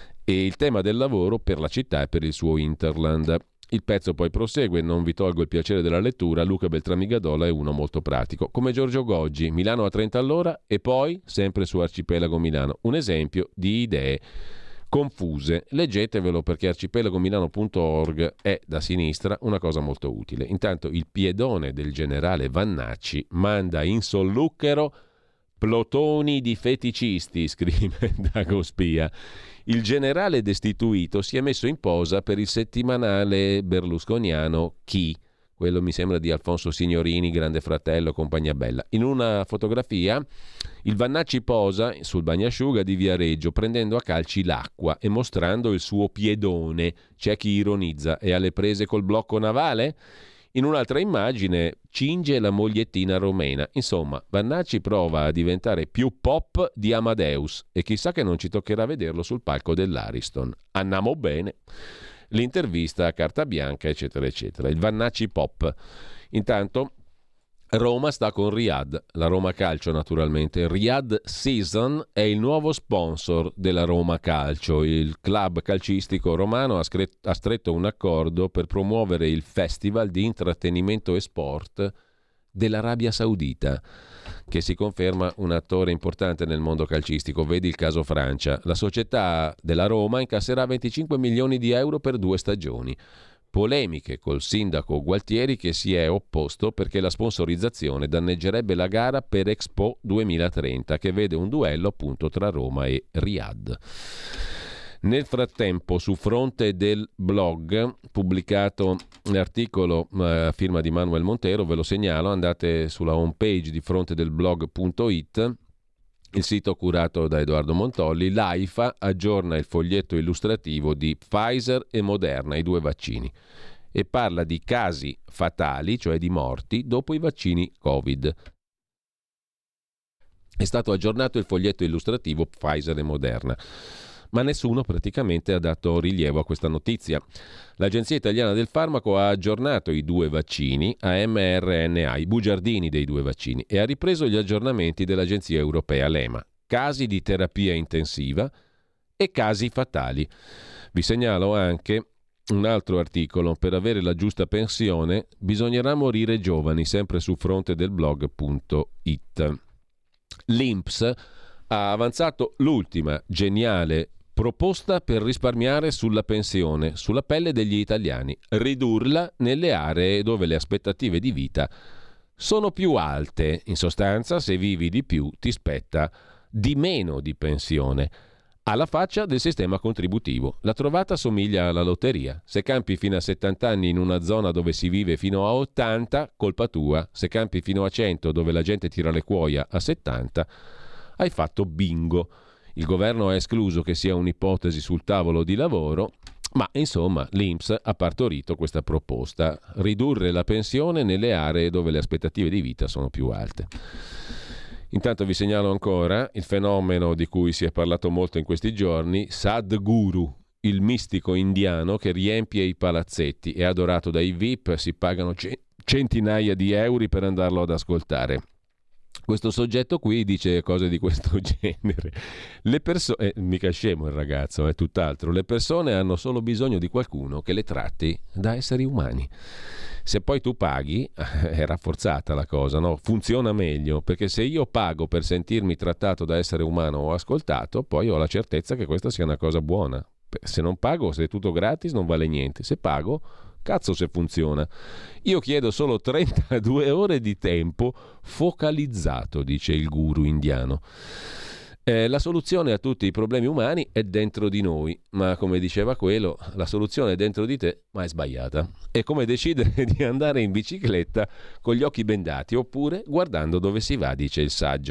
S2: e il tema del lavoro per la città e per il suo hinterland. Il pezzo poi prosegue, non vi tolgo il piacere della lettura, Luca Beltrami Gadola è uno molto pratico, come Giorgio Goggi, Milano a trenta all'ora e poi sempre su Arcipelago Milano, un esempio di idee confuse. Leggetevelo perché arcipelagomilano punto org è da sinistra una cosa molto utile. Intanto il piedone del generale Vannacci manda in solluchero plotoni di feticisti, scrive Dago Spia. Il generale destituito si è messo in posa per il settimanale berlusconiano Chi, quello mi sembra di Alfonso Signorini, Grande Fratello, compagnia bella. In una fotografia il Vannacci posa sul bagnasciuga di Viareggio prendendo a calci l'acqua e mostrando il suo piedone. C'è chi ironizza: è alle prese col blocco navale? In un'altra immagine cinge la mogliettina romena. Insomma, Vannacci prova a diventare più pop di Amadeus e chissà che non ci toccherà vederlo sul palco dell'Ariston. Andiamo bene. L'intervista a carta bianca, eccetera, eccetera. Il Vannacci pop. Intanto Roma sta con Riyadh, la Roma Calcio naturalmente. Riyadh Season è il nuovo sponsor della Roma Calcio. Il club calcistico romano ha, scre- ha stretto un accordo per promuovere il festival di intrattenimento e sport dell'Arabia Saudita, che si conferma un attore importante nel mondo calcistico. Vedi il caso Francia. La società della Roma incasserà venticinque milioni di euro per due stagioni. Polemiche col sindaco Gualtieri che si è opposto perché la sponsorizzazione danneggerebbe la gara per Expo duemilatrenta, che vede un duello appunto tra Roma e Riyadh. Nel frattempo, su Fronte del Blog, pubblicato l'articolo a eh, firma di Manuel Montero, ve lo segnalo, andate sulla homepage di frontedelblog punto it, il sito curato da Edoardo Montolli. L'AIFA aggiorna il foglietto illustrativo di Pfizer e Moderna, i due vaccini, e parla di casi fatali, cioè di morti, dopo i vaccini Covid. È stato aggiornato il foglietto illustrativo Pfizer e Moderna, ma nessuno praticamente ha dato rilievo a questa notizia. L'Agenzia Italiana del Farmaco ha aggiornato i due vaccini a mRNA, i bugiardini dei due vaccini, e ha ripreso gli aggiornamenti dell'Agenzia Europea, l'E M A. Casi di terapia intensiva e casi fatali. Vi segnalo anche un altro articolo: per avere la giusta pensione bisognerà morire giovani, sempre su frontedelblog punto it. L'I N P S ha avanzato l'ultima geniale proposta per risparmiare sulla pensione, sulla pelle degli italiani: ridurla nelle aree dove le aspettative di vita sono più alte. In sostanza, se vivi di più ti spetta di meno di pensione. Alla faccia del sistema contributivo. La trovata somiglia alla lotteria. Se campi fino a settanta anni in una zona dove si vive fino a ottanta, colpa tua. Se campi fino a cento, dove la gente tira le cuoia a settanta, hai fatto bingo. Il governo ha escluso che sia un'ipotesi sul tavolo di lavoro, ma insomma l'I N P S ha partorito questa proposta: ridurre la pensione nelle aree dove le aspettative di vita sono più alte. Intanto vi segnalo ancora il fenomeno di cui si è parlato molto in questi giorni: Sadhguru, il mistico indiano che riempie i palazzetti, è adorato dai V I P, si pagano centinaia di euro per andarlo ad ascoltare. Questo soggetto qui dice cose di questo genere: le persone, eh, mica scemo il ragazzo, è tutt'altro, le persone hanno solo bisogno di qualcuno che le tratti da esseri umani. Se poi tu paghi, è rafforzata la cosa, no? Funziona meglio, perché se io pago per sentirmi trattato da essere umano o ascoltato, poi ho la certezza che questa sia una cosa buona. Se non pago, se è tutto gratis, non vale niente. Se pago, cazzo se funziona. Io chiedo solo trentadue ore di tempo focalizzato, dice il guru indiano. Eh, la soluzione a tutti i problemi umani è dentro di noi, ma come diceva quello, la soluzione è dentro di te, ma è sbagliata. È come decidere di andare in bicicletta con gli occhi bendati oppure guardando dove si va, dice il saggio.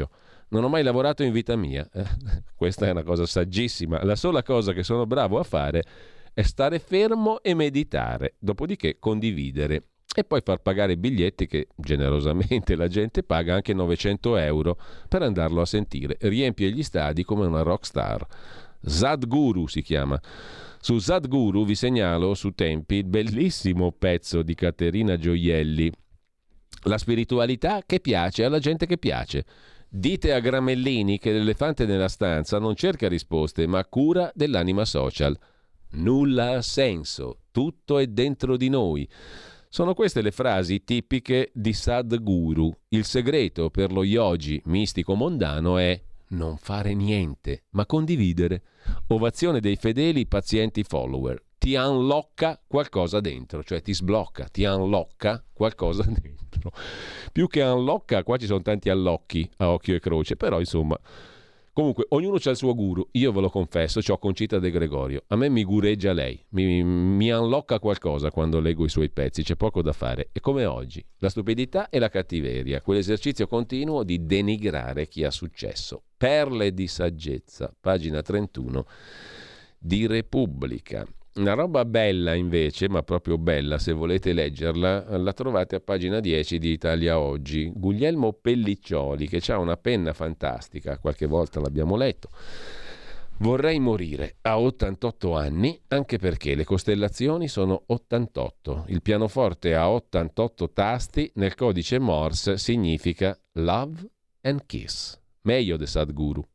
S2: Non ho mai lavorato in vita mia. Eh, questa è una cosa saggissima. La sola cosa che sono bravo a fare è stare fermo e meditare, dopodiché condividere e poi far pagare i biglietti che generosamente la gente paga, anche novecento euro, per andarlo a sentire. Riempie gli stadi come una rockstar. Sadhguru si chiama. Su Sadhguru vi segnalo su Tempi il bellissimo pezzo di Caterina Gioielli, La spiritualità che piace alla gente che piace. Dite a Gramellini che l'elefante nella stanza non cerca risposte, ma cura dell'anima social. Nulla ha senso, tutto è dentro di noi. Sono queste le frasi tipiche di Sadhguru. Il segreto per lo yogi mistico mondano è non fare niente, ma condividere. Ovazione dei fedeli pazienti follower. Ti unlocka qualcosa dentro, cioè ti sblocca, ti unlocka qualcosa dentro. Più che unlocka, qua ci sono tanti allocchi a occhio e croce, però insomma... Comunque, ognuno c'ha il suo guru. Io ve lo confesso, c'ho Concita De Gregorio. A me mi gureggia lei, mi, mi unlocka qualcosa quando leggo i suoi pezzi, c'è poco da fare. E come oggi, la stupidità e la cattiveria, quell'esercizio continuo di denigrare chi ha successo. Perle di saggezza, pagina trentuno di Repubblica. Una roba bella invece, ma proprio bella, se volete leggerla, la trovate a pagina dieci di Italia Oggi. Guglielmo Pelliccioli, che ha una penna fantastica, qualche volta l'abbiamo letto. Vorrei morire a ottantotto anni, anche perché le costellazioni sono ottantotto. Il pianoforte ha ottantotto tasti, nel codice Morse significa love and kiss. Meglio de Sadhguru.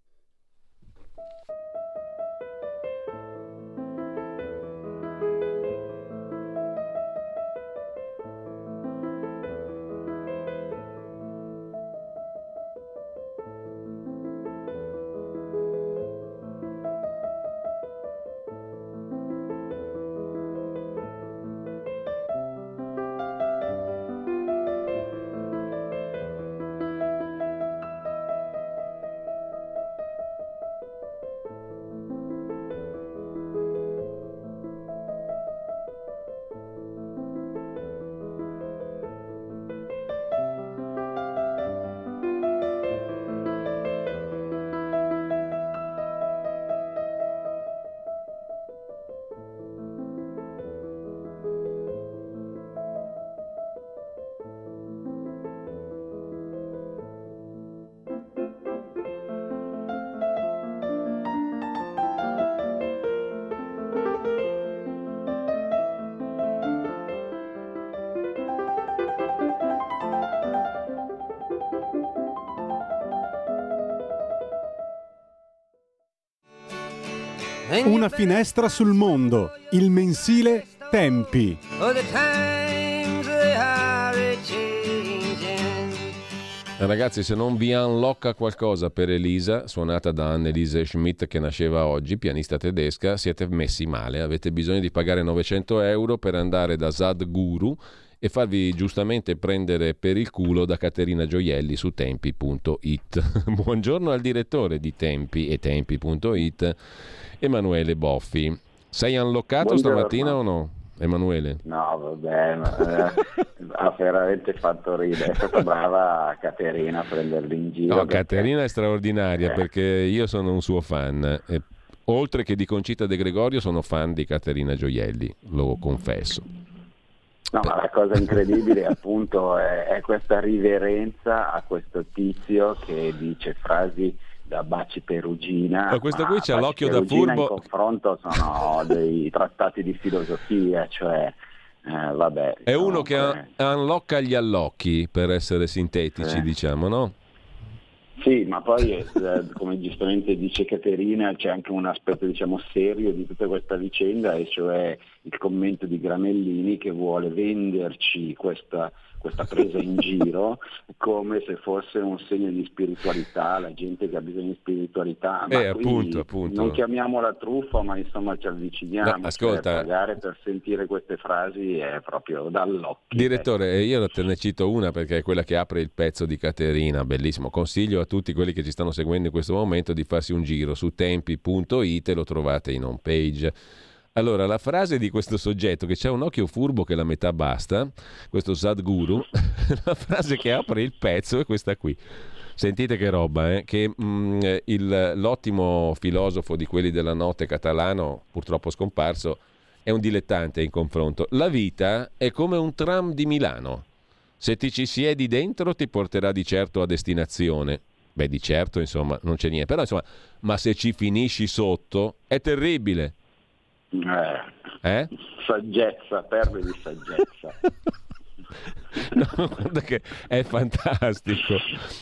S1: Una finestra sul mondo, il mensile Tempi.
S2: Ragazzi, se non vi unlocka qualcosa per Elisa, suonata da Anneliese Schmidt che nasceva oggi, pianista tedesca, siete messi male. Avete bisogno di pagare novecento euro per andare da Sadhguru e farvi giustamente prendere per il culo da Caterina Gioielli su tempi punto it. Buongiorno al direttore di Tempi e tempi punto it, Emanuele Boffi. Sei unlockato Buongiorno. Stamattina o no, Emanuele?
S6: No, vabbè, ma, eh, ha veramente fatto ridere. È stata brava Caterina a prenderli in giro.
S2: No,
S6: perché...
S2: Caterina è straordinaria, eh. perché io sono un suo fan. E, oltre che di Concita De Gregorio, sono fan di Caterina Gioielli, lo confesso.
S6: No, ma la cosa incredibile appunto è, è questa riverenza a questo tizio che dice frasi da Baci Perugina.
S2: Ma questo
S6: ma
S2: qui c'ha
S6: Baci
S2: l'occhio
S6: Perugina
S2: da furbo.
S6: In confronto sono dei trattati di filosofia, cioè eh, vabbè.
S2: È uno che un- unlocka gli allocchi, per essere sintetici,
S6: eh.
S2: diciamo, no?
S6: Sì, ma poi eh, come giustamente dice Caterina, c'è anche un aspetto diciamo serio di tutta questa vicenda, e cioè il commento di Gramellini che vuole venderci questa, questa presa in giro come se fosse un segno di spiritualità, la gente che ha bisogno di spiritualità. Ma
S2: eh, appunto, appunto.
S6: Non chiamiamola truffa, ma insomma ci avviciniamo.
S2: No, ascolta,
S6: cioè, pagare per sentire queste frasi è proprio dall'occhio.
S2: Direttore, io te ne cito una perché è quella che apre il pezzo di Caterina, bellissimo. Consiglio a tutti quelli che ci stanno seguendo in questo momento di farsi un giro su tempi punto it, lo trovate in home page. Allora, la frase di questo soggetto che c'ha un occhio furbo che la metà basta, questo Sadhguru, la frase che apre il pezzo è questa qui. Sentite che roba, eh? Che mh, il, l'ottimo filosofo di quelli della notte catalano, purtroppo scomparso, è un dilettante in confronto. La vita è come un tram di Milano. Se ti ci siedi dentro ti porterà di certo a destinazione. Beh, di certo, insomma, non c'è niente. Però, insomma, ma se ci finisci sotto è terribile.
S6: Eh,
S2: eh?
S6: Saggezza, perde di saggezza.
S2: No, guarda che è fantastico.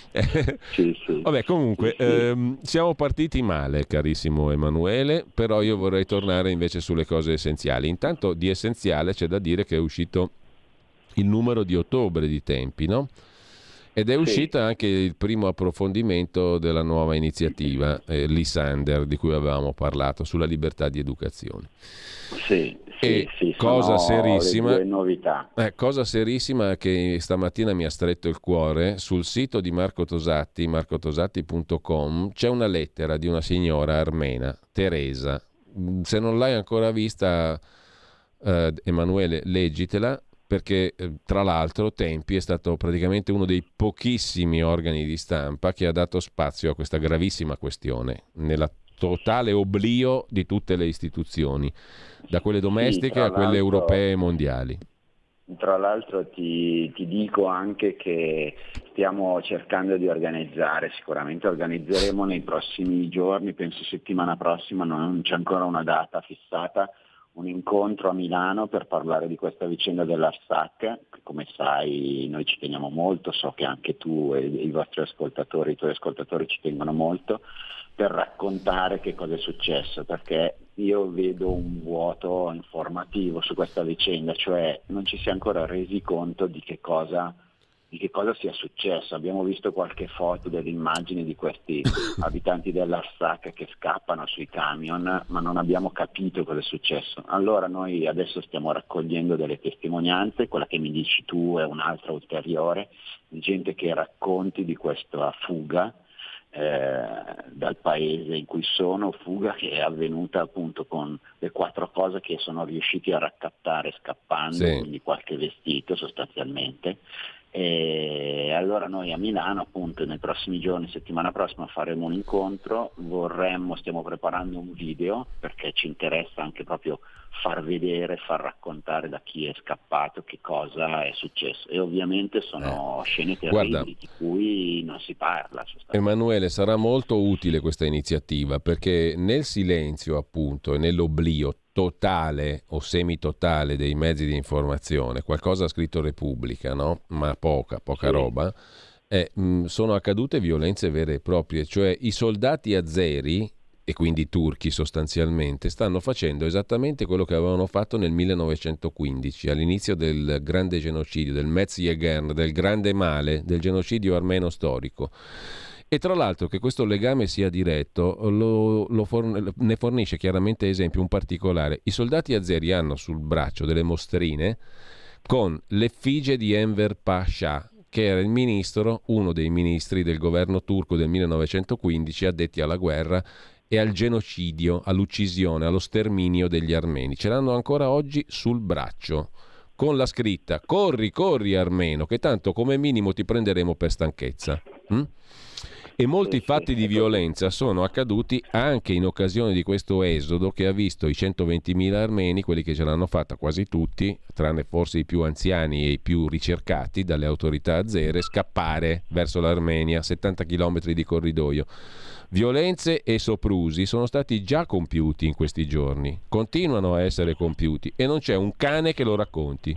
S6: Sì, sì.
S2: Vabbè, comunque, sì, sì. Ehm, siamo partiti male, carissimo Emanuele, però io vorrei tornare invece sulle cose essenziali. Intanto di essenziale c'è da dire che è uscito il numero di ottobre di Tempi, no? Ed è uscito sì. anche il primo approfondimento della nuova iniziativa eh, Lysander, di cui avevamo parlato, sulla libertà di educazione.
S6: Sì, sì,
S2: e
S6: sì,
S2: cosa
S6: sono
S2: serissima,
S6: le due novità.
S2: Eh, cosa serissima che stamattina mi ha stretto il cuore, sul sito di Marco Tosatti, marco tosatti punto com, c'è una lettera di una signora armena, Teresa. Se non l'hai ancora vista, eh, Emanuele, leggitela, perché eh, tra l'altro Tempi è stato praticamente uno dei pochissimi organi di stampa che ha dato spazio a questa gravissima questione, nella totale oblio di tutte le istituzioni, da quelle domestiche sì, a quelle europee e mondiali.
S6: Tra l'altro ti, ti dico anche che stiamo cercando di organizzare, sicuramente organizzeremo nei prossimi giorni, penso settimana prossima, non c'è ancora una data fissata, un incontro a Milano per parlare di questa vicenda dell'Arsac, che come sai noi ci teniamo molto, so che anche tu e i vostri ascoltatori, i tuoi ascoltatori ci tengono molto, per raccontare che cosa è successo, perché io vedo un vuoto informativo su questa vicenda, cioè non ci si è ancora resi conto di che cosa, di che cosa sia successo. Abbiamo visto qualche foto delle immagini di questi abitanti dell'Arsac che scappano sui camion, ma non abbiamo capito cosa è successo. Allora noi adesso stiamo raccogliendo delle testimonianze, quella che mi dici tu è un'altra ulteriore, di gente che racconti di questa fuga Eh, dal paese in cui sono, fuga che è avvenuta appunto con le quattro cose che sono riusciti a raccattare scappando, sì. Quindi qualche vestito sostanzialmente. E allora noi a Milano appunto nei prossimi giorni, settimana prossima, faremo un incontro, vorremmo, stiamo preparando un video perché ci interessa anche proprio far vedere, far raccontare da chi è scappato che cosa è successo, e ovviamente sono eh. scene terribili. Guarda, di cui non si parla.
S2: Emanuele, sarà molto utile questa iniziativa perché nel silenzio appunto e nell'oblio totale o semitotale dei mezzi di informazione, qualcosa ha scritto Repubblica, no? Ma poca, poca sì. roba, eh, mh, sono accadute violenze vere e proprie, cioè i soldati azeri, e quindi turchi sostanzialmente, stanno facendo esattamente quello che avevano fatto nel millenovecentoquindici, all'inizio del grande genocidio, del Metz-Yagern, del grande male, del genocidio armeno storico. E tra l'altro che questo legame sia diretto lo, lo forn- ne fornisce chiaramente esempio un particolare. I soldati azeri hanno sul braccio delle mostrine con l'effigie di Enver Pasha, che era il ministro, uno dei ministri del governo turco del millenovecentoquindici addetti alla guerra e al genocidio, all'uccisione, allo sterminio degli armeni. Ce l'hanno ancora oggi sul braccio, con la scritta «Corri, corri armeno, che tanto come minimo ti prenderemo per stanchezza». Hm? E molti fatti di violenza sono accaduti anche in occasione di questo esodo che ha visto i centoventimila armeni, quelli che ce l'hanno fatta quasi tutti, tranne forse i più anziani e i più ricercati dalle autorità azere, scappare verso l'Armenia, settanta chilometri di corridoio. Violenze e soprusi sono stati già compiuti in questi giorni, continuano a essere compiuti e non c'è un cane che lo racconti.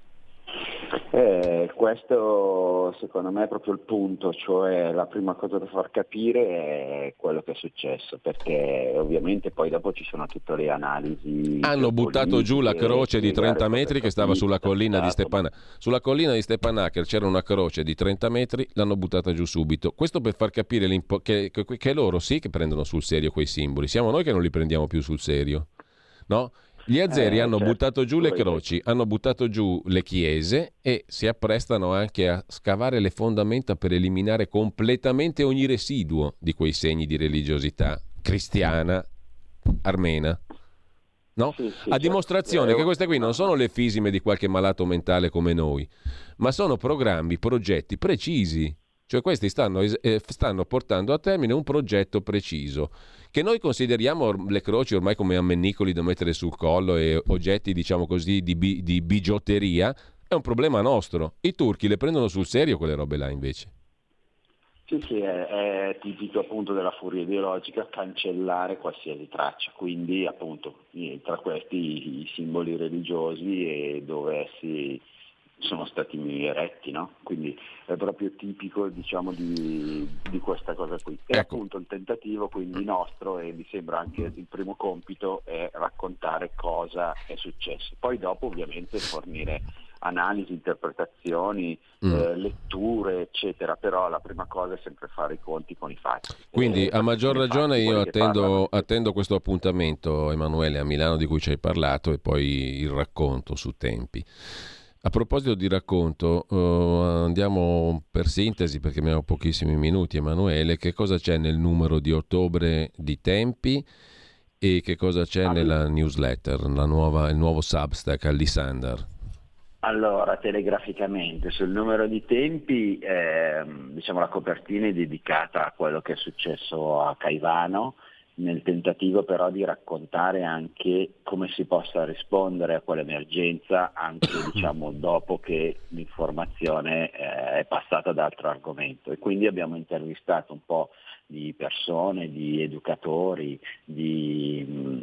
S6: Eh, questo secondo me è proprio il punto, cioè la prima cosa da far capire è quello che è successo, perché ovviamente poi dopo ci sono tutte le analisi.
S2: Hanno buttato giù la croce di trenta metri che stava sulla collina di Stepanakert. Sulla collina di Stepanakert c'era una croce di trenta metri, l'hanno buttata giù subito. Questo per far capire che, che, che loro sì che prendono sul serio quei simboli, siamo noi che non li prendiamo più sul serio, no? Gli azeri eh, hanno certo. buttato giù le croci, hanno buttato giù le chiese e si apprestano anche a scavare le fondamenta per eliminare completamente ogni residuo di quei segni di religiosità cristiana, armena. No? Sì, sì, a dimostrazione certo. che queste qui non sono le fisime di qualche malato mentale come noi, ma sono programmi, progetti precisi, Cioè questi stanno, eh, stanno portando a termine un progetto preciso, che noi consideriamo le croci ormai come ammennicoli da mettere sul collo e oggetti, diciamo così, di, bi- di bigiotteria. È un problema nostro. I turchi le prendono sul serio quelle robe là invece.
S6: Sì, sì, è, è tipico appunto della furia ideologica cancellare qualsiasi traccia, quindi appunto tra questi i, i simboli religiosi e dove essi sono stati eretti, no? Quindi è proprio tipico, diciamo, di, di questa cosa qui. E
S2: ecco.
S6: appunto il tentativo quindi nostro, e mi sembra anche il primo compito, è raccontare cosa è successo. Poi dopo ovviamente fornire analisi, interpretazioni, mm. eh, letture, eccetera, però la prima cosa è sempre fare i conti con i fatti.
S2: Quindi
S6: eh,
S2: a maggior ragione io attendo, attendo questo appuntamento, Emanuele, a Milano di cui ci hai parlato, e poi il racconto su Tempi. A proposito di racconto, uh, andiamo per sintesi perché abbiamo pochissimi minuti, Emanuele, che cosa c'è nel numero di ottobre di Tempi e che cosa c'è ah, nella newsletter, la nuova, il nuovo Substack a Lysander?
S6: Allora, telegraficamente, sul numero di Tempi, eh, diciamo la copertina è dedicata a quello che è successo a Caivano, nel tentativo però di raccontare anche come si possa rispondere a quell'emergenza anche diciamo dopo che l'informazione eh, è passata ad altro argomento, e quindi abbiamo intervistato un po' di persone, di educatori, di,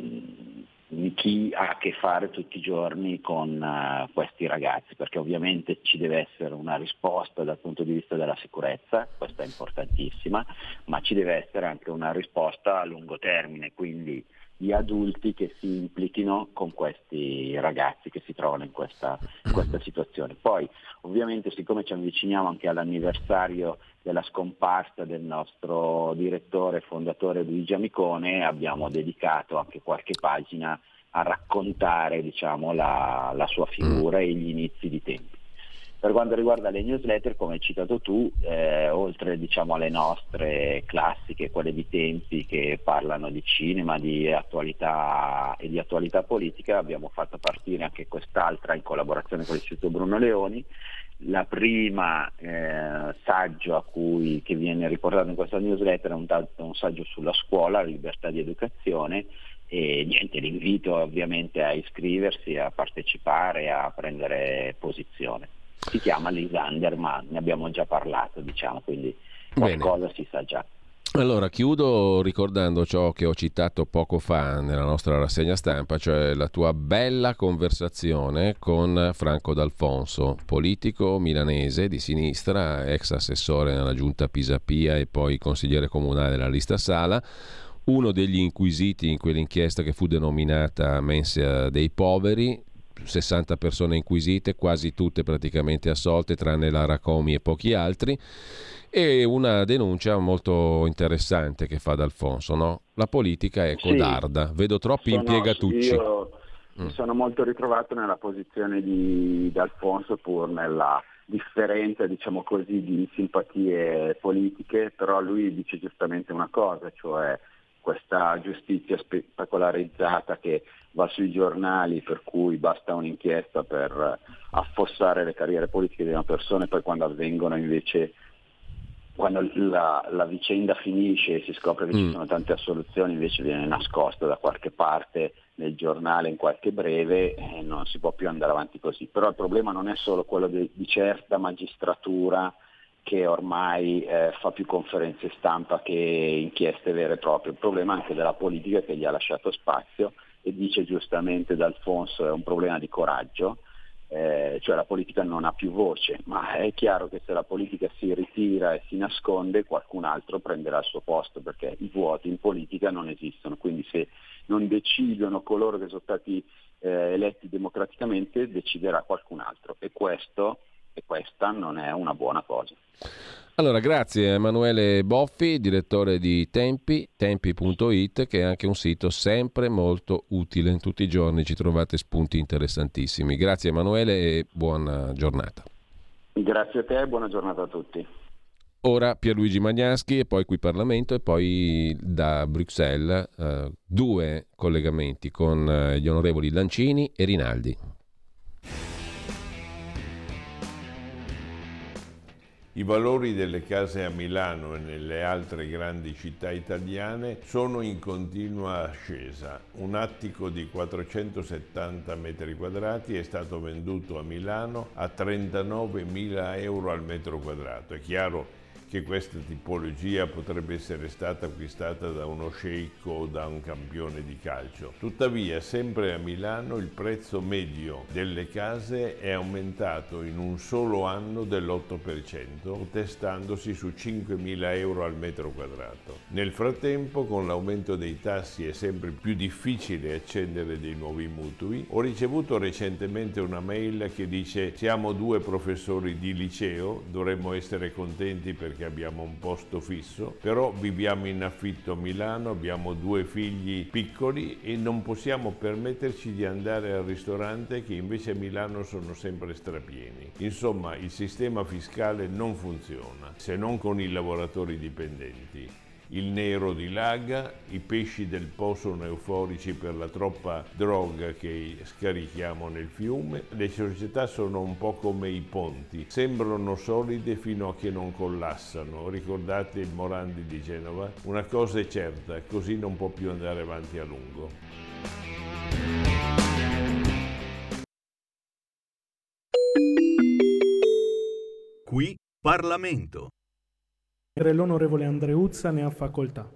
S6: mh, di chi ha a che fare tutti i giorni con uh, questi ragazzi, perché ovviamente ci deve essere una risposta dal punto di vista della sicurezza, questa è importantissima, ma ci deve essere anche una risposta a lungo termine, quindi di adulti che si implichino con questi ragazzi che si trovano in questa, in questa situazione. Poi ovviamente, siccome ci avviciniamo anche all'anniversario della scomparsa del nostro direttore e fondatore Luigi Amicone, abbiamo dedicato anche qualche pagina a raccontare diciamo, la, la sua figura e gli inizi di Tempi. Per quanto riguarda le newsletter, come hai citato tu, eh, oltre diciamo, alle nostre classiche, quelle di Tempi che parlano di cinema, di attualità e di attualità politica, abbiamo fatto partire anche quest'altra in collaborazione con l'Istituto Bruno Leoni. La prima eh, saggio a cui, che viene riportato in questa newsletter è un, un saggio sulla scuola, la libertà di educazione, e niente, l'invito ovviamente a iscriversi, a partecipare, a prendere posizione. Si chiama Lysander, ma ne abbiamo già parlato, diciamo, quindi qualcosa Bene. Si sa già.
S2: Allora, chiudo ricordando ciò che ho citato poco fa nella nostra rassegna stampa, cioè la tua bella conversazione con Franco D'Alfonso, politico milanese di sinistra, ex assessore nella giunta Pisapia e poi consigliere comunale della lista Sala, uno degli inquisiti in quell'inchiesta che fu denominata Mensa dei Poveri, sessanta persone inquisite, quasi tutte praticamente assolte, tranne Lara Comi e pochi altri, e una denuncia molto interessante che fa D'Alfonso, no? La politica è codarda, sì, vedo troppi sono, impiegatucci.
S6: Io mm. mi sono molto ritrovato nella posizione di D'Alfonso, pur nella differenza, diciamo così, di simpatie politiche, però lui dice giustamente una cosa, cioè questa giustizia spettacolarizzata che va sui giornali, per cui basta un'inchiesta per affossare le carriere politiche di una persona, e poi quando avvengono invece, quando la, la vicenda finisce e si scopre che mm. ci sono tante assoluzioni, invece viene nascosta da qualche parte nel giornale, in qualche breve, e non si può più andare avanti così. Però il problema non è solo quello di, di certa magistratura che ormai eh, fa più conferenze stampa che inchieste vere e proprie, il problema è anche della politica che gli ha lasciato spazio, e dice giustamente D'Alfonso è un problema di coraggio, eh, cioè la politica non ha più voce, ma è chiaro che se la politica si ritira e si nasconde, qualcun altro prenderà il suo posto, perché i vuoti in politica non esistono, quindi se non decidono coloro che sono stati eh, eletti democraticamente, deciderà qualcun altro, e questo e questa non è una buona cosa.
S2: Allora, grazie a Emanuele Boffi, direttore di Tempi, tempi punto it, che è anche un sito sempre molto utile. Tutti i giorni ci trovate spunti interessantissimi. Grazie Emanuele e buona giornata.
S6: Grazie a te e buona giornata a tutti.
S2: Ora Pierluigi Magnaschi e poi qui Parlamento, e poi da Bruxelles eh, due collegamenti con eh, gli onorevoli Lancini e Rinaldi.
S9: I valori delle case a Milano e nelle altre grandi città italiane sono in continua ascesa. Un attico di quattrocentosettanta metri quadrati è stato venduto a Milano a trentanovemila euro al metro quadrato. È chiaro che questa tipologia potrebbe essere stata acquistata da uno sceicco o da un campione di calcio. Tuttavia, sempre a Milano il prezzo medio delle case è aumentato in un solo anno dell'otto per cento, testandosi su cinquemila euro al metro quadrato. Nel frattempo, con l'aumento dei tassi è sempre più difficile accendere dei nuovi mutui. Ho ricevuto recentemente una mail che dice: siamo due professori di liceo, dovremmo essere contenti perché abbiamo un posto fisso, però viviamo in affitto a Milano, abbiamo due figli piccoli e non possiamo permetterci di andare al ristorante, che invece a Milano sono sempre strapieni. Insomma, il sistema fiscale non funziona, se non con i lavoratori dipendenti. Il nero dilaga, i pesci del Po sono euforici per la troppa droga che scarichiamo nel fiume, le società sono un po' come i ponti, sembrano solide fino a che non collassano. Ricordate il Morandi di Genova? Una cosa è certa, così non può più andare avanti a lungo.
S10: Qui Parlamento.
S11: L'onorevole Andreuzza ne ha facoltà.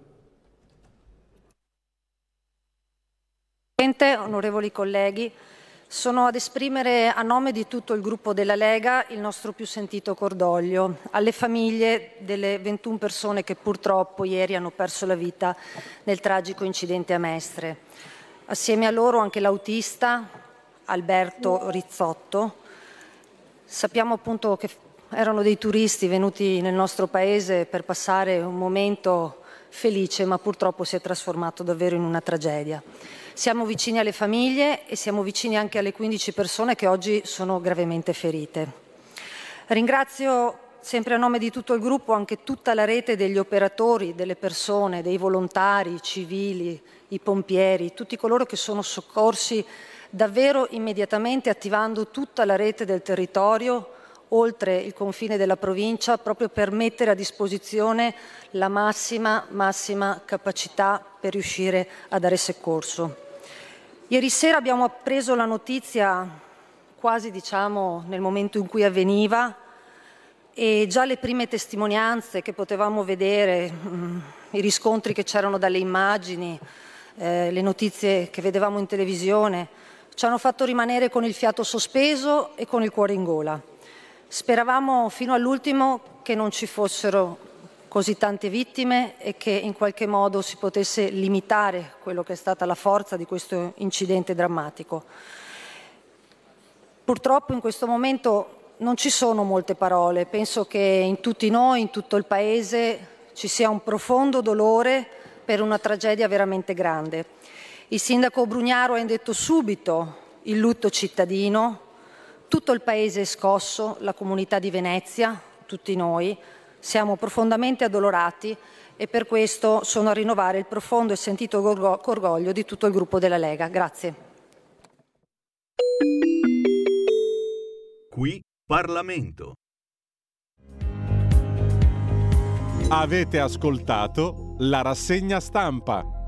S12: Presidente, onorevoli colleghi, sono ad esprimere a nome di tutto il gruppo della Lega il nostro più sentito cordoglio alle famiglie delle ventuno persone che purtroppo ieri hanno perso la vita nel tragico incidente a Mestre. Assieme a loro anche l'autista Alberto Rizzotto. Sappiamo appunto che erano dei turisti venuti nel nostro paese per passare un momento felice, ma purtroppo si è trasformato davvero in una tragedia. Siamo vicini alle famiglie e siamo vicini anche alle quindici persone che oggi sono gravemente ferite. Ringrazio sempre a nome di tutto il gruppo anche tutta la rete degli operatori, delle persone, dei volontari, i civili, i pompieri, tutti coloro che sono soccorsi davvero immediatamente attivando tutta la rete del territorio oltre il confine della provincia, proprio per mettere a disposizione la massima, massima capacità per riuscire a dare soccorso. Ieri sera abbiamo appreso la notizia quasi diciamo nel momento in cui avveniva e già le prime testimonianze che potevamo vedere, mh, i riscontri che c'erano dalle immagini, eh, le notizie che vedevamo in televisione, ci hanno fatto rimanere con il fiato sospeso e con il cuore in gola. Speravamo fino all'ultimo che non ci fossero così tante vittime e che in qualche modo si potesse limitare quello che è stata la forza di questo incidente drammatico. Purtroppo in questo momento non ci sono molte parole. Penso che in tutti noi, in tutto il Paese, ci sia un profondo dolore per una tragedia veramente grande. Il sindaco Brugnaro ha indetto subito il lutto cittadino. Tutto il Paese è scosso, la comunità di Venezia, tutti noi, siamo profondamente addolorati e per questo sono a rinnovare il profondo e sentito cordoglio di tutto il gruppo della Lega. Grazie.
S10: Qui Parlamento.
S1: Avete ascoltato la rassegna stampa.